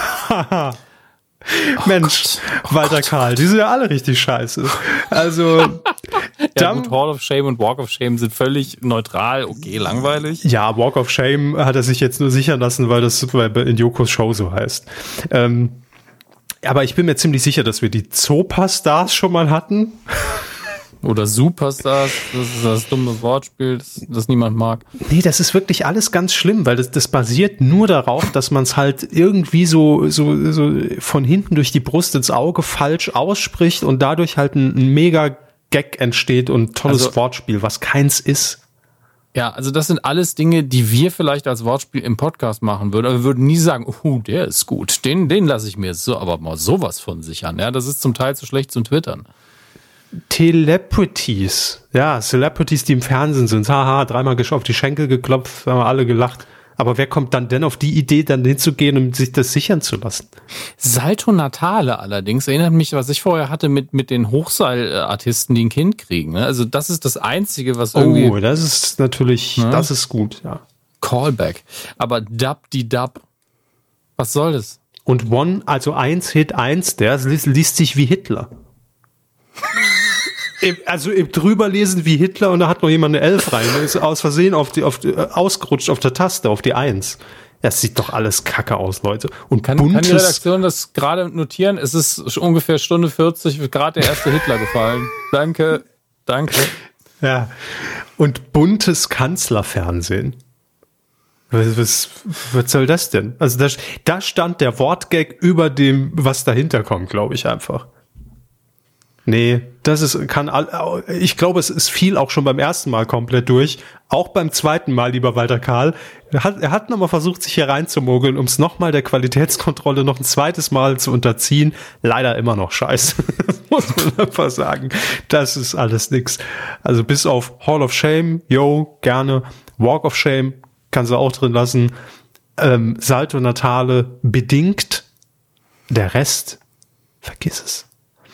Mensch, oh Walter Gott. Karl, die sind ja alle richtig scheiße. Also, ja, gut, Hall of Shame und Walk of Shame sind völlig neutral, okay, langweilig. Ja, Walk of Shame hat er sich jetzt nur sichern lassen, weil das in Jokos Show so heißt. Ähm, Aber ich bin mir ziemlich sicher, dass wir die Zopastars schon mal hatten. Oder Superstars, das ist das dumme Wortspiel, das, das niemand mag. Nee, das ist wirklich alles ganz schlimm, weil das, das basiert nur darauf, dass man es halt irgendwie so, so, so von hinten durch die Brust ins Auge falsch ausspricht und dadurch halt ein, ein mega Gag entsteht und tolles also, Wortspiel, was keins ist. Ja, also das sind alles Dinge, die wir vielleicht als Wortspiel im Podcast machen würden, aber wir würden nie sagen, oh, der ist gut, den, den lasse ich mir so, aber mal sowas von sichern. Ja, das ist zum Teil zu schlecht zum Twittern. Celebrities, ja, Celebrities, die im Fernsehen sind, haha, dreimal auf die Schenkel geklopft, haben wir alle gelacht. Aber wer kommt dann denn auf die Idee, dann hinzugehen und sich das sichern zu lassen? Salto Natale allerdings erinnert mich, was ich vorher hatte mit mit den Hochseilartisten, die ein Kind kriegen. Ne? Also das ist das Einzige, was irgendwie... Oh, das ist natürlich, ne? Das ist gut, ja. Callback. Aber Dub die Dub, was soll das? Und One, also eins Hit, eins, der liest, liest sich wie Hitler. Also drüber lesen wie Hitler und da hat noch jemand eine Elf rein. Da ist aus Versehen auf die, auf die, ausgerutscht auf der Taste, auf die Eins. Das sieht doch alles kacke aus, Leute. Und kann, buntes, kann die Redaktion das gerade notieren? Es ist ungefähr Stunde vierzig, wird gerade der erste Hitler gefallen. Danke, danke. Ja. Und buntes Kanzlerfernsehen. Was, was, was soll das denn? Also da, da stand der Wortgag über dem, was dahinter kommt, glaube ich einfach. Nee, das ist, kann, ich glaube, es ist viel auch schon beim ersten Mal komplett durch. Auch beim zweiten Mal, lieber Walter Karl. Er hat, er hat nochmal versucht, sich hier reinzumogeln, um es nochmal der Qualitätskontrolle noch ein zweites Mal zu unterziehen. Leider immer noch scheiße. Das muss man einfach sagen. Das ist alles nix. Also bis auf Hall of Shame, yo, gerne. Walk of Shame, kann sie auch drin lassen. Ähm, Salto Natale, bedingt. Der Rest, vergiss es.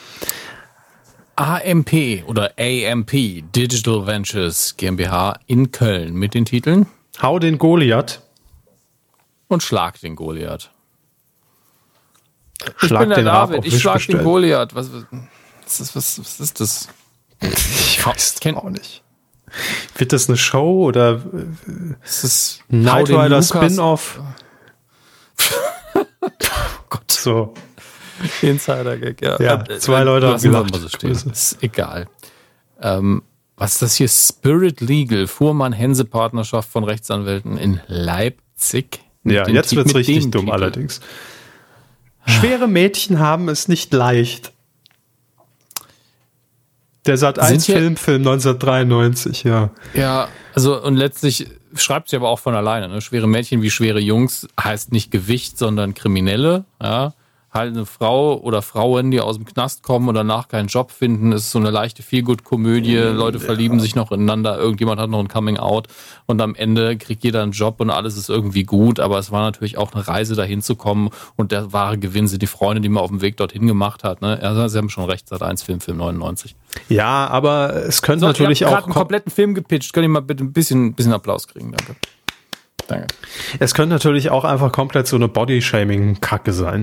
A M P oder A M P, Digital Ventures GmbH in Köln mit den Titeln Hau den Goliath. Und schlag den Goliath. Schlag ich bin der den David, Rab auf ich schlag bestellt. den Goliath. Was, was, ist, was, was ist das? Ich weiß Kennt- auch nicht. Wird das eine Show oder Das ist Knight Hau den Rider Lukas- Spin-Off? Oh Gott. So. Insider-Gag, ja. Ja, Äh, zwei Leute haben lassen wir gelacht. mal so stehen. Grüße. Ist egal. Ähm, was ist das hier? Spirit Legal, Fuhrmann-Hense-Partnerschaft von Rechtsanwälten in Leipzig. Mit Ja, dem jetzt Ti- wird's mit richtig dem dumm Titel. allerdings. Schwere Mädchen haben es nicht leicht. Der Sat eins Sind hier- Filmfilm neunzehnhundertdreiundneunzig, ja. Ja, also und letztlich schreibt sie aber auch von alleine. Ne? Schwere Mädchen wie schwere Jungs heißt nicht Gewicht, sondern Kriminelle. Ja? Halt eine Frau oder Frauen, die aus dem Knast kommen und danach keinen Job finden. Es ist so eine leichte Feelgood-Komödie. Leute verlieben sich noch ineinander. Irgendjemand hat noch ein Coming-out und am Ende kriegt jeder einen Job und alles ist irgendwie gut. Aber es war natürlich auch eine Reise, dahin zu kommen und der wahre Gewinn sind die Freunde, die man auf dem Weg dorthin gemacht hat. Ne? Also, sie haben schon recht, Sat eins Film, Film neunundneunzig. Ja, aber es könnte So, natürlich ich hab auch gerade einen kompletten Film gepitcht. Könnt ihr mal bitte ein bisschen, bisschen Applaus kriegen? Danke. Danke. es könnte natürlich auch einfach komplett so eine Body-Shaming-Kacke sein.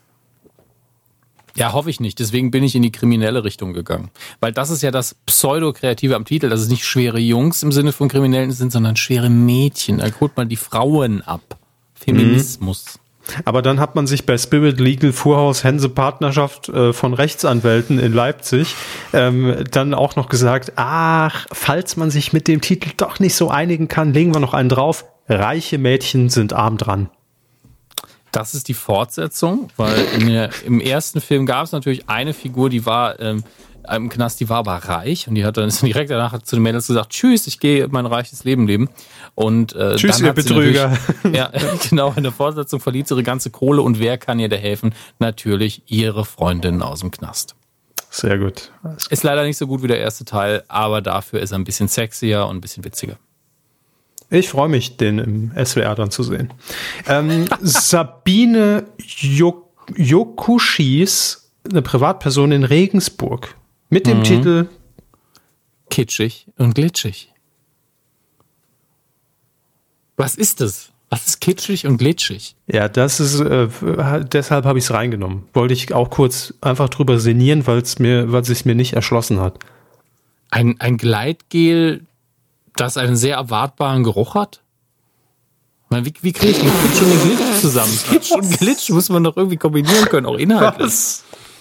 Ja, hoffe ich nicht. Deswegen bin ich in die kriminelle Richtung gegangen. Weil das ist ja das Pseudo-Kreative am Titel, dass es nicht schwere Jungs im Sinne von Kriminellen sind, sondern schwere Mädchen. Da holt man die Frauen ab. Feminismus. Aber dann hat man sich bei Spirit Legal Fuhrhaus Hense Partnerschaft äh, von Rechtsanwälten in Leipzig ähm, dann auch noch gesagt, ach, falls man sich mit dem Titel doch nicht so einigen kann, legen wir noch einen drauf. Reiche Mädchen sind arm dran. Das ist die Fortsetzung, weil in der, im ersten Film gab es natürlich eine Figur, die war ähm, im Knast, die war aber reich und die hat dann direkt danach zu den Mädels gesagt, tschüss, ich gehe mein reiches Leben leben. Und äh, Tschüss, dann ihr hat sie Betrüger. Ja, genau, in der Fortsetzung verliert sie ihre ganze Kohle und wer kann ihr da helfen? Natürlich ihre Freundin aus dem Knast. Sehr gut. Ist leider nicht so gut wie der erste Teil, aber dafür ist er ein bisschen sexier und ein bisschen witziger. Ich freue mich, den im S W R dann zu sehen. Ähm, Sabine Jok- Yokushis, eine Privatperson in Regensburg, mit dem Mhm. Titel Kitschig und glitschig. Was ist das? Was ist kitschig und glitschig? Ja, das ist, äh, deshalb habe ich es reingenommen. Wollte ich auch kurz einfach drüber sinnieren, weil es mir, weil es sich mir nicht erschlossen hat. Ein, ein Gleitgel, das einen sehr erwartbaren Geruch hat? Ich meine, Wie, wie kriege ich den Kitsch und den Glitch zusammen? Kitsch und Glitch muss man doch irgendwie kombinieren können, auch inhaltlich. Was?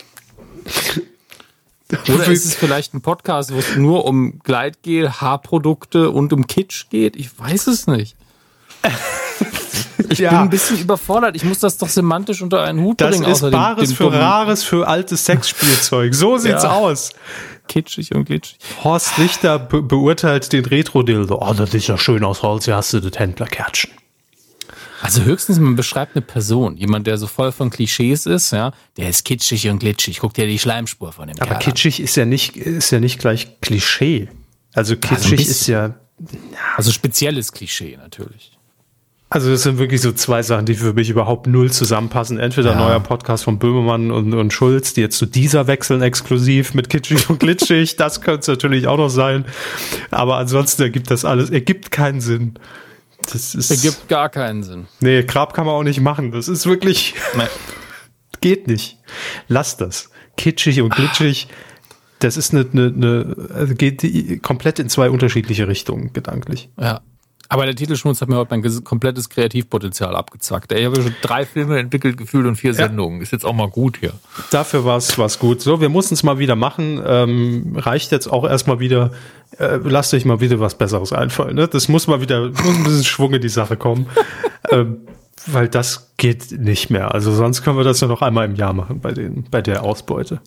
Oder ist es vielleicht ein Podcast, wo es nur um Gleitgel, Haarprodukte und um Kitsch geht? Ich weiß es nicht. Ich Ja. bin ein bisschen überfordert. Ich muss das doch semantisch unter einen Hut Das bringen. ist außer dem- Bares dem für dummen Rares für altes Sexspielzeug. So sieht's Ja. aus. Kitschig und glitschig. Horst Lichter be- beurteilt den Retro-Dildo. Oh, das ist ja schön aus Holz. Hier hast du das Händlerkärtchen. Also höchstens, man beschreibt eine Person. Jemand, der so voll von Klischees ist, ja, der ist kitschig und glitschig. Guck dir die Schleimspur von dem Aber Kerl an. kitschig ist ja nicht, ist ja nicht gleich Klischee. Also kitschig bisschen. ist ja, Also spezielles Klischee natürlich. also das sind wirklich so zwei Sachen, die für mich überhaupt null zusammenpassen. Entweder Ja. neuer Podcast von Böhmermann und, und Schulz, die jetzt zu dieser wechseln exklusiv mit kitschig und glitschig. Das könnte es natürlich auch noch sein. Aber ansonsten ergibt das alles, ergibt keinen Sinn. Das ist, Ergibt gar keinen Sinn. nee, Grab kann man auch nicht machen. Das ist wirklich, Nee. geht nicht. Lass das. Kitschig und glitschig, das ist eine, eine, eine also geht die komplett in zwei unterschiedliche Richtungen, gedanklich. Ja. Aber der Titelschmutz hat mir heute mein ges- komplettes Kreativpotenzial abgezwackt. Ich habe schon drei Filme entwickelt, gefühlt und vier Sendungen. Ist jetzt auch mal gut hier. Dafür war es gut. So, wir mussten es mal wieder machen. Ähm, reicht jetzt auch erstmal wieder. Äh, lasst euch mal wieder was Besseres einfallen. Ne? Das muss mal wieder, muss ein bisschen Schwung in die Sache kommen. ähm, weil das geht nicht mehr. Also sonst können wir das ja noch einmal im Jahr machen bei, den, bei der Ausbeute.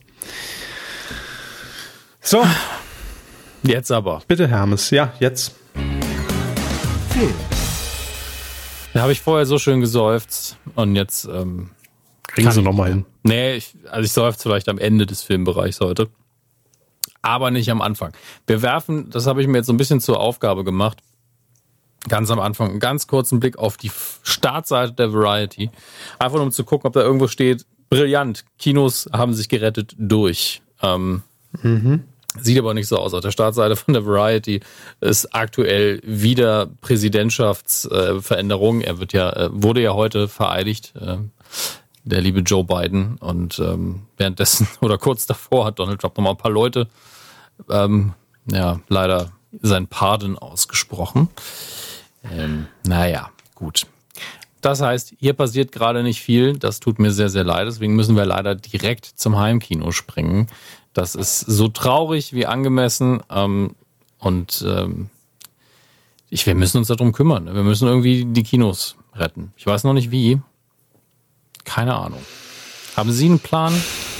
So, Jetzt aber. bitte Hermes. Ja, jetzt. Film. Da habe ich vorher so schön geseufzt und jetzt ähm, Kriegen Sie nochmal hin. Nee, ich, also ich seufze vielleicht am Ende des Filmbereichs heute. Aber nicht am Anfang. Wir werfen, das habe ich mir jetzt so ein bisschen zur Aufgabe gemacht, ganz am Anfang einen ganz kurzen Blick auf die Startseite der Variety. Einfach nur um zu gucken, ob da irgendwo steht, brillant, Kinos haben sich gerettet durch. Ähm, Mhm. Sieht aber nicht so aus. Auf der Startseite von der Variety ist aktuell wieder Präsidentschaftsveränderung. Er wird ja, wurde ja heute vereidigt, der liebe Joe Biden. Und währenddessen oder kurz davor hat Donald Trump nochmal ein paar Leute, ähm, ja, leider sein Pardon ausgesprochen. Ähm, naja, gut. Das heißt, hier passiert gerade nicht viel. Das tut mir sehr, sehr leid. Deswegen müssen wir leider direkt zum Heimkino springen. Das ist so traurig wie angemessen. Ähm, und ähm, ich, wir müssen uns darum kümmern. Wir müssen irgendwie die Kinos retten. Ich weiß noch nicht wie. Keine Ahnung. Haben Sie einen Plan?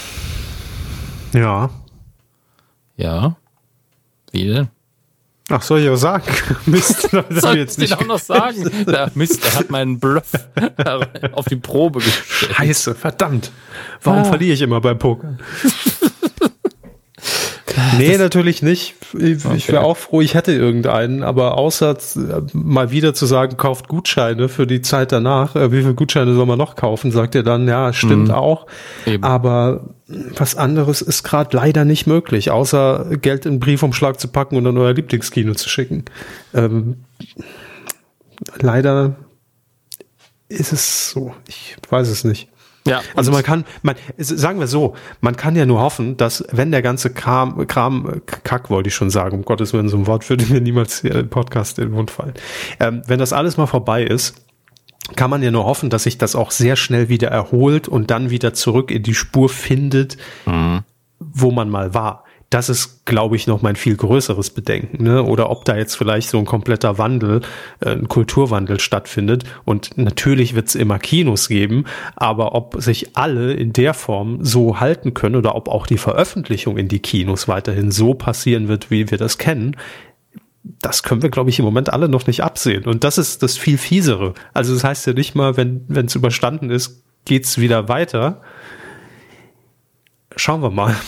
Ja. Ja. Wie denn? Ach, soll ich auch sagen? Mist, das soll ich jetzt nicht auch noch sagen? Da, Mist, er hat meinen Bluff auf die Probe gestellt. Scheiße, verdammt. Warum ah. verliere ich immer beim Poker? Nee, das natürlich nicht. Ich, okay. ich wäre auch froh, ich hätte irgendeinen, aber außer mal wieder zu sagen, kauft Gutscheine für die Zeit danach, wie viele Gutscheine soll man noch kaufen, sagt er dann, ja, stimmt mhm. auch. Eben. Aber was anderes ist gerade leider nicht möglich, außer Geld in einen Briefumschlag zu packen und an euer Lieblingskino zu schicken. Ähm, leider ist es so. Ich weiß es nicht. Ja, also man kann, man, sagen wir so, man kann ja nur hoffen, dass wenn der ganze Kram, Kram, Kack wollte ich schon sagen, um Gottes Willen, so ein Wort würde mir niemals hier im Podcast in den Mund fallen. Ähm, wenn das alles mal vorbei ist, kann man ja nur hoffen, dass sich das auch sehr schnell wieder erholt und dann wieder zurück in die Spur findet, mhm. wo man mal war. Das ist, glaube ich, noch mein viel größeres Bedenken, ne? Oder ob da jetzt vielleicht so ein kompletter Wandel, äh, ein Kulturwandel stattfindet. Und natürlich wird es immer Kinos geben, aber ob sich alle in der Form so halten können oder ob auch die Veröffentlichung in die Kinos weiterhin so passieren wird, wie wir das kennen, das können wir, glaube ich, im Moment alle noch nicht absehen. Und das ist das viel fiesere. Also das heißt ja nicht mal, wenn wenn es überstanden ist, geht's wieder weiter. Schauen wir mal.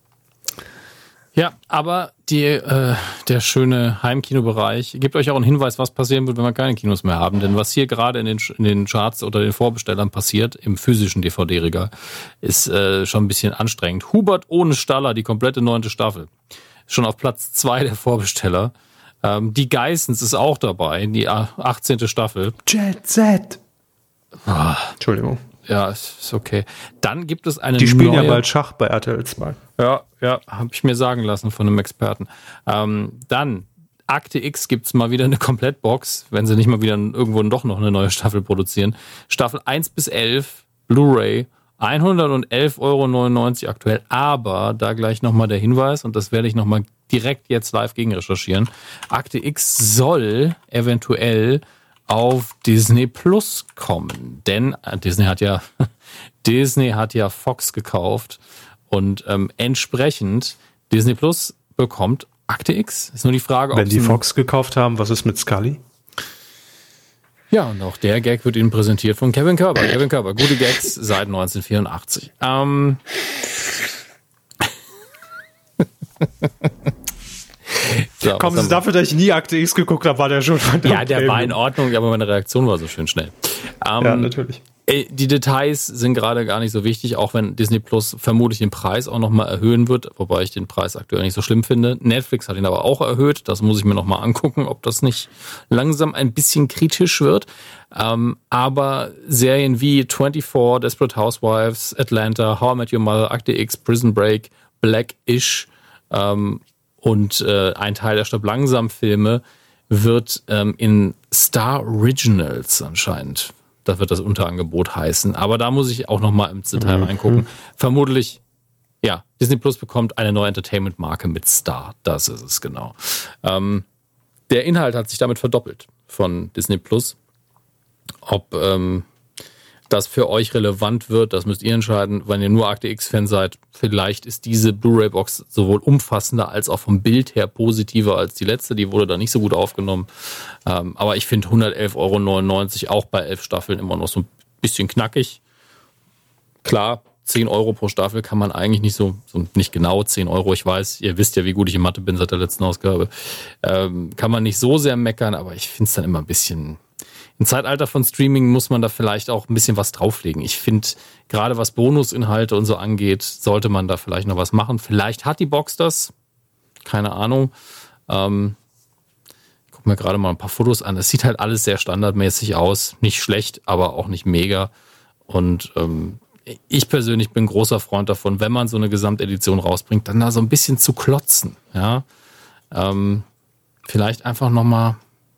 Ja, aber die, äh, der schöne Heimkinobereich gibt euch auch einen Hinweis, was passieren wird, wenn wir keine Kinos mehr haben. Denn was hier gerade in den, in den Charts oder den Vorbestellern passiert, im physischen D V D-Regal, ist äh, schon ein bisschen anstrengend. Hubert ohne Staller, die komplette neunte Staffel. Schon auf Platz zwei der Vorbesteller. Ähm, die Geissens ist auch dabei, die achtzehnte Staffel. Jet Set. Oh. Entschuldigung. Ja, ist okay. Dann gibt es eine Die spielen neue, ja bald Schach bei R T L zwei. Ja, ja, habe ich mir sagen lassen von einem Experten. Ähm, dann, Akte X gibt's mal wieder eine Komplettbox, wenn sie nicht mal wieder irgendwo doch noch eine neue Staffel produzieren. Staffel eins bis elf, Blu-ray, hundertelf Euro neunundneunzig aktuell. Aber da gleich nochmal der Hinweis, und das werde ich nochmal direkt jetzt live gegen recherchieren. Akte X soll eventuell auf Disney Plus kommen, denn Disney hat ja Disney hat ja Fox gekauft und ähm, entsprechend Disney Plus bekommt Akte X. Ist nur die Frage, ob wenn die Fox gekauft haben, was ist mit Scully? Ja, und auch der Gag wird Ihnen präsentiert von Kevin Körber. Kevin Körber, gute Gags seit neunzehnhundertvierundachtzig. Ähm So, kommen Sie dafür, dass ich nie Akte X geguckt habe, war der schon verdammt. Ja, der war in Ordnung, aber meine Reaktion war so schön schnell. Ähm, ja, natürlich. Die Details sind gerade gar nicht so wichtig, auch wenn Disney Plus vermutlich den Preis auch nochmal erhöhen wird, wobei ich den Preis aktuell nicht so schlimm finde. Netflix hat ihn aber auch erhöht, das muss ich mir nochmal angucken, ob das nicht langsam ein bisschen kritisch wird. Ähm, aber Serien wie vierundzwanzig, Desperate Housewives, Atlanta, How I Met Your Mother, Akte X, Prison Break, Black-ish, ähm, und äh, ein Teil der Stopp langsam Filme wird ähm, in Star Originals anscheinend, das wird das Unterangebot heißen. Aber da muss ich auch nochmal im Detail mhm. reingucken. Vermutlich, ja, Disney Plus bekommt eine neue Entertainment-Marke mit Star. Das ist es genau. Ähm, der Inhalt hat sich damit verdoppelt von Disney Plus. Ob ähm, das für euch relevant wird, das müsst ihr entscheiden. Wenn ihr nur Akte X-Fan seid, vielleicht ist diese Blu-ray-Box sowohl umfassender als auch vom Bild her positiver als die letzte. Die wurde da nicht so gut aufgenommen. Ähm, aber ich finde hundertelf Euro neunundneunzig auch bei elf Staffeln immer noch so ein bisschen knackig. Klar, zehn Euro pro Staffel kann man eigentlich nicht so, so nicht genau zehn Euro. Ich weiß, ihr wisst ja, wie gut ich in Mathe bin seit der letzten Ausgabe. Ähm, kann man nicht so sehr meckern, aber ich finde es dann immer ein bisschen... Im Zeitalter von Streaming muss man da vielleicht auch ein bisschen was drauflegen. Ich finde, gerade was Bonusinhalte und so angeht, sollte man da vielleicht noch was machen. Vielleicht hat die Box das. keine Ahnung. Ähm, ich gucke mir gerade mal ein paar Fotos an. Es sieht halt alles sehr standardmäßig aus. Nicht schlecht, aber auch nicht mega. Und ähm, ich persönlich bin großer Freund davon, wenn man so eine Gesamtedition rausbringt, dann da so ein bisschen zu klotzen. Ja? Ähm, vielleicht einfach nochmal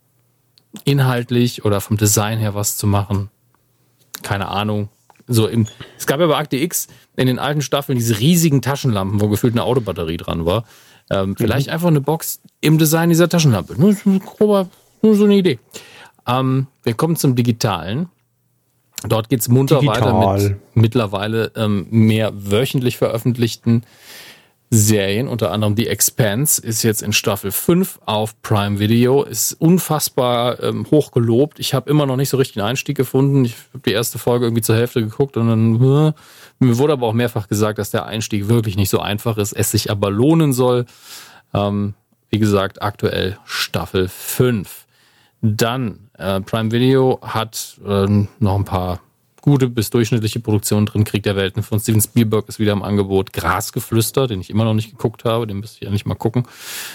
inhaltlich oder vom Design her was zu machen. Keine Ahnung. So im, es gab ja bei Akte X in den alten Staffeln diese riesigen Taschenlampen, wo gefühlt eine Autobatterie dran war. Ähm, mhm. Vielleicht einfach eine Box im Design dieser Taschenlampe. Nur, nur, nur so eine Idee. Ähm, wir kommen zum Digitalen. Dort geht's munter Digital. weiter mit mittlerweile ähm, mehr wöchentlich veröffentlichten Serien. Unter anderem The Expanse ist jetzt in Staffel fünf auf Prime Video. Ist unfassbar ähm, hoch gelobt. Ich habe immer noch nicht so richtig einen Einstieg gefunden. Ich habe die erste Folge irgendwie zur Hälfte geguckt und dann äh, mir wurde aber auch mehrfach gesagt, dass der Einstieg wirklich nicht so einfach ist, es sich aber lohnen soll. Ähm, wie gesagt, aktuell Staffel fünf. Dann äh, Prime Video hat äh, noch ein paar gute bis durchschnittliche Produktionen drin. Krieg der Welten von Steven Spielberg ist wieder im Angebot. Grasgeflüster, den ich immer noch nicht geguckt habe, den müsste ich eigentlich mal gucken.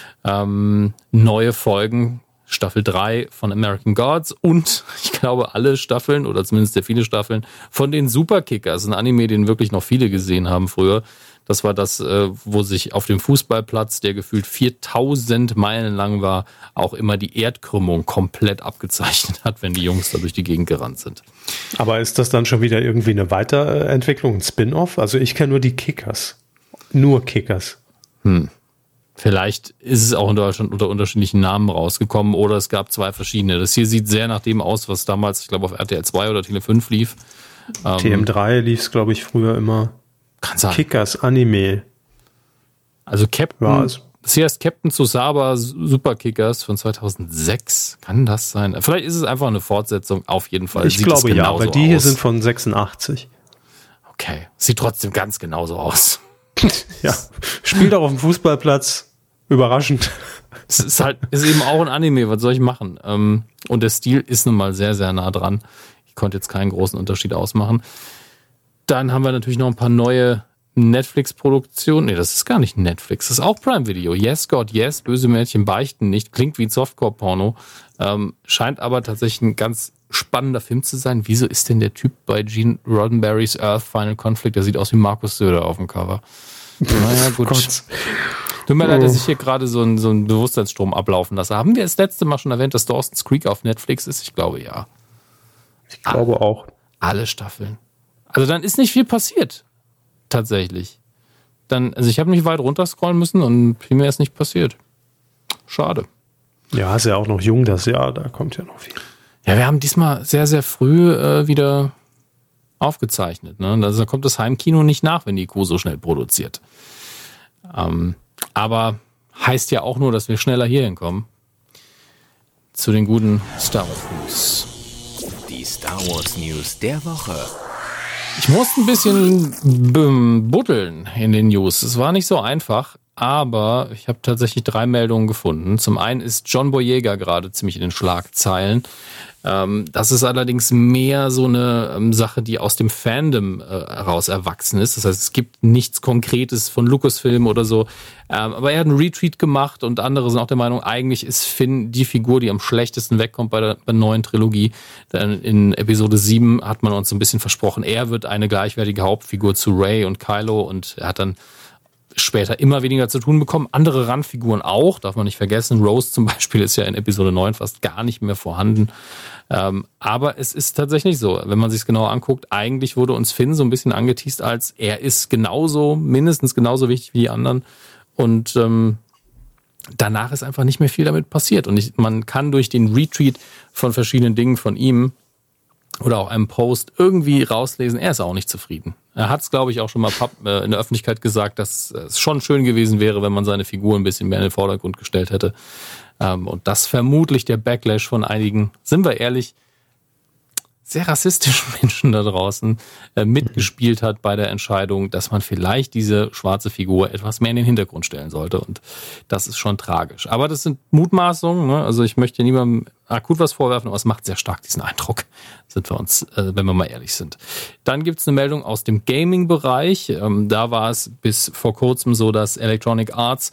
Ähm, neue Folgen, Staffel drei von American Gods und ich glaube alle Staffeln oder zumindest sehr viele Staffeln von den Superkickers, ein Anime, den wirklich noch viele gesehen haben früher. Das war das, wo sich auf dem Fußballplatz, der gefühlt viertausend Meilen lang war, auch immer die Erdkrümmung komplett abgezeichnet hat, wenn die Jungs da durch die Gegend gerannt sind. Aber ist das dann schon wieder irgendwie eine Weiterentwicklung, ein Spin-off? Also ich kenne nur die Kickers. Nur Kickers. Hm. Vielleicht ist es auch in Deutschland unter unterschiedlichen Namen rausgekommen oder es gab zwei verschiedene. Das hier sieht sehr nach dem aus, was damals, ich glaube, auf R T L zwei oder Tele fünf lief. T M drei lief es, glaube ich, früher immer. Kann sein. Kickers Anime. Also Captain, ja, also das hier ist Captain Tsubasa Superkickers von zweitausendsechs. Kann das sein? Vielleicht ist es einfach eine Fortsetzung. Auf jeden Fall. Ich sieht glaube ja, aber die aus. Hier sind von sechsundachtzig. Okay. Sieht trotzdem ganz genauso aus. Ja. Spielt auch auf dem Fußballplatz. Überraschend. Es ist halt, ist eben auch ein Anime. Was soll ich machen? Und der Stil ist nun mal sehr, sehr nah dran. Ich konnte jetzt keinen großen Unterschied ausmachen. Dann haben wir natürlich noch ein paar neue Netflix-Produktionen. Nee, das ist gar nicht Netflix. Das ist auch Prime Video. Yes, God, Yes. Böse Mädchen beichten nicht. Klingt wie ein Softcore-Porno. Ähm, scheint aber tatsächlich ein ganz spannender Film zu sein. Wieso ist denn der Typ bei Gene Roddenberrys Earth Final Conflict? Der sieht aus wie Markus Söder auf dem Cover. Naja, gut. Tut mir leid, dass ich hier gerade so einen, so einen Bewusstseinsstrom ablaufen lasse. Haben wir das letzte Mal schon erwähnt, dass Dawson's Creek auf Netflix ist? Ich glaube, ja. Ich glaube auch. Alle Staffeln. Also dann ist nicht viel passiert. Tatsächlich. Dann, also ich habe nicht weit runterscrollen müssen und viel mehr ist nicht passiert. Schade. Ja, ist ja auch noch jung das Jahr, da kommt ja noch viel. Ja, wir haben diesmal sehr, sehr früh äh, wieder aufgezeichnet. Ne? Also da kommt das Heimkino nicht nach, wenn die Kuh so schnell produziert. Ähm, aber heißt ja auch nur, dass wir schneller hier hinkommen. Zu den guten Star Wars News. Die Star Wars News der Woche. Ich musste ein bisschen buddeln in den News. Es war nicht so einfach, aber ich habe tatsächlich drei Meldungen gefunden. Zum einen ist John Boyega gerade ziemlich in den Schlagzeilen. Das ist allerdings mehr so eine Sache, die aus dem Fandom heraus erwachsen ist. Das heißt, es gibt nichts Konkretes von Lucasfilm oder so. Aber er hat einen Retweet gemacht und andere sind auch der Meinung, eigentlich ist Finn die Figur, die am schlechtesten wegkommt bei der, bei der neuen Trilogie. Denn in Episode sieben hat man uns so ein bisschen versprochen, er wird eine gleichwertige Hauptfigur zu Rey und Kylo und er hat dann später immer weniger zu tun bekommen. Andere Randfiguren auch, darf man nicht vergessen. Rose zum Beispiel ist ja in Episode neun fast gar nicht mehr vorhanden. Ähm, aber es ist tatsächlich so, wenn man sich es genauer anguckt, eigentlich wurde uns Finn so ein bisschen angeteast als, er ist genauso, mindestens genauso wichtig wie die anderen. Und ähm, danach ist einfach nicht mehr viel damit passiert. Und ich, man kann durch den Retweet von verschiedenen Dingen von ihm oder auch einem Post irgendwie rauslesen, er ist auch nicht zufrieden. Er hat es, glaube ich, auch schon mal in der Öffentlichkeit gesagt, dass es schon schön gewesen wäre, wenn man seine Figur ein bisschen mehr in den Vordergrund gestellt hätte. Und dass vermutlich der Backlash von einigen, sind wir ehrlich, sehr rassistischen Menschen da draußen äh, mitgespielt hat bei der Entscheidung, dass man vielleicht diese schwarze Figur etwas mehr in den Hintergrund stellen sollte. Und das ist schon tragisch. Aber das sind Mutmaßungen. Ne? Also ich möchte niemandem akut was vorwerfen, aber es macht sehr stark diesen Eindruck, sind wir uns, äh, wenn wir mal ehrlich sind. Dann gibt es eine Meldung aus dem Gaming-Bereich. Ähm, da war es bis vor kurzem so, dass Electronic Arts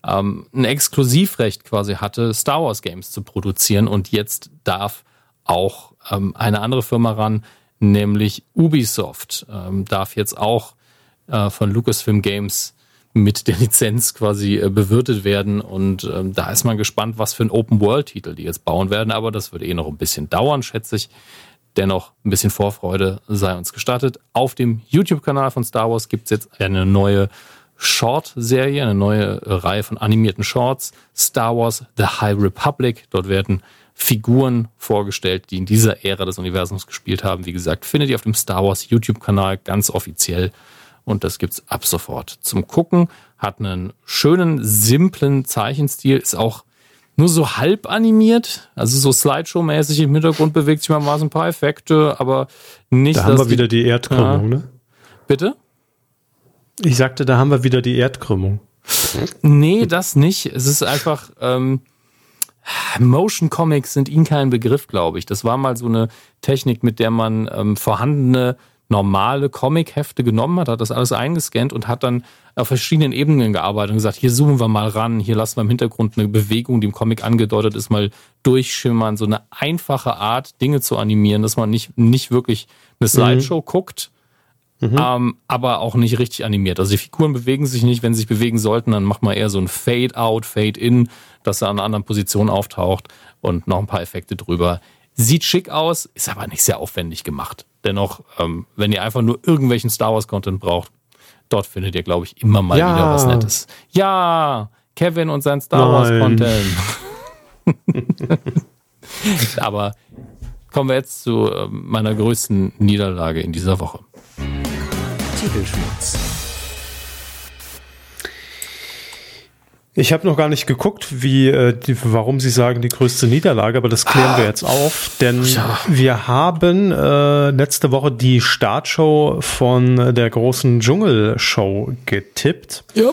ähm, ein Exklusivrecht quasi hatte, Star Wars Games zu produzieren. Und jetzt darf auch ähm, eine andere Firma ran, nämlich Ubisoft, ähm, darf jetzt auch äh, von Lucasfilm Games mit der Lizenz quasi äh, bewirtet werden. Und ähm, da ist man gespannt, was für ein Open-World-Titel die jetzt bauen werden. Aber das wird eh noch ein bisschen dauern, schätze ich. Dennoch ein bisschen Vorfreude sei uns gestattet. Auf dem YouTube-Kanal von Star Wars gibt es jetzt eine neue Short-Serie, eine neue Reihe von animierten Shorts. Star Wars The High Republic. Dort werden Figuren vorgestellt, die in dieser Ära des Universums gespielt haben. Wie gesagt, findet ihr auf dem Star Wars YouTube-Kanal ganz offiziell. Und das gibt's ab sofort zum Gucken. Hat einen schönen, simplen Zeichenstil. Ist auch nur so halb animiert. Also so Slideshow-mäßig im Hintergrund bewegt sich mal so ein paar Effekte, aber nicht... Da haben wir wieder die Erdkrümmung, ja. Ne? Bitte? Ich sagte, da haben wir wieder die Erdkrümmung. Nee, das nicht. Es ist einfach... Ähm, Motion Comics sind ihnen kein Begriff, glaube ich. Das war mal so eine Technik, mit der man ähm, vorhandene normale Comic-Hefte genommen hat, hat das alles eingescannt und hat dann auf verschiedenen Ebenen gearbeitet und gesagt, hier zoomen wir mal ran, hier lassen wir im Hintergrund eine Bewegung, die im Comic angedeutet ist, mal durchschimmern. So eine einfache Art, Dinge zu animieren, dass man nicht, nicht wirklich eine Slideshow mhm. guckt, mhm. Ähm, aber auch nicht richtig animiert. Also die Figuren bewegen sich nicht, wenn sie sich bewegen sollten, dann macht man eher so ein Fade-out, Fade-in, dass er an einer anderen Position auftaucht und noch ein paar Effekte drüber. Sieht schick aus, ist aber nicht sehr aufwendig gemacht. Dennoch, ähm, wenn ihr einfach nur irgendwelchen Star Wars Content braucht, dort findet ihr, glaube ich, immer mal ja. wieder was Nettes. Ja, Kevin und sein Star Wars Content. Aber kommen wir jetzt zu äh, meiner größten Niederlage in dieser Woche. Titelschmutz. Ich habe noch gar nicht geguckt, wie, äh, die, warum Sie sagen, die größte Niederlage, aber das klären ah, wir jetzt auf, denn ja. wir haben äh, letzte Woche die Startshow von der großen Dschungelshow getippt. Ja.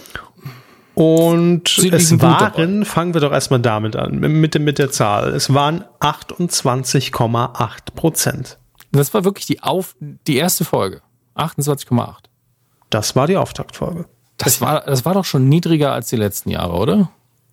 Und Sie es waren, fangen wir doch erstmal damit an, mit, mit der Zahl, es waren achtundzwanzig Komma acht Prozent. Das war wirklich die, Auf, die erste Folge, achtundzwanzig Komma acht. Das war die Auftaktfolge. Das war, das war doch schon niedriger als die letzten Jahre, oder?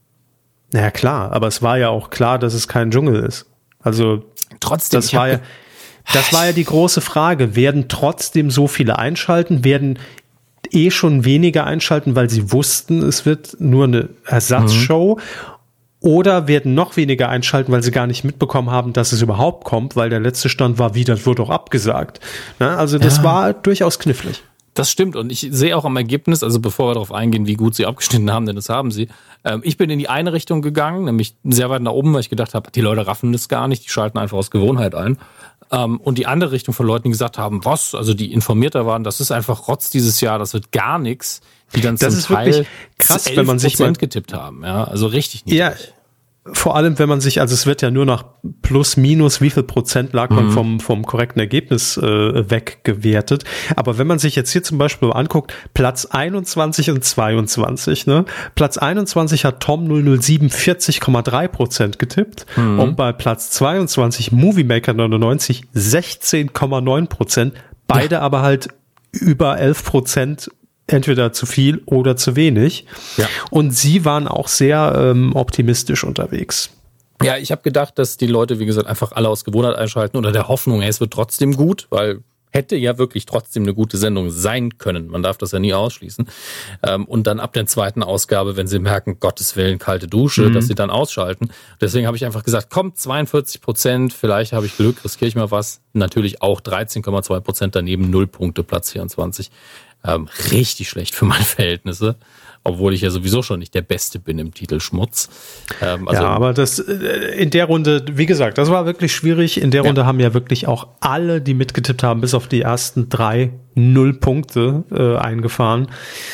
Naja, klar, aber es war ja auch klar, dass es kein Dschungel ist. Also, trotzdem, das war ja, das war ja die große Frage. Werden trotzdem so viele einschalten? Werden eh schon weniger einschalten, weil sie wussten, es wird nur eine Ersatzshow? Mhm. Oder werden noch weniger einschalten, weil sie gar nicht mitbekommen haben, dass es überhaupt kommt, weil der letzte Stand war, wie, das wurde doch abgesagt. Na, also, das ja. war durchaus knifflig. Das stimmt und ich sehe auch am Ergebnis, also bevor wir darauf eingehen, wie gut sie abgeschnitten haben, denn das haben sie. Ähm, ich bin in die eine Richtung gegangen, nämlich sehr weit nach oben, weil ich gedacht habe, die Leute raffen das gar nicht, die schalten einfach aus Gewohnheit ein. Ähm, und die andere Richtung von Leuten, die gesagt haben, was, also die informierter waren, das ist einfach Rotz dieses Jahr, das wird gar nichts, die dann das zum ist Teil wirklich krass, wenn man sich mal getippt haben, ja, also richtig niedrig. Ja. Vor allem, wenn man sich, also es wird ja nur nach plus, minus, wie viel Prozent lag man mhm. vom, vom korrekten Ergebnis äh, weggewertet. Aber wenn man sich jetzt hier zum Beispiel mal anguckt, Platz einundzwanzig und zweiundzwanzig, ne? Platz einundzwanzig hat Tom null null sieben vierzig Komma drei Prozent getippt mhm. und bei Platz zweiundzwanzig Movie Maker neunundneunzig sechzehn Komma neun Prozent. Beide ja. aber halt über elf Prozent entweder zu viel oder zu wenig. Ja. Und sie waren auch sehr ähm, optimistisch unterwegs. Ja, ich habe gedacht, dass die Leute, wie gesagt, einfach alle aus Gewohnheit einschalten oder der Hoffnung, hey, es wird trotzdem gut, weil hätte ja wirklich trotzdem eine gute Sendung sein können. Man darf das ja nie ausschließen. Ähm, und dann ab der zweiten Ausgabe, wenn sie merken, Gottes Willen, kalte Dusche, mhm. dass sie dann ausschalten. Deswegen habe ich einfach gesagt, komm, zweiundvierzig Prozent, vielleicht habe ich Glück, riskiere ich mal was. Natürlich auch dreizehn Komma zwei Prozent daneben, null Punkte, Platz vierundzwanzig. Ähm, richtig schlecht für meine Verhältnisse, obwohl ich ja sowieso schon nicht der Beste bin im Titelschmutz. Ähm, also ja, aber das in der Runde, wie gesagt, das war wirklich schwierig. In der ja. Runde haben ja wirklich auch alle, die mitgetippt haben, bis auf die ersten drei, null Punkte äh, eingefahren.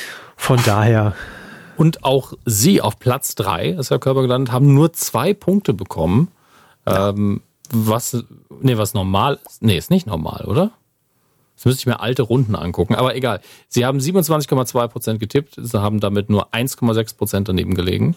Von daher. Und auch sie auf Platz drei, ist Herr Körber gelandet, haben nur zwei Punkte bekommen. Ja. Ähm, was, nee, was normal ist. Nee, ist nicht normal, oder? Jetzt müsste ich mir alte Runden angucken, aber egal. Sie haben siebenundzwanzig Komma zwei Prozent getippt, sie haben damit nur eins Komma sechs Prozent daneben gelegen.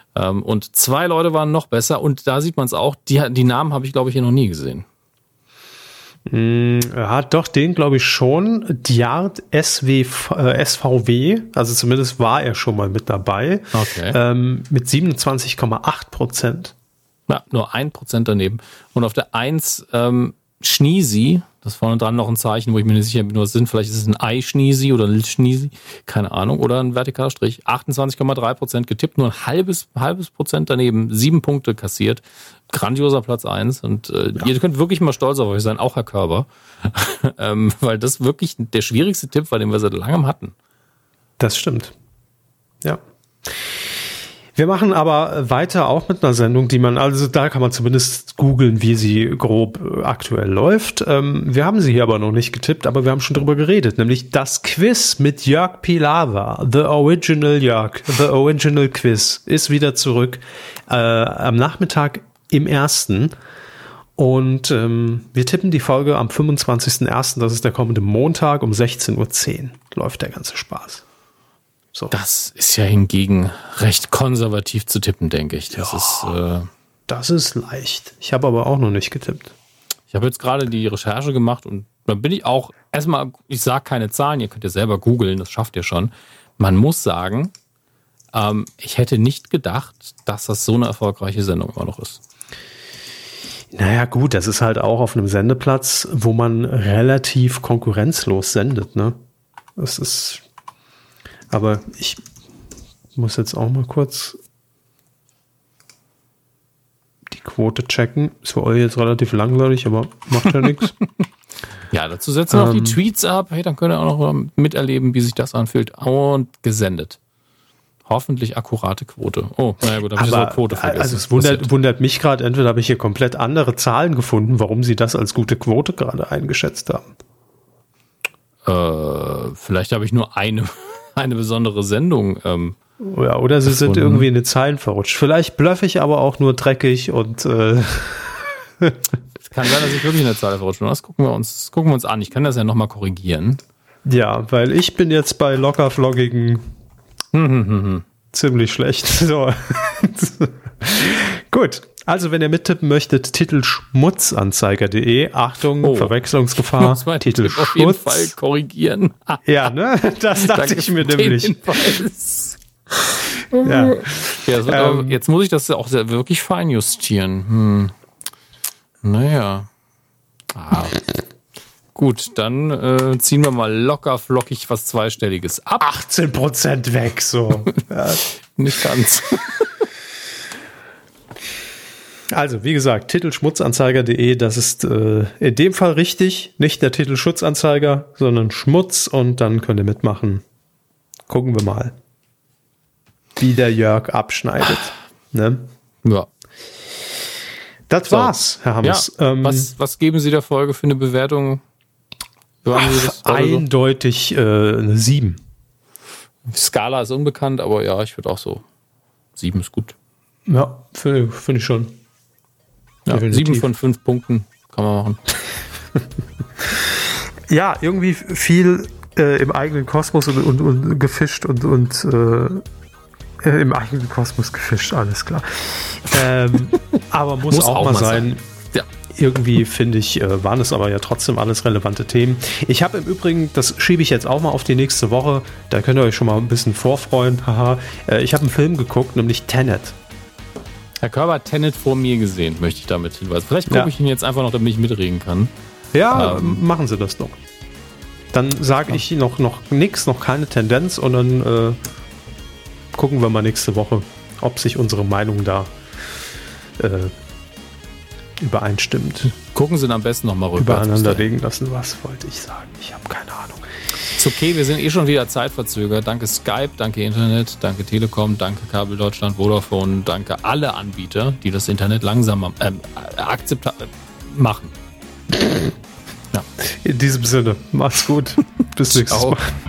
Und zwei Leute waren noch besser und da sieht man es auch, die, die Namen habe ich, glaube ich, hier noch nie gesehen. Ja, doch, den glaube ich schon. Diard S W, äh, S V W, also zumindest war er schon mal mit dabei. Okay. Ähm, mit siebenundzwanzig Komma acht Prozent. Ja, nur ein Prozent daneben. Und auf der eins ähm, Schniesi, das vorne dran noch ein Zeichen, wo ich mir nicht sicher bin, was es sind. Vielleicht ist es ein Ei-Schniesi oder ein Schniesi, keine Ahnung. Oder ein vertikaler Strich. achtundzwanzig Komma drei Prozent getippt, nur ein halbes, halbes Prozent daneben. Sieben Punkte kassiert. Grandioser Platz eins. Und äh, ja. Ihr könnt wirklich mal stolz auf euch sein, auch Herr Körber. ähm, weil das wirklich der schwierigste Tipp war, den wir seit langem hatten. Das stimmt. Ja. Wir machen aber weiter auch mit einer Sendung, die man, also da kann man zumindest googeln, wie sie grob aktuell läuft. Ähm, wir haben sie hier aber noch nicht getippt, aber wir haben schon drüber geredet, nämlich das Quiz mit Jörg Pilawa. The Original Jörg, The Original Quiz ist wieder zurück äh, am Nachmittag im ersten. Und ähm, wir tippen die Folge am fünfundzwanzigsten ersten, das ist der kommende Montag um sechzehn Uhr zehn läuft der ganze Spaß. So. Das ist ja hingegen recht konservativ zu tippen, denke ich. Das, ja, ist, äh, das ist leicht. Ich habe aber auch noch nicht getippt. Ich habe jetzt gerade die Recherche gemacht und dann bin ich auch, erstmal, ich sage keine Zahlen, ihr könnt ja selber googeln, das schafft ihr schon. Man muss sagen, ähm, ich hätte nicht gedacht, dass das so eine erfolgreiche Sendung immer noch ist. Naja gut, das ist halt auch auf einem Sendeplatz, wo man relativ konkurrenzlos sendet, ne? Das ist... Aber ich muss jetzt auch mal kurz die Quote checken. Ist für euch jetzt relativ langweilig, aber macht ja nichts. Ja, dazu setzen wir ähm, noch die Tweets ab. Hey, dann könnt ihr auch noch miterleben, wie sich das anfühlt. Und gesendet. Hoffentlich akkurate Quote. Oh, naja gut, habe ich so eine Quote vergessen. Also es wundert, wundert mich gerade, entweder habe ich hier komplett andere Zahlen gefunden, warum sie das als gute Quote gerade eingeschätzt haben. Äh, vielleicht habe ich nur eine... eine besondere Sendung. Ähm, ja, oder sie gefunden. Sind irgendwie in den Zeilen verrutscht. Vielleicht bluffe ich aber auch nur dreckig und äh es kann sein, dass ich wirklich in der Zeile verrutscht bin. Das gucken wir uns, das gucken wir uns an. Ich kann das ja nochmal korrigieren. Ja, weil ich bin jetzt bei lockerfloggigen ziemlich schlecht. So. Gut. Also, wenn ihr mittippen möchtet, titelschmutzanzeiger punkt de. Achtung, oh. Verwechslungsgefahr. Titel auf jeden Fall korrigieren. Ja, ne? Das dachte ich mir nämlich. Ja. Ja, ähm, auch, jetzt muss ich das auch sehr, wirklich feinjustieren. Hm. Naja. Ah. Gut, dann äh, ziehen wir mal locker flockig was Zweistelliges ab. achtzehn Prozent weg, so. Ja. Nicht ganz. Also, wie gesagt, titelschmutzanzeiger punkt de, das ist äh, in dem Fall richtig, nicht der Titelschutzanzeiger, sondern Schmutz, und dann könnt ihr mitmachen. Gucken wir mal, wie der Jörg abschneidet. Ne? Ja. Das so. War's, Herr Hammes. Ja. Ähm, was, was geben Sie der Folge für eine Bewertung? Ach, Sie das eindeutig so? äh, eine sieben. Skala ist unbekannt, aber ja, ich würde auch so. sieben ist gut. Ja, finde find ich schon. Ja, sieben von fünf Punkten kann man machen. Ja, irgendwie viel äh, im eigenen Kosmos und, und, und gefischt und, und äh, im eigenen Kosmos gefischt, alles klar. Ähm, aber muss, muss auch, auch mal sein. sein. Ja. Irgendwie, finde ich, äh, waren es aber ja trotzdem alles relevante Themen. Ich habe im Übrigen, das schiebe ich jetzt auch mal auf die nächste Woche, da könnt ihr euch schon mal ein bisschen vorfreuen. Haha. äh, ich habe einen Film geguckt, nämlich Tenet. Herr Körber hat Tenet vor mir gesehen, möchte ich damit hinweisen. Vielleicht gucke ja. ich ihn jetzt einfach noch, damit ich mitreden kann. Ja, ähm. machen Sie das doch. Dann sage ja. ich noch, noch nichts, noch keine Tendenz, und dann äh, gucken wir mal nächste Woche, ob sich unsere Meinung da äh, übereinstimmt. Gucken Sie dann am besten nochmal rüber. Übereinander legen lassen, was wollte ich sagen? Ich habe keine Ahnung. Ist okay, wir sind eh schon wieder zeitverzögert. Danke Skype, danke Internet, danke Telekom, danke Kabel Deutschland, Vodafone, danke alle Anbieter, die das Internet langsamer äh, akzeptabel machen. Ja. In diesem Sinne, macht's gut. Bis nächstes Mal.